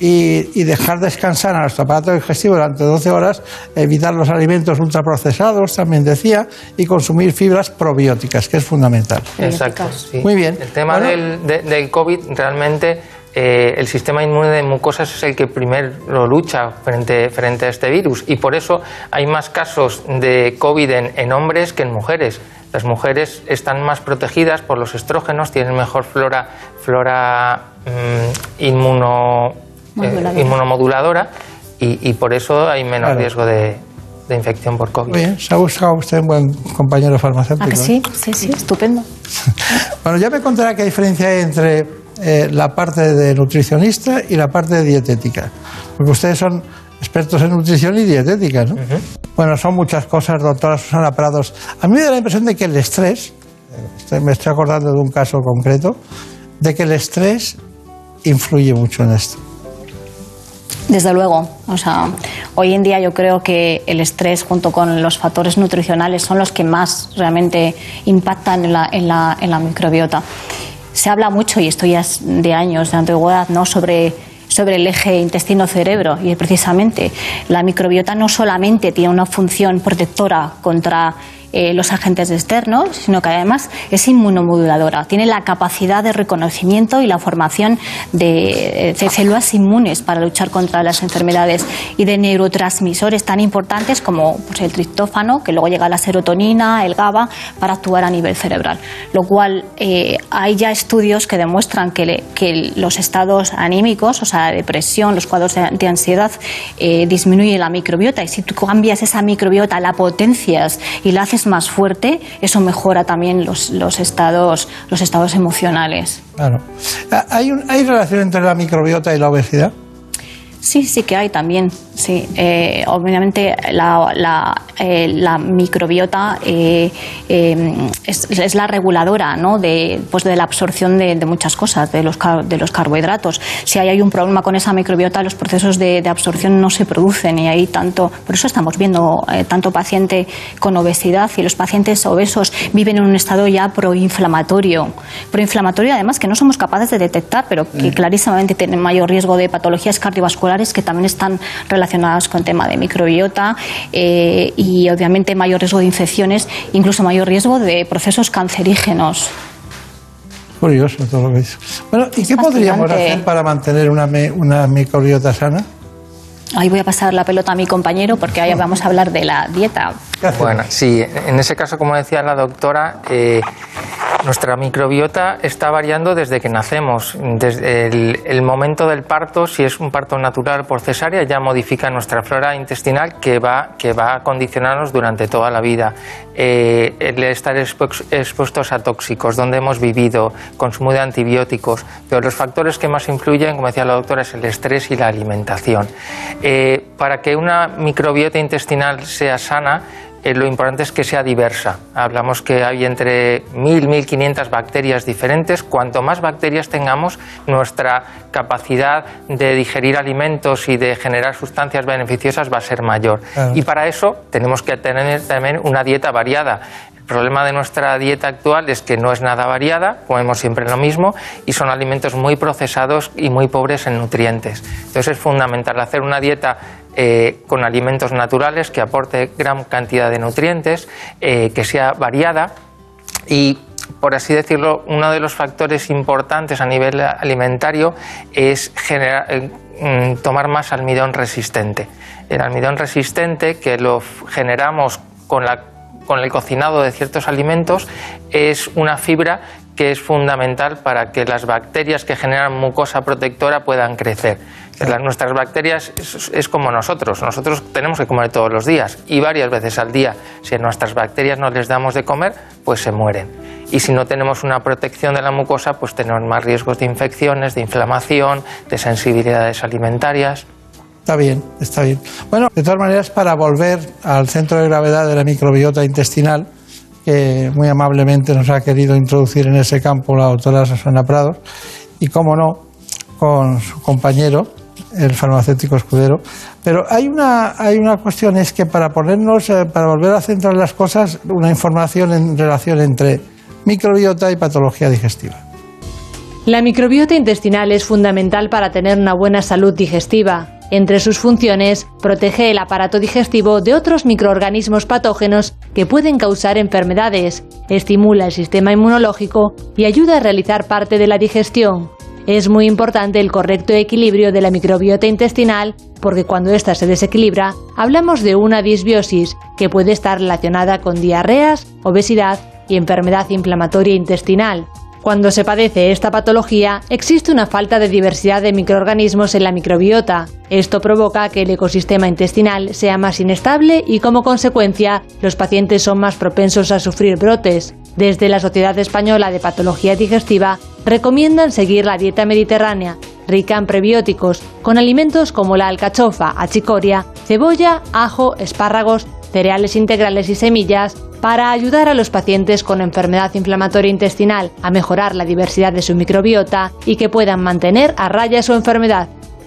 y, y dejar descansar a nuestro aparato digestivo durante doce horas, evitar los alimentos ultraprocesados, también decía, y consumir fibras probióticas, que es fundamental. Exacto. Sí. Muy bien. El tema bueno, del, de, del COVID, realmente eh, el sistema inmune de mucosas es el que primero lucha frente, frente a este virus, y por eso hay más casos de COVID en, en hombres que en mujeres. Las mujeres están más protegidas por los estrógenos, tienen mejor flora, flora mmm, inmuno, eh, inmunomoduladora y, y por eso hay menos claro. riesgo de, de infección por COVID. Muy bien, se ha buscado usted un buen compañero farmacéutico. ¿Ah, que sí? ¿Eh? Sí, sí, estupendo. Bueno, ya me contará qué diferencia hay entre eh, la parte de nutricionista y la parte de dietética, porque ustedes son expertos en nutrición y dietética, ¿no? Uh-huh. Bueno, son muchas cosas, doctora Susana Prados. A mí me da la impresión de que el estrés, me estoy acordando de un caso concreto, de que el estrés influye mucho en esto. Desde luego, o sea, hoy en día yo creo que el estrés junto con los factores nutricionales son los que más realmente impactan en la, en la, en la microbiota. Se habla mucho, y esto ya es de años, de antigüedad, ¿no?, sobre sobre el eje intestino-cerebro, y precisamente la microbiota no solamente tiene una función protectora contra eh, los agentes externos, sino que además es inmunomoduladora, tiene la capacidad de reconocimiento y la formación de, de células inmunes para luchar contra las enfermedades, y de neurotransmisores tan importantes como pues, el triptófano, que luego llega la serotonina, el GABA, para actuar a nivel cerebral. Lo cual eh, hay ya estudios que demuestran que, le, que los estados anímicos, o sea, depresión, los cuadros de, de ansiedad, eh, disminuye la microbiota, y si tú cambias esa microbiota, la potencias y la haces más fuerte, eso mejora también los, los, estados, los estados emocionales. Claro. ¿Hay, un, ¿Hay relación entre la microbiota y la obesidad? Sí, sí que hay también, sí. Eh, obviamente la, la, eh, la microbiota eh, eh, es, es la reguladora, ¿no?, de, pues de la absorción de, de muchas cosas, de los, de los carbohidratos. Si hay, hay un problema con esa microbiota, los procesos de, de absorción no se producen, y hay tanto, por eso estamos viendo eh, tanto paciente con obesidad, y los pacientes obesos viven en un estado ya proinflamatorio. Proinflamatorio además que no somos capaces de detectar, pero que clarísimamente tienen mayor riesgo de patologías cardiovasculares, que también están relacionadas con el tema de microbiota, eh, y obviamente mayor riesgo de infecciones, incluso mayor riesgo de procesos cancerígenos. Curioso todo lo que dice. Bueno, ¿y qué podríamos hacer para mantener una, me, una microbiota sana? Ahí voy a pasar la pelota a mi compañero, porque ahí vamos a hablar de la dieta. Bueno, sí, en ese caso, como decía la doctora, eh, nuestra microbiota está variando desde que nacemos. Desde el, el momento del parto, si es un parto natural por cesárea, ya modifica nuestra flora intestinal, que va, que va a condicionarnos durante toda la vida. Eh, el estar expuestos a tóxicos, donde hemos vivido, consumo de antibióticos, pero los factores que más influyen, como decía la doctora, es el estrés y la alimentación. Eh, para que una microbiota intestinal sea sana, Eh, lo importante es que sea diversa. Hablamos que hay entre mil, mil quinientas bacterias diferentes. Cuanto más bacterias tengamos, nuestra capacidad de digerir alimentos y de generar sustancias beneficiosas va a ser mayor. Claro. Y para eso tenemos que tener también una dieta variada. El problema de nuestra dieta actual es que no es nada variada, comemos siempre lo mismo y son alimentos muy procesados y muy pobres en nutrientes. Entonces es fundamental hacer una dieta Eh, con alimentos naturales que aporte gran cantidad de nutrientes, eh, que sea variada y, por así decirlo, uno de los factores importantes a nivel alimentario es generar, eh, tomar más almidón resistente. El almidón resistente, que lo generamos con, la, con el cocinado de ciertos alimentos, es una fibra que es fundamental para que las bacterias que generan mucosa protectora puedan crecer. Las, nuestras bacterias es, es como nosotros, nosotros tenemos que comer todos los días y varias veces al día. Si a nuestras bacterias no les damos de comer, pues se mueren. Y si no tenemos una protección de la mucosa, pues tenemos más riesgos de infecciones, de inflamación, de sensibilidades alimentarias. Está bien, está bien. Bueno, de todas maneras, para volver al centro de gravedad de la microbiota intestinal, que muy amablemente nos ha querido introducir en ese campo la doctora Susana Prados, y cómo no, con su compañero, el farmacéutico Escudero. Pero hay una, hay una cuestión, es que para ponernos, eh, para volver a centrar las cosas, una información en relación entre microbiota y patología digestiva. La microbiota intestinal es fundamental para tener una buena salud digestiva. Entre sus funciones, protege el aparato digestivo de otros microorganismos patógenos que pueden causar enfermedades, estimula el sistema inmunológico y ayuda a realizar parte de la digestión. Es muy importante el correcto equilibrio de la microbiota intestinal porque cuando ésta se desequilibra, hablamos de una disbiosis que puede estar relacionada con diarreas, obesidad y enfermedad inflamatoria intestinal. Cuando se padece esta patología, existe una falta de diversidad de microorganismos en la microbiota. Esto provoca que el ecosistema intestinal sea más inestable y, como consecuencia, los pacientes son más propensos a sufrir brotes. Desde la Sociedad Española de Patología Digestiva recomiendan seguir la dieta mediterránea, rica en prebióticos, con alimentos como la alcachofa, achicoria, cebolla, ajo, espárragos, cereales integrales y semillas, para ayudar a los pacientes con enfermedad inflamatoria intestinal a mejorar la diversidad de su microbiota y que puedan mantener a raya su enfermedad.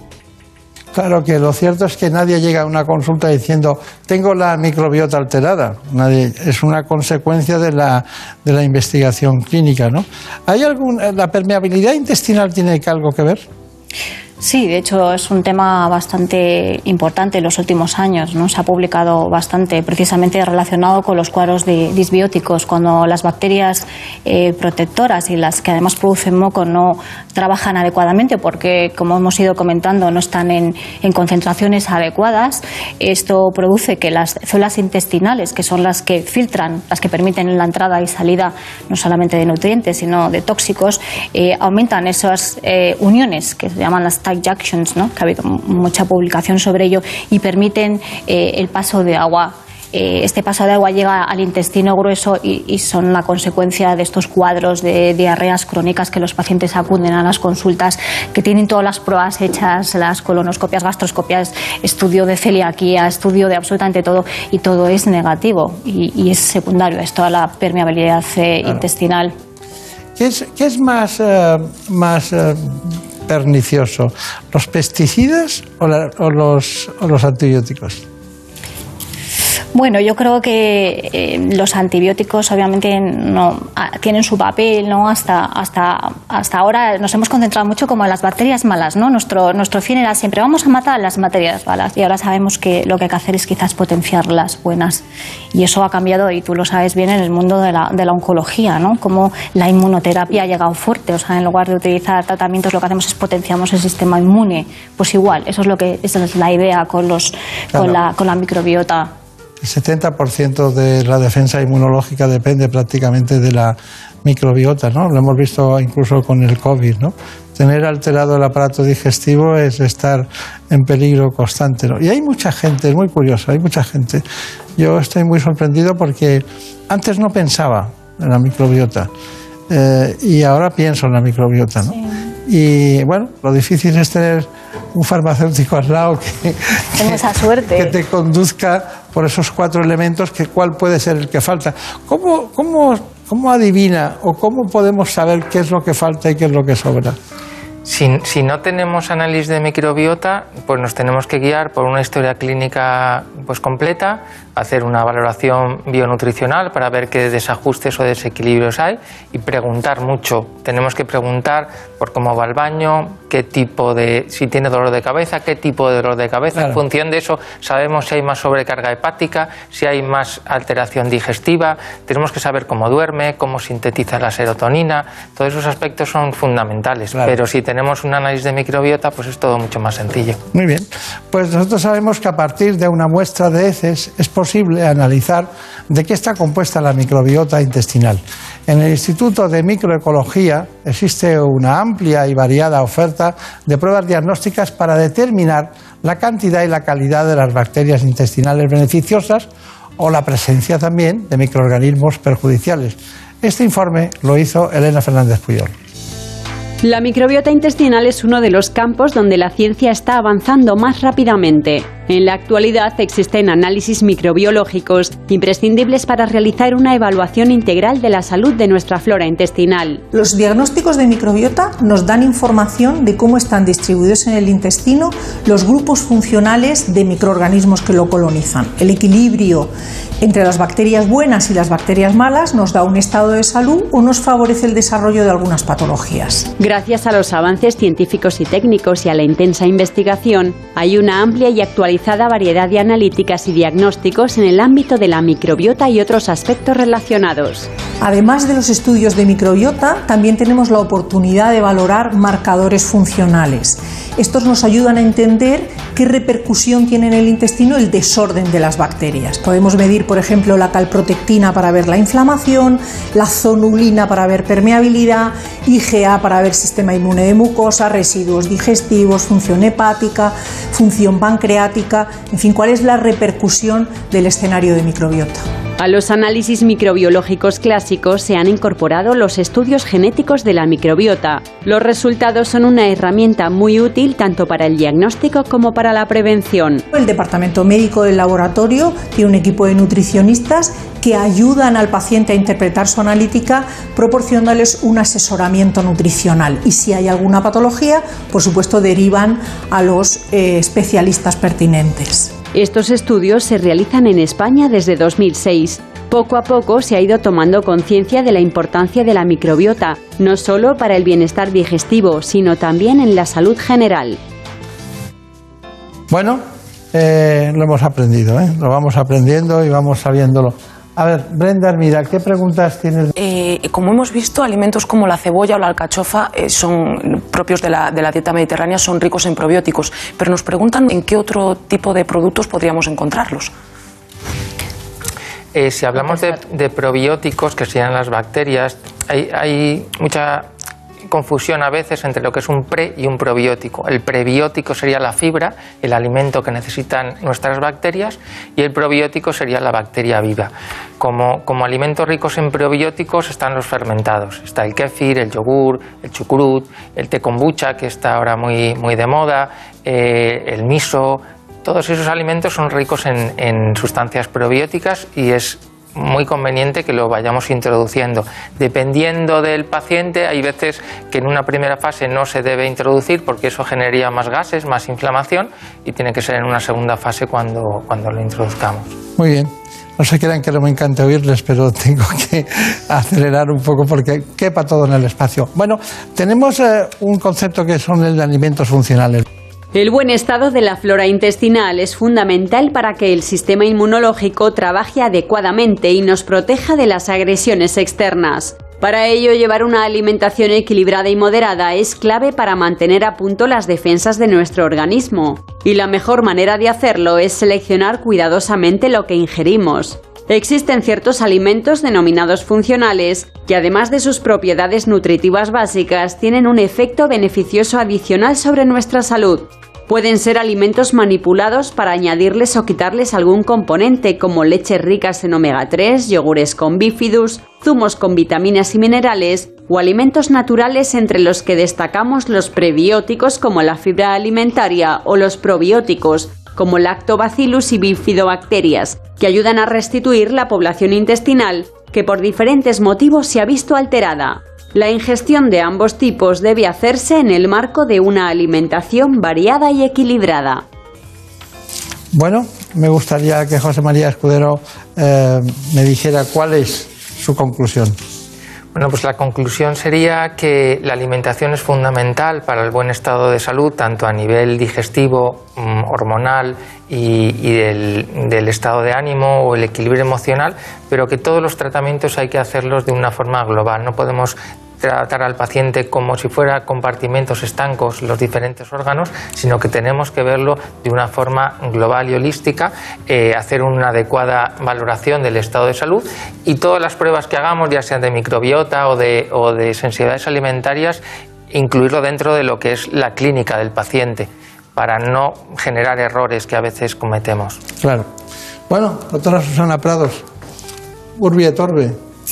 Claro que lo cierto es que nadie llega a una consulta diciendo tengo la microbiota alterada. Nadie, es una consecuencia de la, de la investigación clínica, ¿no? ¿Hay algún, la permeabilidad intestinal tiene algo que ver? Sí, de hecho es un tema bastante importante en los últimos años, ¿no? Se ha publicado bastante precisamente relacionado con los cuadros de disbióticos, cuando las bacterias eh, protectoras y las que además producen moco no trabajan adecuadamente porque, como hemos ido comentando, no están en, en concentraciones adecuadas. Esto produce que las células intestinales, que son las que filtran, las que permiten la entrada y salida no solamente de nutrientes, sino de tóxicos, eh, aumentan esas eh, uniones que se llaman las tight junctions, ¿no? Que ha habido mucha publicación sobre ello y permiten eh, el paso de agua. Eh, este paso de agua llega al intestino grueso y, y son la consecuencia de estos cuadros de diarreas crónicas que los pacientes acuden a las consultas, que tienen todas las pruebas hechas, las colonoscopias, gastroscopias, estudio de celiaquía, estudio de absolutamente todo, y todo es negativo y, y es secundario. Es toda la permeabilidad eh, claro. intestinal. ¿Qué es, qué es más, eh, más eh, pernicioso, los pesticidas o, la, o, los, o los antibióticos? Bueno, yo creo que eh, los antibióticos obviamente no a, tienen su papel, ¿no? Hasta hasta hasta ahora nos hemos concentrado mucho como en las bacterias malas, ¿no? Nuestro nuestro fin era siempre vamos a matar las bacterias malas y ahora sabemos que lo que hay que hacer es quizás potenciar las buenas y eso ha cambiado y tú lo sabes bien en el mundo de la de la oncología, ¿no? Como la inmunoterapia ha llegado fuerte, o sea, en lugar de utilizar tratamientos lo que hacemos es potenciamos el sistema inmune, pues igual, eso es lo que esa es la idea con los claro. con la con la microbiota. El setenta por ciento de la defensa inmunológica depende prácticamente de la microbiota, ¿no? Lo hemos visto incluso con el COVID, ¿no? Tener alterado el aparato digestivo es estar en peligro constante, ¿no? Y hay mucha gente, es muy curioso, hay mucha gente. Yo estoy muy sorprendido porque antes no pensaba en la microbiota eh, y ahora pienso en la microbiota, ¿no? Sí. Y bueno, lo difícil es tener un farmacéutico al lado que, Tengo esa suerte. que te conduzca por esos cuatro elementos, que cuál puede ser el que falta. ¿Cómo, cómo, cómo adivina o cómo podemos saber qué es lo que falta y qué es lo que sobra? Si, si no tenemos análisis de microbiota, pues nos tenemos que guiar por una historia clínica pues completa, hacer una valoración bionutricional para ver qué desajustes o desequilibrios hay y preguntar mucho. Tenemos que preguntar por cómo va el baño, qué tipo de, si tiene dolor de cabeza, qué tipo de dolor de cabeza. Claro. En función de eso sabemos si hay más sobrecarga hepática, si hay más alteración digestiva. Tenemos que saber cómo duerme, cómo sintetiza la serotonina. Todos esos aspectos son fundamentales. Claro. Pero si tenemos un análisis de microbiota, pues es todo mucho más sencillo. Muy bien. Pues nosotros sabemos que a partir de una muestra de heces es posible analizar de qué está compuesta la microbiota intestinal. En el Instituto de Microecología existe una amplia y variada oferta de pruebas diagnósticas para determinar la cantidad y la calidad de las bacterias intestinales beneficiosas o la presencia también de microorganismos perjudiciales. Este informe lo hizo Elena Fernández Puyol. La microbiota intestinal es uno de los campos donde la ciencia está avanzando más rápidamente. En la actualidad existen análisis microbiológicos imprescindibles para realizar una evaluación integral de la salud de nuestra flora intestinal. Los diagnósticos de microbiota nos dan información de cómo están distribuidos en el intestino los grupos funcionales de microorganismos que lo colonizan. El equilibrio entre las bacterias buenas y las bacterias malas nos da un estado de salud o nos favorece el desarrollo de algunas patologías. Gracias a los avances científicos y técnicos y a la intensa investigación, hay una amplia y actualizada variedad de analíticas y diagnósticos en el ámbito de la microbiota y otros aspectos relacionados. Además de los estudios de microbiota, también tenemos la oportunidad de valorar marcadores funcionales. Estos nos ayudan a entender qué repercusión tiene en el intestino el desorden de las bacterias. Podemos medir, por ejemplo, la calprotectina para ver la inflamación, la zonulina para ver permeabilidad, I G A para ver sistema inmune de mucosa, residuos digestivos, función hepática, función pancreática, en fin, cuál es la repercusión del escenario de microbiota. A los análisis microbiológicos clásicos se han incorporado los estudios genéticos de la microbiota. Los resultados son una herramienta muy útil tanto para el diagnóstico como para la prevención. El departamento médico del laboratorio tiene un equipo de nutricionistas que ayudan al paciente a interpretar su analítica proporcionándoles un asesoramiento nutricional. Y si hay alguna patología, por supuesto, derivan a los eh, especialistas pertinentes. Estos estudios se realizan en España desde dos mil seis. Poco a poco se ha ido tomando conciencia de la importancia de la microbiota, no solo para el bienestar digestivo, sino también en la salud general. Bueno, eh, lo hemos aprendido, ¿eh? Lo vamos aprendiendo y vamos sabiéndolo. A ver, Brenda, mira, ¿qué preguntas tienes? Eh, como hemos visto, alimentos como la cebolla o la alcachofa eh, son propios de la, de la dieta mediterránea, son ricos en probióticos, pero nos preguntan en qué otro tipo de productos podríamos encontrarlos. Eh, si hablamos de, de probióticos, que serían las bacterias, hay, hay mucha confusión a veces entre lo que es un pre y un probiótico. El prebiótico sería la fibra, el alimento que necesitan nuestras bacterias, y el probiótico sería la bacteria viva. Como, como alimentos ricos en probióticos están los fermentados. Está el kéfir, el yogur, el chucrut, el té kombucha, que está ahora muy, muy de moda, eh, el miso. Todos esos alimentos son ricos en, en sustancias probióticas y es muy conveniente que lo vayamos introduciendo. Dependiendo del paciente, hay veces que en una primera fase no se debe introducir porque eso generaría más gases, más inflamación, y tiene que ser en una segunda fase cuando, cuando lo introduzcamos. Muy bien. No se crean que no me encanta oírles, pero tengo que acelerar un poco porque quepa todo en el espacio. Bueno, tenemos eh, un concepto que son el de alimentos funcionales. El buen estado de la flora intestinal es fundamental para que el sistema inmunológico trabaje adecuadamente y nos proteja de las agresiones externas. Para ello, llevar una alimentación equilibrada y moderada es clave para mantener a punto las defensas de nuestro organismo. Y la mejor manera de hacerlo es seleccionar cuidadosamente lo que ingerimos. Existen ciertos alimentos denominados funcionales que, además de sus propiedades nutritivas básicas, tienen un efecto beneficioso adicional sobre nuestra salud. Pueden ser alimentos manipulados para añadirles o quitarles algún componente, como leches ricas en omega tres, yogures con bífidus, zumos con vitaminas y minerales, o alimentos naturales entre los que destacamos los prebióticos como la fibra alimentaria o los probióticos como lactobacillus y bifidobacterias, que ayudan a restituir la población intestinal que por diferentes motivos se ha visto alterada. La ingestión de ambos tipos debe hacerse en el marco de una alimentación variada y equilibrada. Bueno, me gustaría que José María Escudero eh, me dijera cuál es su conclusión. Bueno, pues la conclusión sería que la alimentación es fundamental para el buen estado de salud, tanto a nivel digestivo, hormonal y, y del, del estado de ánimo o el equilibrio emocional, pero que todos los tratamientos hay que hacerlos de una forma global. No podemos tratar al paciente como si fuera compartimentos estancos los diferentes órganos, sino que tenemos que verlo de una forma global y holística, eh, hacer una adecuada valoración del estado de salud y todas las pruebas que hagamos, ya sean de microbiota o de, o de sensibilidades alimentarias, incluirlo dentro de lo que es la clínica del paciente, para no generar errores que a veces cometemos. Claro. Bueno, doctora Susana Prados, Urbi et Orbi,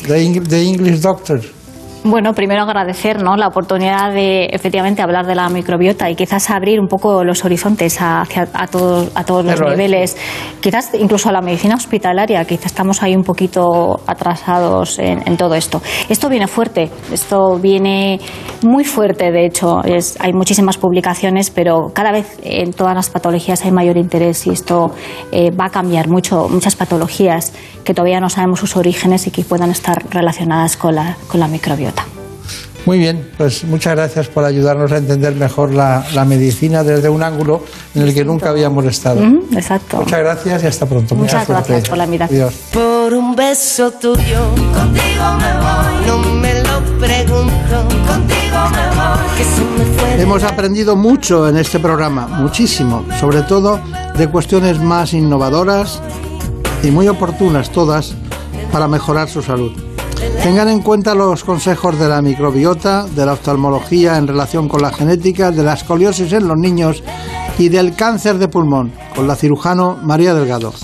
The English Doctor. Bueno, primero agradecer, ¿no?, la oportunidad de efectivamente hablar de la microbiota y quizás abrir un poco los horizontes hacia a todos a todos los Pero niveles, es. quizás incluso a la medicina hospitalaria, quizás estamos ahí un poquito atrasados en, en todo esto. Esto viene fuerte, esto viene muy fuerte, de hecho, es, hay muchísimas publicaciones, pero cada vez en todas las patologías hay mayor interés y esto eh, va a cambiar mucho, muchas patologías que todavía no sabemos sus orígenes y que puedan estar relacionadas con la, con la microbiota. Muy bien, pues muchas gracias por ayudarnos a entender mejor la, la medicina desde un ángulo en el que nunca habíamos estado. Mm, exacto. Muchas gracias y hasta pronto. Muchas gracias por la invitación. Adiós. Por un beso tuyo, contigo me voy, no me lo pregunto, contigo me voy, que se me fue. Hemos aprendido mucho en este programa, muchísimo, sobre todo de cuestiones más innovadoras y muy oportunas todas para mejorar su salud. Tengan en cuenta los consejos de la microbiota, de la oftalmología en relación con la genética, de la escoliosis en los niños y del cáncer de pulmón, con la cirujano María Delgado.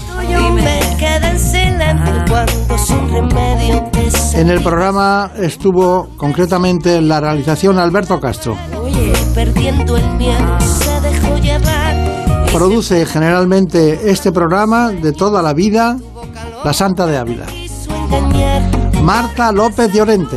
En el programa estuvo concretamente en la realización Alberto Castro. Produce generalmente este programa de toda la vida la Santa de Ávila, Marta López Llorente.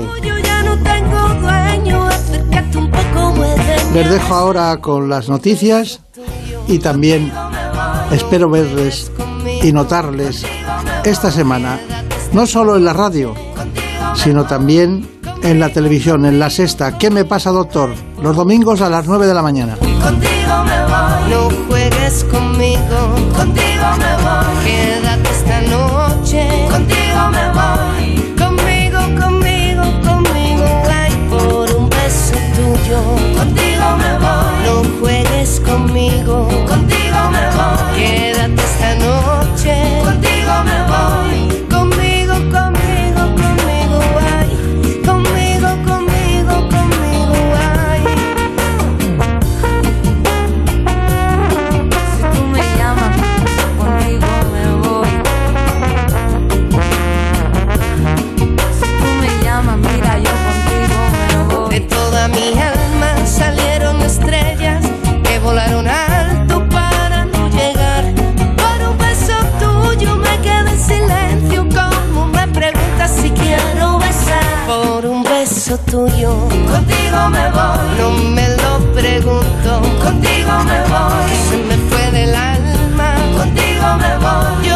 Les dejo ahora con las noticias y también espero verles y notarles esta semana, no solo en la radio, sino también en la televisión, en La Sexta. ¿Qué me pasa, doctor? Los domingos a las nueve de la mañana. Contigo me voy, no juegues conmigo, contigo me voy, quédate esta noche, contigo me voy, conmigo, conmigo, conmigo, ay, por un beso tuyo, contigo me voy, no juegues conmigo, contigo me voy, quédate esta noche, contigo me voy, conmigo, conmigo, conmigo, ay, conmigo, conmigo, conmigo, ay. Si tú me llamas, contigo me voy. Si tú me llamas, mira, yo contigo me voy. De toda mi alma salieron estrellas que volaron alto para no llegar. Por un beso tuyo me quedé en silencio, como me preguntas si quiero besar. Por un beso tuyo, contigo me voy, no me lo pregunto, contigo me voy, se me fue del alma, contigo me voy.